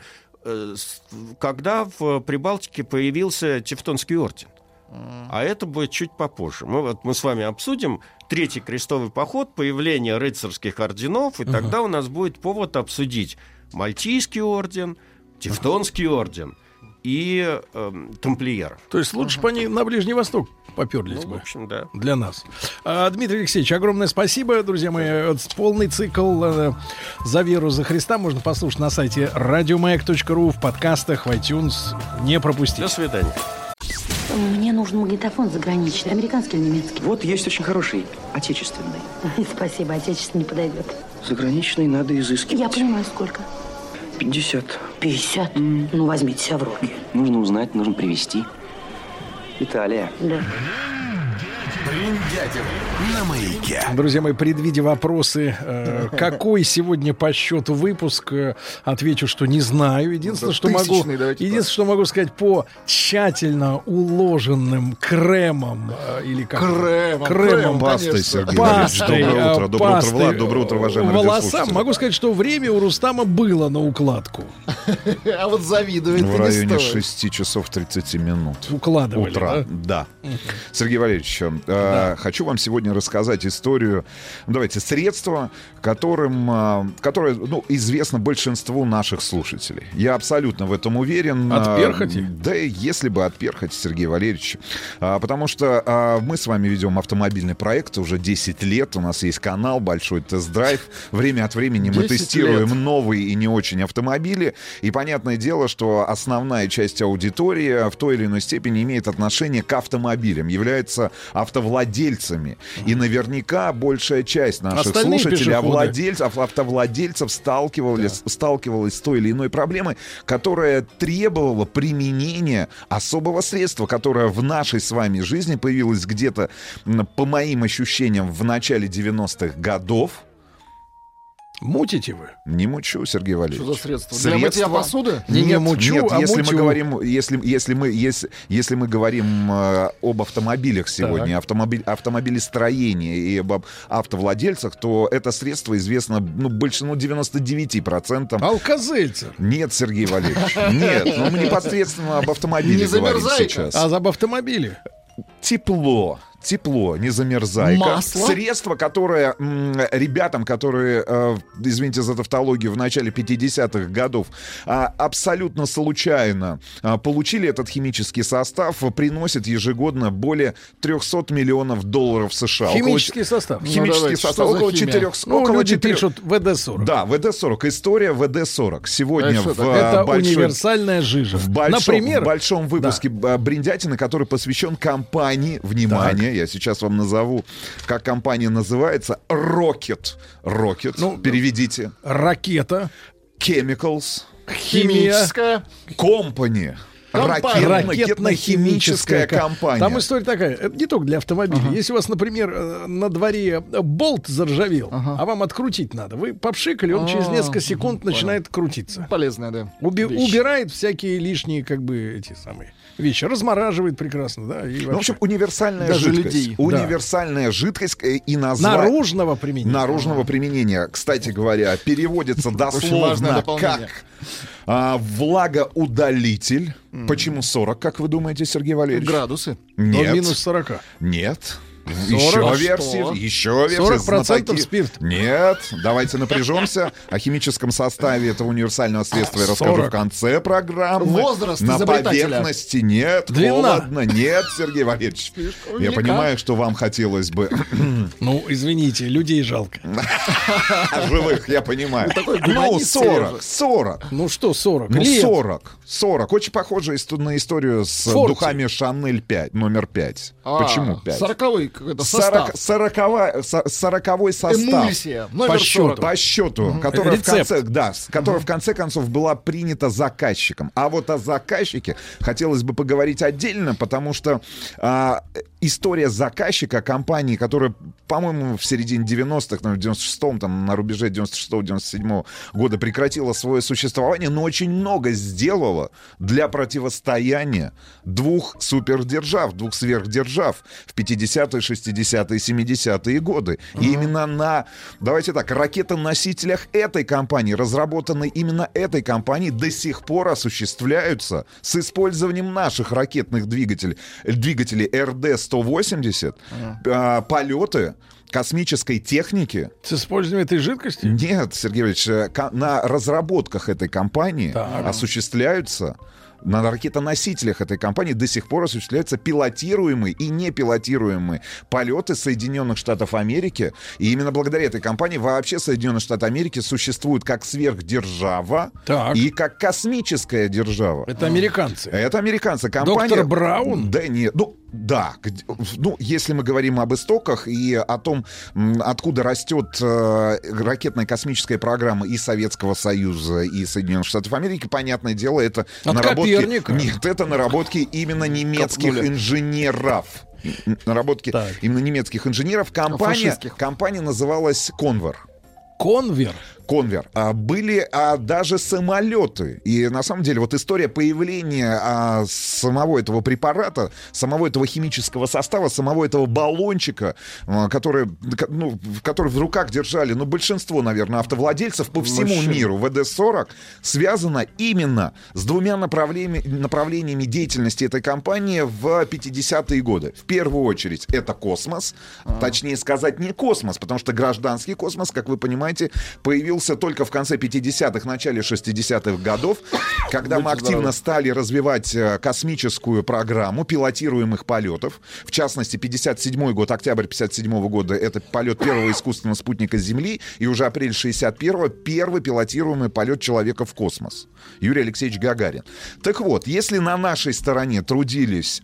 когда в Прибалтике появился Тевтонский орден. А это будет чуть попозже. Мы с вами обсудим Третий крестовый поход, появление рыцарских орденов, и тогда у нас будет повод обсудить Мальтийский орден, Тевтонский орден и тамплиеров. То есть лучше бы они на Ближний Восток поперлись бы. В общем, да. Для нас. Дмитрий Алексеевич, огромное спасибо, друзья мои. Полный цикл «За веру, за Христа» можно послушать на сайте радиомаяк.ру, в подкастах, в iTunes. Не пропустите. До свидания. Мне нужен магнитофон заграничный, американский или немецкий? Вот есть очень хороший, отечественный. Спасибо, отечественный не подойдет. Заграничный надо изыскивать. Я понимаю, сколько? 50. 50? Ну, возьмите себя в руки. Нужно узнать, нужно привезти. Италия. Да. Бриндятин на Маяке. Друзья мои, предвидя вопросы, какой сегодня по счету выпуск, отвечу, что не знаю. Единственное, что могу сказать, по тщательно уложенным кремом или как кремом пастой, Сергей Валерьевич. Доброе утро, Влад, доброе утро, уважаемые волосам, могу сказать, что время у Рустама было на укладку. А вот завидует. В районе 6 часов 30 минут. Укладывали, утра. Да. Сергей Валерьевич, хочу вам сегодня рассказать историю, средства, которое известно большинству наших слушателей. Я абсолютно в этом уверен. От перхоти? Да, если бы от перхоти, Сергей Валерьевич. Потому что мы с вами ведем автомобильный проект уже 10 лет. У нас есть канал «Большой тест-драйв». Время от времени мы тестируем новые и не очень автомобили. И понятное дело, что основная часть аудитории в той или иной степени имеет отношение к автомобилям, является автовладельцами. И наверняка большая часть наших слушателей, автовладельцев сталкивалась с той или иной проблемой, которая требовала применения особого средства, которое в нашей с вами жизни появилось где-то, по моим ощущениям, в начале 90-х годов. Мутите вы? Не мучу, Сергей Валерьевич. Что за средство? Для мытья посуды? Не мучу, нет, а если мучу. мы говорим, если мы говорим об автомобилях сегодня, автомобилестроении и об автовладельцах, то это средство известно больше 99%. Алка-Зельцер. Нет, Сергей Валерьевич. Нет, мы непосредственно об автомобиле говорим сейчас. А об автомобиле? Тепло, не замерзайка. Масло? Средство, которое ребятам, которые, извините за тавтологию, в начале 50-х годов абсолютно случайно получили этот химический состав, приносит ежегодно более $300 миллионов США. Химический состав? Химический состав. Около 400. Люди пишут ВД-40. Да, ВД-40. История ВД-40. Сегодня это универсальная жижа. В большом выпуске Бриндятина, который посвящен компании, внимание, я сейчас вам назову, как компания называется. Rocket. Переведите. Ракета. Chemicals. Химическая. Company. Ракетно-химическая компания. Там история такая, это не только для автомобилей. Если у вас, например, на дворе болт заржавел, а вам открутить надо, вы попшикали, он через несколько секунд начинает крутиться. Полезная, да. Убирает всякие лишние, эти самые вещи. Размораживает прекрасно, да. И в общем, универсальная жидкость. Универсальная жидкость и название наружного применения. Кстати говоря, переводится дословно как влагоудалитель. Почему 40, как вы думаете, Сергей Валерьевич? Градусы. Нет. До минус 40. Нет. Еще версии 40% спирт. Нет, давайте напряжемся. О химическом составе этого универсального средства я расскажу в конце программы. Возраст на изобретателя. поверхности нет, Длина. холодно, нет, Сергей Валерьевич. Я понимаю, что вам хотелось бы... Ну, извините, людей жалко. А живых, я понимаю. Ну, 40. Ну что 40? Ну, 40. Очень похоже на историю с духами Шанель 5, номер 5. Почему 5? 40-й какой-то состав. 40-й состав. Эмульсия, номер 40. По счету, которая в конце концов была принята заказчиком. А вот о заказчике хотелось бы поговорить отдельно, потому что история заказчика компании, которая, по-моему, в середине 90-х, в 96-м, там, на рубеже 96-97 года прекратила свое существование, но очень много сделала для противостояния двух супердержав, двух сверхдержав в 50-е, 60-е, 70-е годы. И именно на, давайте так, ракетоносителях этой компании, разработанной именно этой компанией, до сих пор осуществляются с использованием наших ракетных двигателей РД-180 полеты космической техники. С использованием этой жидкости? Нет, Сергей Ильич, на разработках этой компании осуществляются, на ракетоносителях этой компании до сих пор осуществляются пилотируемые и непилотируемые полеты Соединенных Штатов Америки. И именно благодаря этой компании вообще Соединенные Штаты Америки существуют как сверхдержава и как космическая держава. Это американцы. Это американцы. Компания... Доктор Браун? Да нет, да. Ну, если мы говорим об истоках и о том, откуда растет ракетная космическая программа и Советского Союза, и Соединенных Штатов Америки, понятное дело, это наработки... Нет, это наработки именно немецких инженеров. Наработки именно немецких инженеров. Компания называлась «Конвер». Конвер? Конвер. Были даже самолеты. И на самом деле вот история появления самого этого препарата, самого этого химического состава, самого этого баллончика, который в руках держали, большинство, наверное, автовладельцев по всему миру, ВД-40, связано именно с двумя направлениями деятельности этой компании в 50-е годы. В первую очередь это космос. Точнее сказать, не космос, потому что гражданский космос, как вы понимаете, появился только в конце 50-х, начале 60-х годов, когда мы активно стали развивать космическую программу пилотируемых полетов. В частности, 57-й год, октябрь 57-го года, это полет первого искусственного спутника Земли, и уже апрель 61-го первый пилотируемый полет человека в космос. Юрий Алексеевич Гагарин. Так вот, если на нашей стороне трудились...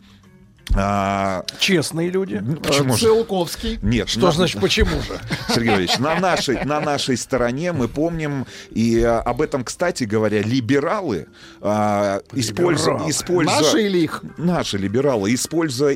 честные люди. Почему Циолковский. Нет. Что значит почему же? Сергей Ильич, на нашей стороне мы помним, и об этом, кстати говоря, либералы используя... Наши или их? Наши либералы, используя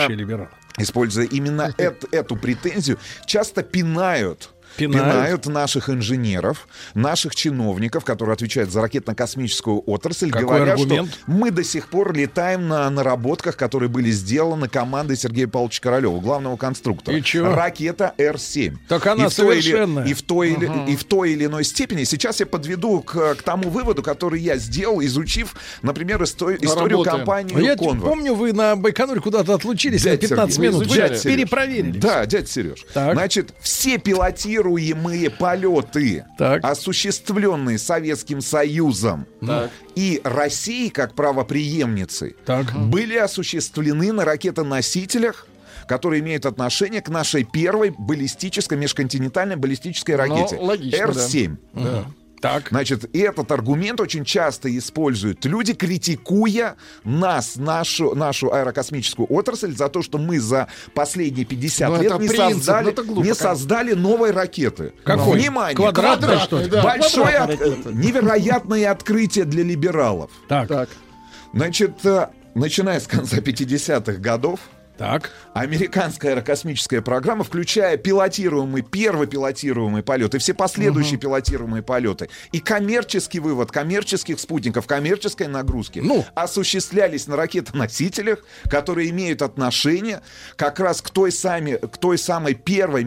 именно эту претензию, часто пинают наших инженеров, наших чиновников, которые отвечают за ракетно-космическую отрасль, говоря, что мы до сих пор летаем на наработках, которые были сделаны командой Сергея Павловича Королева, главного конструктора. Ракета Р-7. Так она совершенная. И в той или иной степени. Сейчас я подведу к тому выводу, который я сделал, изучив, например, историю компании Конвер. Я помню, вы на Байконуре куда-то отлучились на 15 минут. Вы перепроверили. Да, дядя Сереж. Значит, все пилотируемые полеты, осуществленные Советским Союзом и Россией как правопреемницей, были осуществлены на ракетоносителях, которые имеют отношение к нашей первой межконтинентальной баллистической ракете Р-7. Значит, и этот аргумент очень часто используют люди, критикуя нашу аэрокосмическую отрасль за то, что мы за последние 50 лет не создали новой ракеты. Какой? Внимание! Квадратной, что ли? Большое, невероятное открытие для либералов. Значит, начиная с конца 50-х годов, американская аэрокосмическая программа, включая первый пилотируемый полет и все последующие пилотируемые полеты, и коммерческий вывод коммерческих спутников, коммерческой нагрузки осуществлялись на ракетоносителях, которые имеют отношение как раз к той самой первой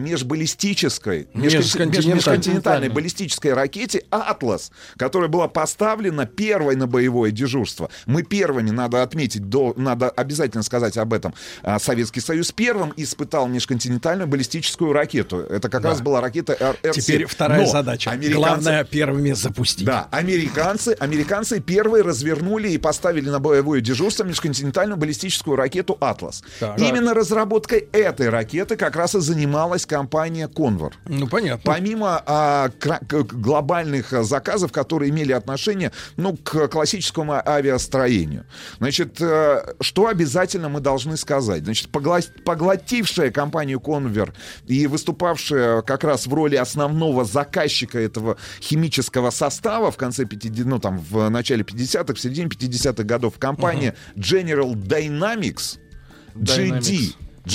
межконтинентальной баллистической ракете «Атлас», которая была поставлена первой на боевое дежурство. Мы первыми, надо отметить, надо обязательно сказать об этом, Советский Союз первым испытал межконтинентальную баллистическую ракету. Это как раз была ракета РР-7. Теперь вторая задача. Главное первыми запустить. Да, американцы первые развернули и поставили на боевое дежурство межконтинентальную баллистическую ракету «Атлас». Именно разработкой этой ракеты как раз и занималась компания «Конвар». Ну, понятно. Помимо глобальных заказов, которые имели отношение, к классическому авиастроению. Значит, что обязательно мы должны сказать? Значит, поглотившая компанию «Конвар» и выступавшая как раз в роли основного заказчика этого химического состава в конце 50-х, в начале 50-х, в середине 50-х годов компания General Dynamics, GD,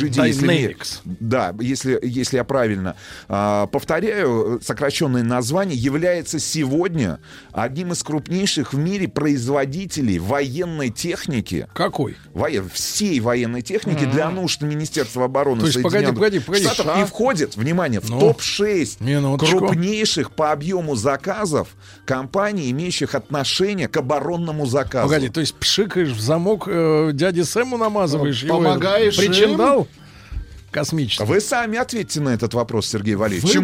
если я правильно повторяю, сокращенное название, является сегодня одним из крупнейших в мире производителей военной техники. Какой? Всей военной техники для нужд Министерства обороны Соединенных Штатов и входит, внимание, в топ-6 крупнейших по объему заказов компаний, имеющих отношение к оборонному заказу. Погоди, то есть пшикаешь в замок, дяде Сэму намазываешь, помогаешь его причиндал? Космический. Вы сами ответьте на этот вопрос, Сергей Валерьевич.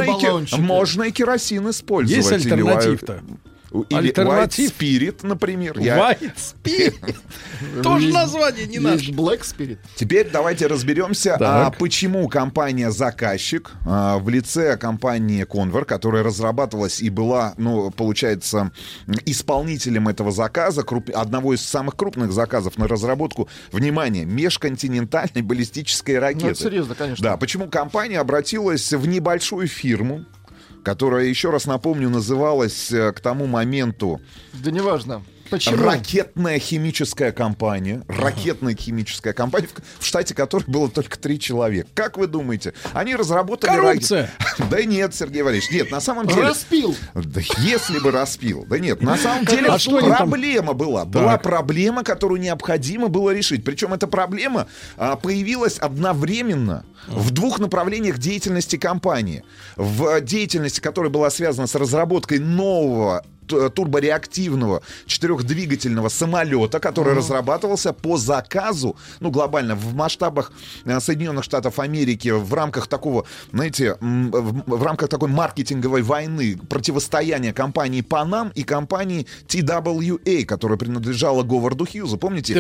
Можно и керосин использовать. Есть альтернатив-то? Или White Spirit, например. White Spirit. Тоже название не наше. Black Spirit. Теперь давайте разберемся, почему компания-заказчик в лице компании Convar, которая разрабатывалась и была, получается, исполнителем этого заказа, одного из самых крупных заказов на разработку, внимание, межконтинентальной баллистической ракеты. Это серьезно, конечно. Да, почему компания обратилась в небольшую фирму, которая, еще раз напомню, называлась к тому моменту... Да неважно. Почему? Ракетная химическая компания. Ракетная химическая компания, в штате которой было только 3 человека. Как вы думаете? Они разработали... Коррупция! Да нет, Сергей Валерьевич, нет, на самом деле... Распил! Да если бы распил. Да нет, на самом деле проблема была. Была проблема, которую необходимо было решить. Причем эта проблема появилась одновременно в 2 направлениях деятельности компании. В деятельности, которая была связана с разработкой нового турбореактивного 4-двигательного самолета, который разрабатывался по заказу, глобально, в масштабах Соединенных Штатов Америки, в рамках такого, знаете, в рамках такой маркетинговой войны, противостояния компании Pan Am и компании TWA, которая принадлежала Говарду Хьюзу. Помните?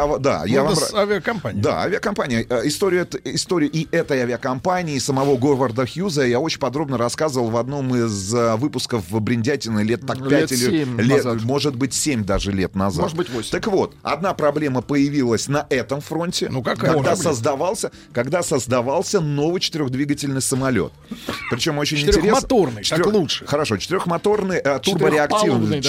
Авиакомпания. Да, авиакомпания. Историю и этой авиакомпании, и самого Говарда Хьюза я очень подробно рассказывал в одном из выпусков Бриндятина лет 5 может быть 7 даже лет назад. Может быть 8. Так вот, одна проблема появилась на этом фронте, когда создавался новый 4-двигательный самолет. Причем очень интересно. 4-моторный, так лучше. Хорошо, 4-моторный турбореактивный.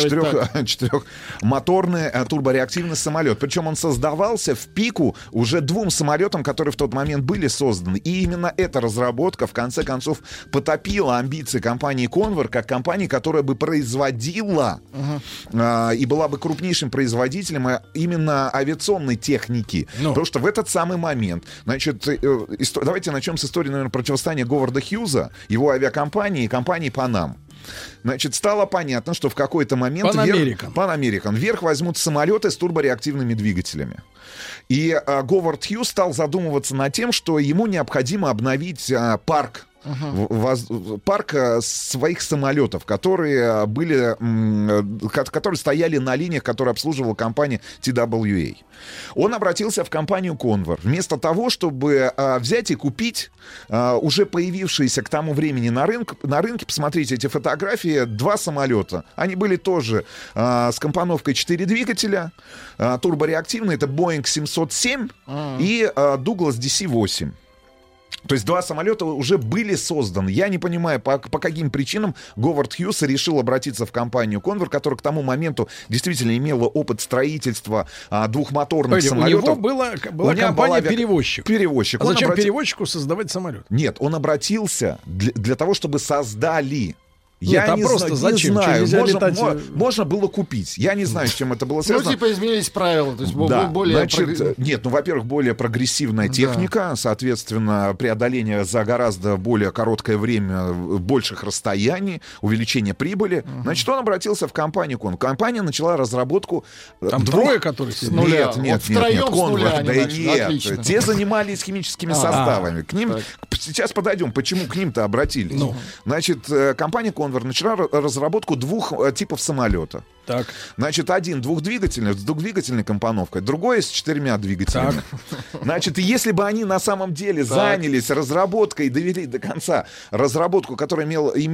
4-моторный турбореактивный самолет. Причем он создавался в пику уже 2 самолетам, которые в тот момент были созданы. И именно эта разработка в конце концов потопила амбиции компании Convar как компании, которая бы производила и была бы крупнейшим производителем именно авиационной техники. Потому что в этот самый момент, значит, давайте начнем с истории, наверное, противостояния Говарда Хьюза, его авиакомпании и компании Pan Am. Значит, стало понятно, что в какой-то момент Pan American вверх возьмут самолеты с турбореактивными двигателями. И Говард Хьюз стал задумываться над тем, что ему необходимо обновить парк своих самолетов, которые стояли на линиях, которые обслуживала компания TWA. Он обратился в компанию Convar. Вместо того, чтобы взять и купить уже появившиеся к тому времени на рынке, посмотрите эти фотографии, 2 самолета. Они были тоже с компоновкой 4 двигателя, турбореактивные, это Boeing 707 и Douglas DC-8. То есть 2 самолета уже были созданы. Я не понимаю, по каким причинам Говард Хьюз решил обратиться в компанию Convar, которая к тому моменту действительно имела опыт строительства 2-моторных самолетов. У него была компания-перевозчик. А зачем перевозчику создавать самолет? Нет, он обратился для того, чтобы создали Я не просто зачем? знаю. Можно было купить. Я не знаю, с чем это было связано. Ну, типа изменились правила. То есть более... во-первых, более прогрессивная техника, соответственно, преодоление за гораздо более короткое время больших расстояний, увеличение прибыли. Значит, он обратился в компанию Conver. Компания начала разработку... Там трое, которые с нуля. Нет. Conver, нет. Те занимались химическими составами. К ним... Сейчас подойдем, почему к ним-то обратились. Значит, компания Conver начала разработку 2 типов самолета. Так. Значит, один двухдвигательный, с двухдвигательной компоновкой, другой с 4 двигателями. Так. Значит, если бы они на самом деле занялись разработкой и довели до конца разработку, которая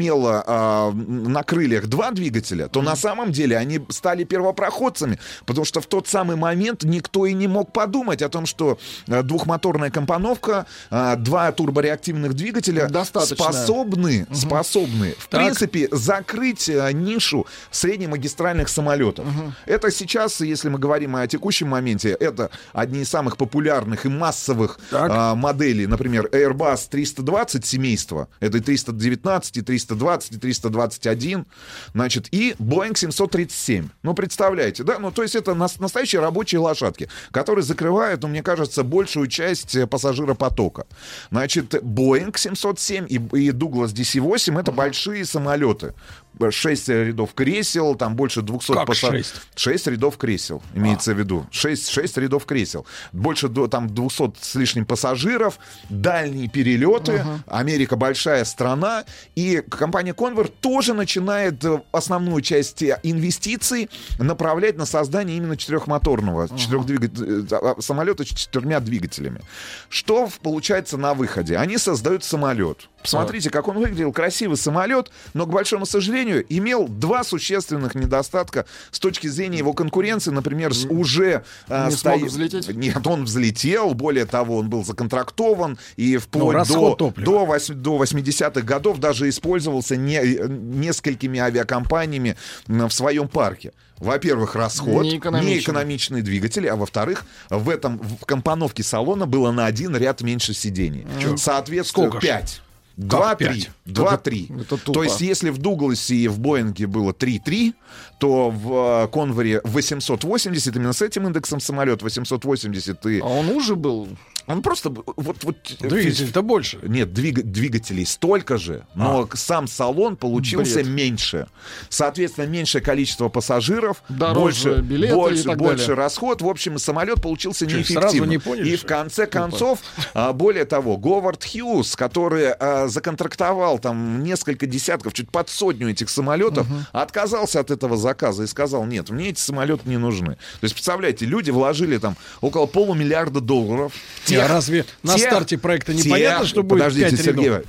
имела на крыльях 2 двигателя, то на самом деле они стали первопроходцами, потому что в тот самый момент никто и не мог подумать о том, что двухмоторная компоновка, 2 турбореактивных двигателя способны, в принципе, закрыть нишу среднемагистральных самолетов. Это сейчас, если мы говорим о текущем моменте, это одни из самых популярных и массовых моделей, например, Airbus 320 семейства, это и 319, и 320, и 321, значит, и Boeing 737. Ну, представляете, да? Ну, то есть это настоящие рабочие лошадки, которые закрывают, ну, мне кажется, большую часть пассажиропотока. Значит, Boeing 707 и Douglas DC-8 — это большие самолеты. 6 рядов кресел, там больше 200 пассажиров. 6 рядов кресел, имеется в виду. 6 рядов кресел. Больше там 200 с лишним пассажиров, дальние перелеты. Америка большая страна. И компания Conver тоже начинает основную часть инвестиций направлять на создание именно четырехмоторного самолета с 4 двигателями. Что получается на выходе? Они создают самолет. Посмотрите, как он выглядел. Красивый самолет, но, к большому сожалению, имел 2 существенных недостатка с точки зрения его конкуренции. Например, уже... смог взлететь? Нет, он взлетел. Более того, он был законтрактован. И вплоть до 80-х годов даже использовался несколькими авиакомпаниями в своем парке. Во-первых, расход, неэкономичные двигатели, а во-вторых, в компоновке салона было на 1 ряд меньше сидений. Соответственно, 5. 2-3. То есть, если в Дугласе и в Боинге было 3-3, то в Конвере 880, именно с этим индексом самолет 880. А он уже был... Он просто... Двигателей-то больше. Нет, двигателей столько же, но сам салон получился меньше. Соответственно, меньшее количество пассажиров, больше расход. В общем, самолет получился неэффективным. И в конце концов, более того, Говард Хьюз, который законтрактовал там несколько десятков, чуть под 100 этих самолетов, отказался от этого заказа и сказал: нет, мне эти самолеты не нужны. То есть, представляете, люди вложили там около $500 миллиарда. Разве на старте проекта непонятно, что будет 5 рядов?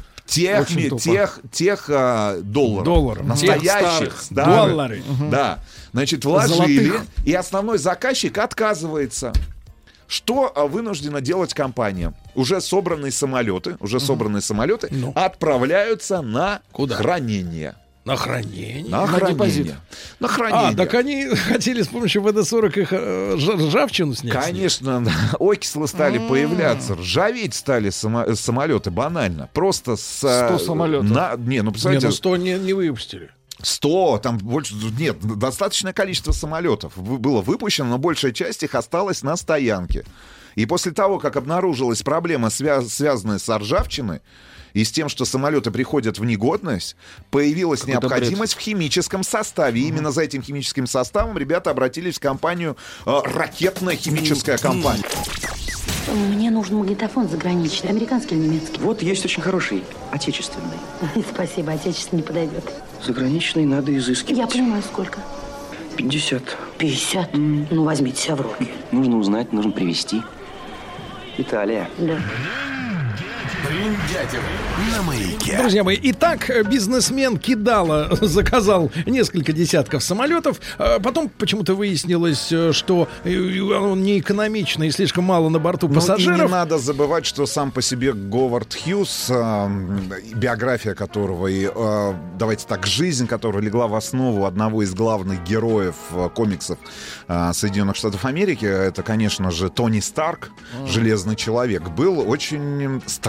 Тех долларов. Настоящих. Доллары. Да. Значит, вложили, и основной заказчик отказывается. Что вынуждена делать компания? Уже собранные самолеты отправляются на хранение. На хранение? На хранение. Так они хотели с помощью ВД-40 их ржавчину снять? Конечно, окислы стали появляться, ржаветь стали самолеты банально. Просто 100 самолетов. Представляете, 100 не выпустили. 100, там больше... Нет, достаточное количество самолетов было выпущено, но большая часть их осталась на стоянке. И после того, как обнаружилась проблема, связанная с ржавчиной, и с тем, что самолеты приходят в негодность, появилась необходимость в химическом составе. И именно за этим химическим составом ребята обратились в компанию «Ракетная химическая компания». Мне нужен магнитофон заграничный, американский или немецкий? Вот есть очень хороший, отечественный. Спасибо, отечественный не подойдет. Заграничный надо изыскивать. Я понимаю, сколько? 50. 50? Ну, возьмите себя в руки. Нужно узнать, нужно привезти. Италия. Да. Бриндятин на Маяке. Друзья мои, итак, бизнесмен Кидала заказал несколько десятков самолетов. Потом почему-то выяснилось, что он не экономичный и слишком мало на борту пассажиров. И не надо забывать, что сам по себе Говард Хьюз, биография которого и, давайте так, жизнь которого легла в основу одного из главных героев комиксов Соединенных Штатов Америки, это, конечно же, Тони Старк, Железный человек, был очень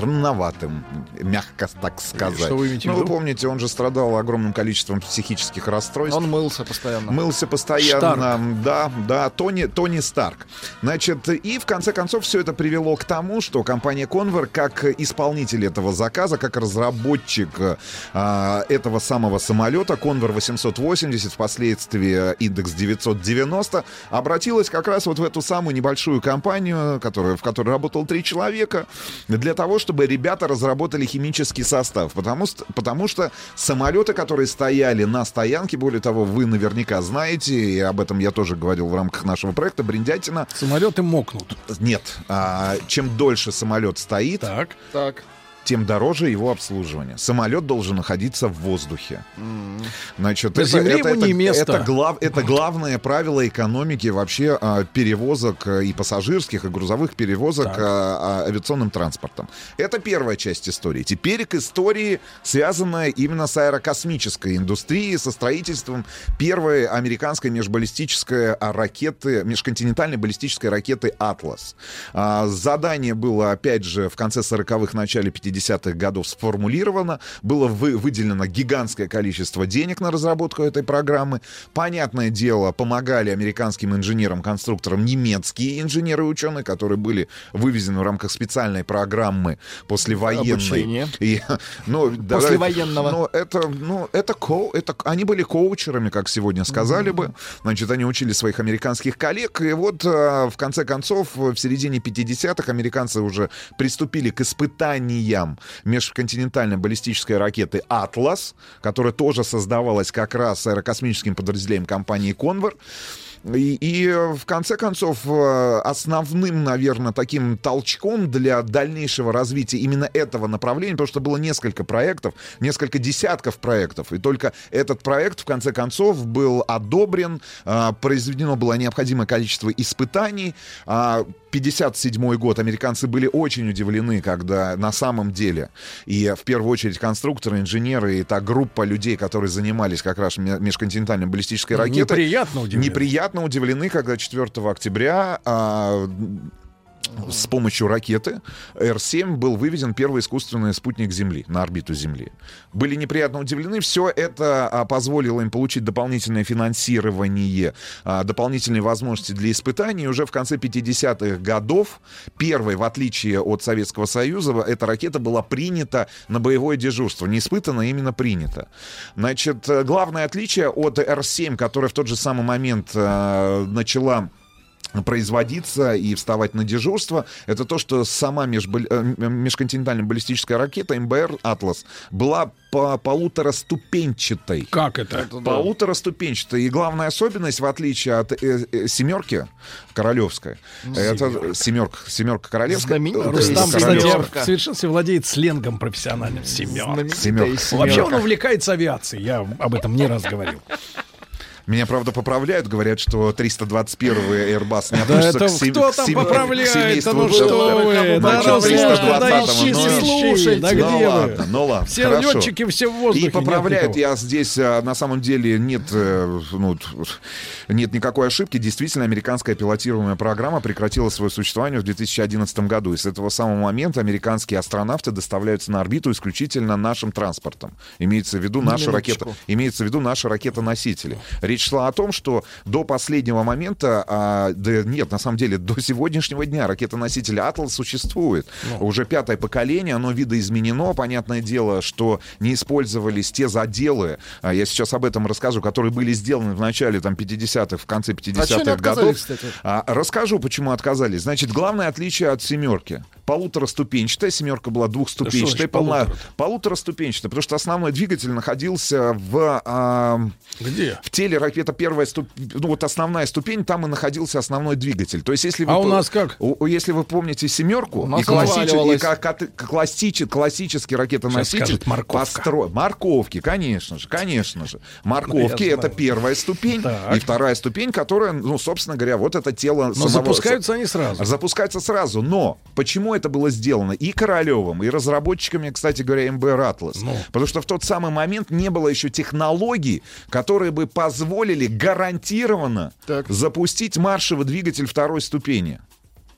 странноватым, мягко так сказать. Что вы имеете в виду? Вы помните, он же страдал огромным количеством психических расстройств. Он мылся постоянно. Мылся постоянно, да, Тони Старк. Значит, и в конце концов все это привело к тому, что компания Convair, как исполнитель этого заказа, как разработчик этого самого самолета, Convair 880, впоследствии индекс 990, обратилась как раз вот в эту самую небольшую компанию, в которой работало 3 человека, для того, чтобы ребята разработали химический состав. Потому что самолеты, которые стояли на стоянке, более того, вы наверняка знаете, и об этом я тоже говорил в рамках нашего проекта «Бриндятина». Самолеты мокнут. Нет. Чем дольше самолет стоит, тем дороже его обслуживание. Самолет должен находиться в воздухе. Значит, это главное правило экономики вообще перевозок и пассажирских, и грузовых перевозок авиационным транспортом. Это первая часть истории. Теперь к истории, связанная именно с аэрокосмической индустрией, со строительством первой американской межконтинентальной баллистической ракеты «Атлас». Задание было, опять же, в конце 40-х, начале 50-х годов сформулировано, было выделено гигантское количество денег на разработку этой программы. Понятное дело, помогали американским инженерам-конструкторам немецкие инженеры и ученые, которые были вывезены в рамках специальной программы послевоенной. Послевоенного. Они были коучерами, как сегодня сказали бы. Значит, они учили своих американских коллег. И вот, в конце концов, в середине 50-х американцы уже приступили к испытаниям межконтинентальной баллистической ракеты «Атлас», которая тоже создавалась как раз аэрокосмическим подразделением компании Convair. И в конце концов, основным, наверное, таким толчком для дальнейшего развития именно этого направления, потому что было несколько проектов, несколько десятков проектов, и только этот проект, в конце концов, был одобрен, произведено было необходимое количество испытаний. 1957 год американцы были очень удивлены, когда на самом деле, и в первую очередь конструкторы, инженеры и та группа людей, которые занимались как раз межконтинентальной баллистической ракетой, неприятно удивлены, когда 4 октября с помощью ракеты Р-7 был выведен первый искусственный спутник Земли на орбиту Земли. Были неприятно удивлены. Все это позволило им получить дополнительное финансирование, дополнительные возможности для испытаний. И уже в конце 50-х годов, первой, в отличие от Советского Союза, эта ракета была принята на боевое дежурство. Не испытана, а именно принята. Значит, главное отличие от Р-7, которая в тот же самый момент начала производиться и вставать на дежурство, это то, что сама межконтинентальная баллистическая ракета МБР «Атлас» была полутораступенчатой. Как это? Полутораступенчатой. И главная особенность, в отличие от «семерки» королевской, это «семерка королевская». Рустам, кстати, в совершенстве владеет сленгом профессиональным. «Семерка». Вообще он увлекается авиацией. Я об этом не раз говорил. Меня, правда, поправляют, говорят, что 321-й Airbus не относится к семейству. Кто там поправляет? Ну что вы? Ну ладно, ну ладно. Все летчики, все в воздухе. И поправляют. Я здесь, на самом деле, нет никакой ошибки. Действительно, американская пилотируемая программа прекратила свое существование в 2011 году. И с этого самого момента американские астронавты доставляются на орбиту исключительно нашим транспортом. Имеется в виду наши ракеты-носители. Речь шла о том, что до последнего момента, на самом деле, до сегодняшнего дня ракета-носитель «Атлас» существует. Уже 5-е поколение, оно видоизменено. Понятное дело, что не использовались те заделы, я сейчас об этом расскажу, которые были сделаны в начале 50-х, в конце 50-х годов. Расскажу, почему отказались. Значит, главное отличие от «семерки». Полутораступенчатая, «семерка» была двухступенчатой, полутораступенчатая, потому что основной двигатель находился в теле ракеты. Первая основная ступень, там и находился основной двигатель. То есть, если вы, у нас как? Если вы помните «семерку», и классический ракетоноситель морковки, конечно же. Морковки — это первая ступень, и вторая ступень, которая, собственно говоря, вот это тело самого... запускаются они сразу. Запускаются сразу, но почему это было сделано и Королевым, и разработчиками, кстати говоря, МБР «Атлас»? Потому что в тот самый момент не было еще технологий, которые бы позволили гарантированно запустить маршевый двигатель второй ступени.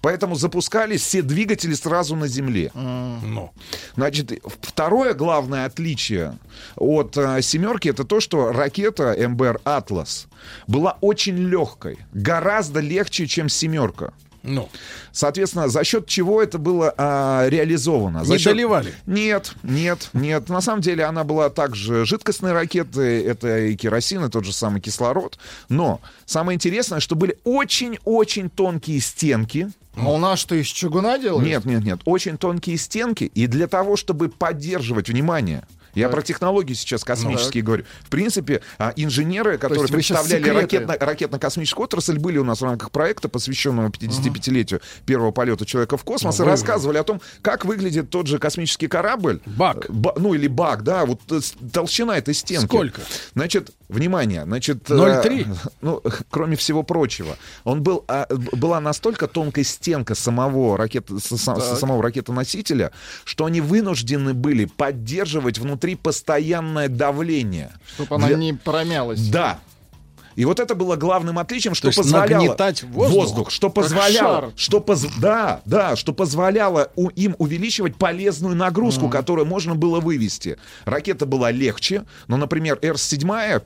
Поэтому запускались все двигатели сразу на Земле. Значит, второе главное отличие от «семерки» — это то, что ракета МБР «Атлас» была очень легкой, гораздо легче, чем «семерка». Соответственно, за счет чего это было реализовано? Доливали? Нет. На самом деле она была также жидкостной ракетой, это и керосин, и тот же самый кислород. Но самое интересное, что были очень-очень тонкие стенки. А у нас что, из чугуна делали? Нет. Очень тонкие стенки. И для того, чтобы поддерживать, внимание, я про технологии сейчас космические говорю. В принципе, инженеры, которые представляли ракетно-космическую отрасль, были у нас в рамках проекта, посвященного 55-летию первого полета человека в космос, и рассказывали о том, как выглядит тот же космический корабль. Бак. Или бак, да, вот толщина этой стенки. Сколько? Значит, внимание, 0,3? Кроме всего прочего, была настолько тонкая стенка самого ракетоносителя, что они вынуждены были поддерживать внутри постоянное давление. Чтобы она не промялась. Да. И вот это было главным отличием, что позволяло нагнетать воздух, что позволяло, что позволяло им увеличивать полезную нагрузку, которую можно было вывести. Ракета была легче, но, например, Р-7,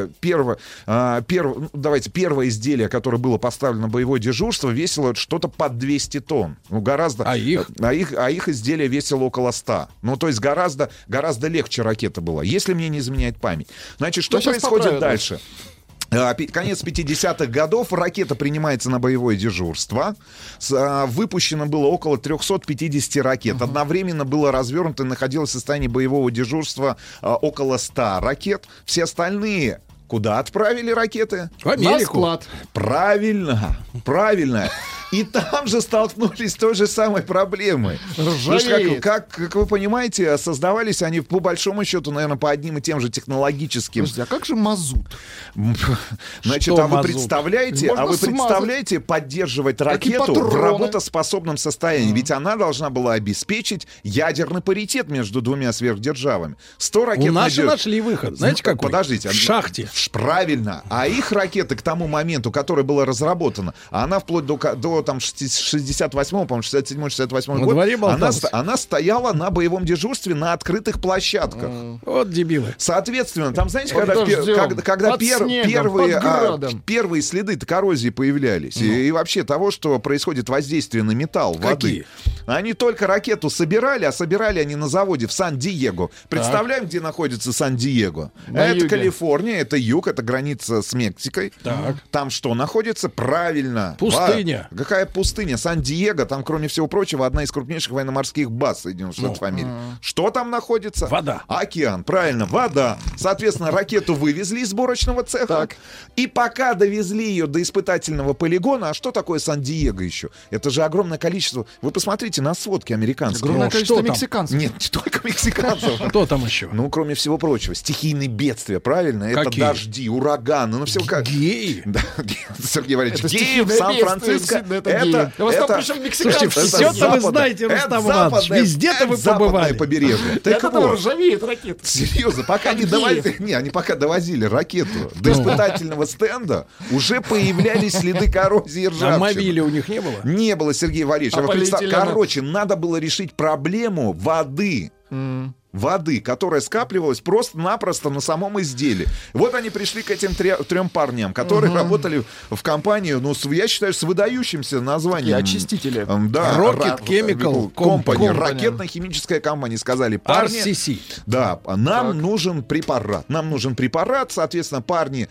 первое изделие, которое было поставлено на боевое дежурство, весило что-то под 200 тонн. Гораздо. А их изделие весило около 100. То есть гораздо легче ракета была, если мне не изменяет память. Значит, что происходит дальше? Конец 50-х годов, ракета принимается на боевое дежурство. Выпущено было около 350 ракет. Одновременно было развернуто и находилось в состоянии боевого дежурства около 100 ракет. Все остальные куда отправили ракеты? В Америку. На склад. Правильно. И там же столкнулись с той же самой проблемой. Как вы понимаете, создавались они по большому счету, наверное, по одним и тем же технологическим. Подожди, а как же мазут? Значит, вы представляете поддерживать ракету в работоспособном состоянии? Ведь она должна была обеспечить ядерный паритет между двумя сверхдержавами. 100 ракет. У нас же нашли выход. Знаете, какой? Подождите. В шахте. Правильно. А их ракеты к тому моменту, которая была разработана, она вплоть до 68-го, по-моему, 67-68 год, она стояла на боевом дежурстве на открытых площадках. Вот дебилы. Соответственно, там, знаете, когда первые следы коррозии появлялись, и вообще того, что происходит воздействие на металл, воды, они только ракету собирали, а собирали они на заводе в Сан-Диего. Представляем, где находится Сан-Диего? Это Калифорния, это юг, это граница с Мексикой. Там что находится? Правильно. Пустыня. Какая пустыня? Сан-Диего, там, кроме всего прочего, одна из крупнейших военно-морских баз Соединенных Штатов Америки. Что там находится? Вода. Океан, правильно, вода. Соответственно, ракету вывезли из сборочного цеха. И пока довезли ее до испытательного полигона, а что такое Сан-Диего еще? Это же огромное количество. Вы посмотрите на сводки американские. Огромное количество мексиканцев. Нет, не только мексиканцев. Кто там еще? Кроме всего прочего, стихийные бедствия, правильно? Это дожди, ураганы, все как... Геи? Да, Сергей Валерьевич, геи в Сан-Франциско. Слушайте, все-то вы знаете, Рустам Иванович. Везде-то вы побывали. Побережье. Так вот, ржавеет ракета. Серьезно, пока не довозили, они пока довозили ракету до испытательного стенда, уже появлялись следы коррозии и ржавчины. А мобиля у них не было? Не было, Сергей Валерьевич. Короче, надо было решить проблему воды. Воды, которая скапливалась просто-напросто на самом изделии. Вот они пришли к этим трем парням, которые работали в компании, я считаю, с выдающимся названием. Очистители. Да. Rocket Chemical Company. Ракетно-химическая компания. Сказали, парни... RCC. Да, нам нужен препарат. Соответственно, парни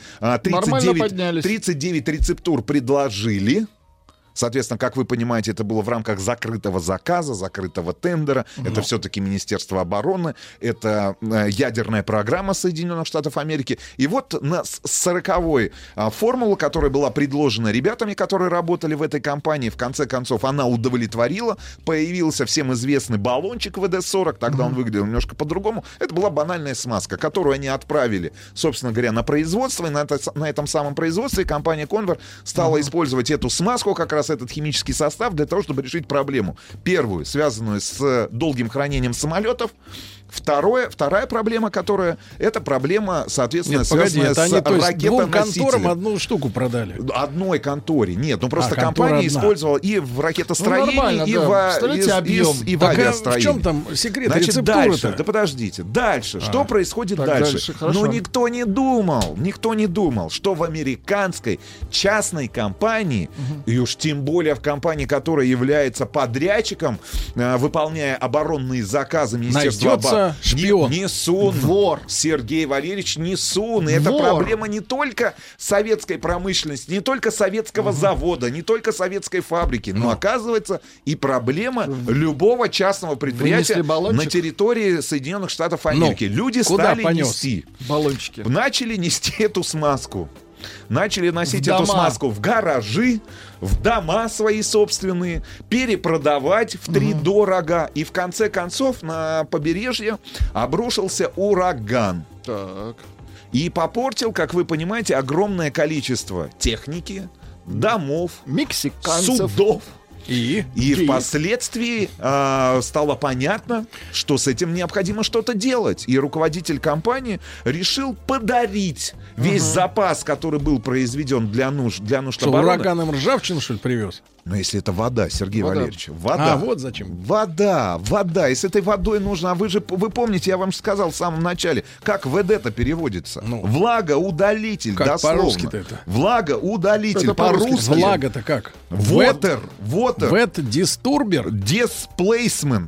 39 рецептур предложили. Соответственно, как вы понимаете, это было в рамках закрытого заказа, закрытого тендера. Это все-таки Министерство обороны, это ядерная программа Соединенных Штатов Америки. И вот на 40-й формулу, которая была предложена ребятами, которые работали в этой компании, в конце концов, она удовлетворила. Появился всем известный баллончик ВД-40, тогда он выглядел немножко по-другому. Это была банальная смазка, которую они отправили, собственно говоря, на производство. И на этом самом производстве компания Conver стала использовать эту смазку, как раз этот химический состав, для того, чтобы решить проблему. Первую, связанную с долгим хранением самолетов. Вторая проблема, это проблема, соответственно, связанная с ракетоносителями. Двум конторам одну штуку продали. Одной конторе. Нет, просто компания использовала и в ракетостроении, и в авиастроении. В чем там секрет? Значит, дальше, подождите. Дальше. Что происходит дальше? Никто не думал, что в американской частной компании, и уж тем более в компании, которая является подрядчиком, выполняя оборонные заказы Министерства шпион. Несун. Вор. Сергей Валерьевич Несун. И это проблема не только советской промышленности, не только советского завода, не только советской фабрики, но, оказывается, и проблема любого частного предприятия на территории Соединенных Штатов Америки. Люди стали нести. Баллончики. Начали нести эту смазку. Начали носить эту смазку в гаражи, в дома свои собственные, перепродавать втридорога. И в конце концов на побережье обрушился ураган. Так. И попортил, как вы понимаете, огромное количество техники, домов, мексиканцев, судов. И впоследствии стало понятно, что с этим необходимо что-то делать. И руководитель компании решил подарить весь запас, который был произведен для нужд обороны. Ураганом ржавчину, что ли, привез? Но если это вода, Сергей Валерьевич, вода. Вот зачем. Вода. И с этой водой нужно... Вы помните, я вам сказал в самом начале, как ВД-то переводится? Влагоудалитель, как дословно. По-русски-то это? Влагоудалитель. По-русски. Влага-то как? Water. Wet Disturber. Displacement.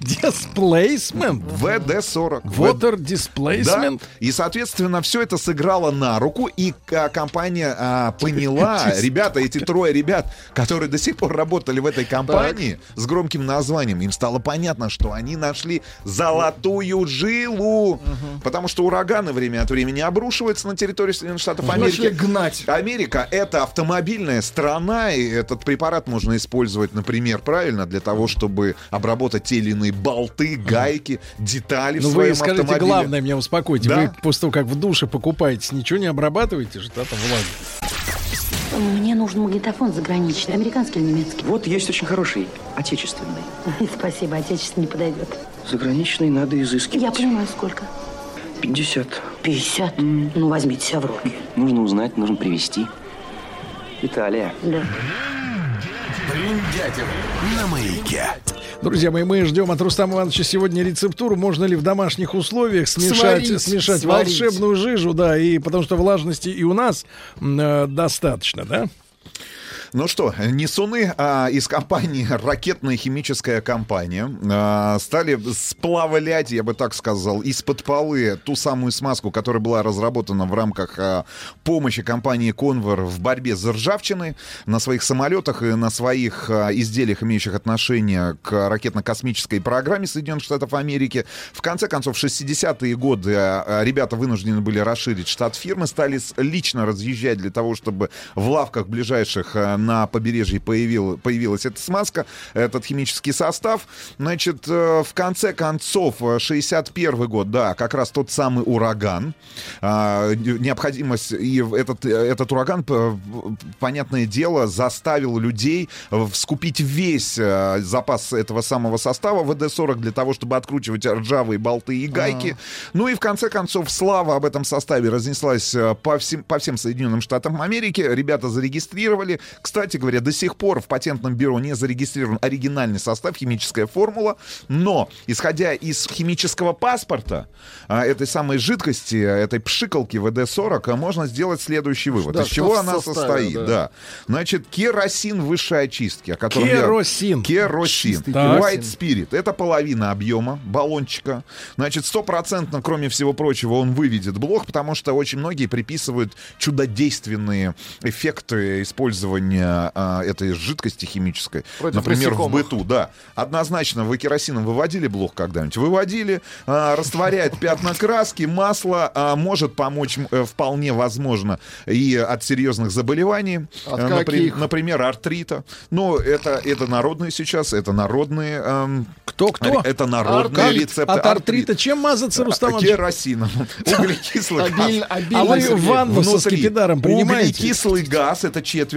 ВД-40. Water Displacement. Да. И, соответственно, все это сыграло на руку, и компания поняла, ребята, эти трое ребят, которые до сих пор работали в этой компании с громким названием, им стало понятно, что они нашли золотую жилу. Потому что ураганы время от времени обрушиваются на территорию Соединенных Штатов Америки. Гнать. Америка — это автомобильная страна, и этот препарат можно использовать, например, правильно, для того, чтобы обработать те или иные болты, гайки, детали в своем автомобиле. Вы скажите, главное, меня успокойте. Вы после того, как в душе покупаете, ничего не обрабатываете же, да, там влага? Мне нужен магнитофон заграничный, американский или немецкий? Вот есть очень хороший, отечественный. Спасибо, отечественный не подойдет. Заграничный надо изыскивать. Я понимаю, сколько? 50. 50? Ну, возьмите себя в руки. Нужно узнать, нужно привезти. Италия. Да. Бриндятин на Маяке. Друзья мои, мы ждем от Рустама Ивановича сегодня рецептуру. Можно ли в домашних условиях смешать волшебную жижу, да, и потому что влажности и у нас достаточно, да? Ну что, Несуны из компании «Ракетная химическая компания» стали сплавлять, я бы так сказал, из-под полы ту самую смазку, которая была разработана в рамках помощи компании «Конвер» в борьбе с ржавчиной на своих самолетах и на своих изделиях, имеющих отношение к ракетно-космической программе Соединенных Штатов Америки. В конце концов, в 60-е годы ребята вынуждены были расширить штат фирмы, стали лично разъезжать для того, чтобы в лавках ближайших на побережье появилась эта смазка, этот химический состав. Значит, в конце концов, 61 год, да, как раз тот самый ураган. Необходимость, и этот ураган, понятное дело, заставил людей скупить весь запас этого самого состава ВД-40 для того, чтобы откручивать ржавые болты и гайки. Ну и в конце концов, слава об этом составе разнеслась по всем Соединенным Штатам Америки. Ребята зарегистрировали. Кстати говоря, до сих пор в патентном бюро не зарегистрирован оригинальный состав, химическая формула, но, исходя из химического паспорта этой самой жидкости, этой пшикалки ВД-40, можно сделать следующий вывод. Да, из чего она состоит? Да. Значит, керосин высшей очистки, о котором керосин. White Spirit. Это половина объема баллончика. Значит, 100%, кроме всего прочего, он выведет блох, потому что очень многие приписывают чудодейственные эффекты использования этой жидкости химической. Например, в быту, да. Однозначно, вы керосином выводили блох когда-нибудь? Выводили. Растворяет пятна краски, масло, может помочь вполне возможно и от серьезных заболеваний. Например, артрита. Ну, это народные сейчас, это народные... Кто? Это народные рецепты. От артрита чем мазаться, Рустам? Керосином. Углекислый газ. А вы ванну со скипидаром принимаете? Углекислый газ, это четверть содержит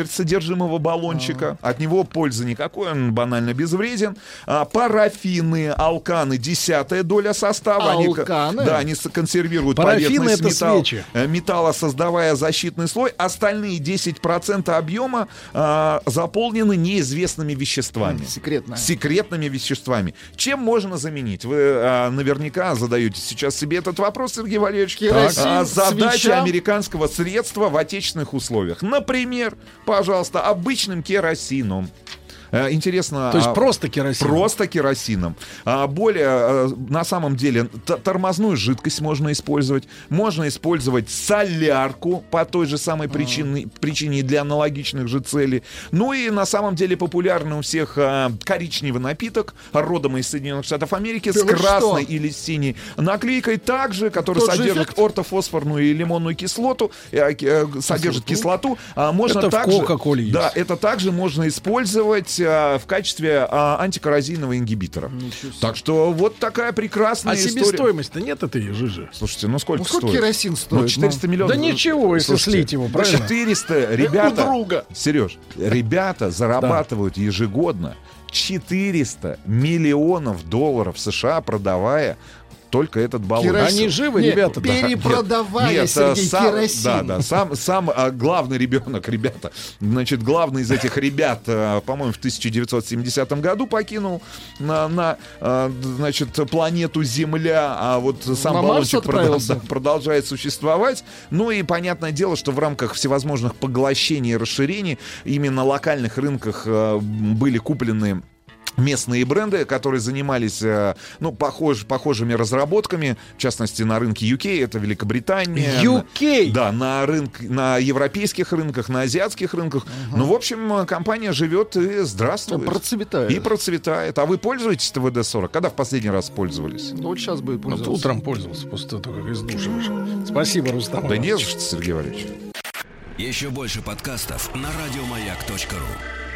содержимого баллончика. От него пользы никакой, он банально безвреден. Парафины, алканы, 10-я доля состава. Алканы? Они консервируют парафины — поверхность металла, создавая защитный слой. Остальные 10% объема заполнены неизвестными веществами. Секретными веществами. Чем можно заменить? Вы наверняка задаете сейчас себе этот вопрос, Сергей Валерьевич. Задача американского средства в отечественных условиях. Например, пожалуйста, обычным керосином. Интересно. То есть просто керосином? Просто керосином. Более, на самом деле, тормозную жидкость можно использовать. Можно использовать солярку по той же самой причине для аналогичных же целей. Ну и на самом деле популярный у всех коричневый напиток, родом из Соединенных Штатов Америки, с красной или синей наклейкой, также, который содержит ортофосфорную и лимонную кислоту, содержит кислоту. Можно это также, в Кока-Коле есть. Да, это также можно использовать в качестве антикоррозийного ингибитора. Так что вот такая прекрасная история. А себестоимость-то нет этой жижи? Слушайте, ну сколько стоит? керосин стоит? 400 миллионов. Да ничего, если слить его, правильно? 400, ребята, Сереж, ребята зарабатывают ежегодно 400 миллионов долларов США, продавая только этот баллон. Они живы, ребята? Перепродавая, Сергей, керосин. Да. Сам главный ребенок, ребята, значит, главный из этих ребят, по-моему, в 1970 году покинул значит, планету Земля, а вот сам баллончик продолжает существовать. Ну и понятное дело, что в рамках всевозможных поглощений и расширений именно на локальных рынках были куплены местные бренды, которые занимались похожими разработками, в частности, на рынке UK, это Великобритания. UK? Да, на европейских рынках, на азиатских рынках. Ну, в общем, компания живет и здравствует. Процветает. А вы пользуетесь ТВД-40? Когда в последний раз пользовались? Ну, вот сейчас будет пользоваться. Утром пользовался, после того, как из душа вышел. Спасибо, Рустам. Да не за что, Сергей Валерьевич. Еще больше подкастов на радиомаяк.ру.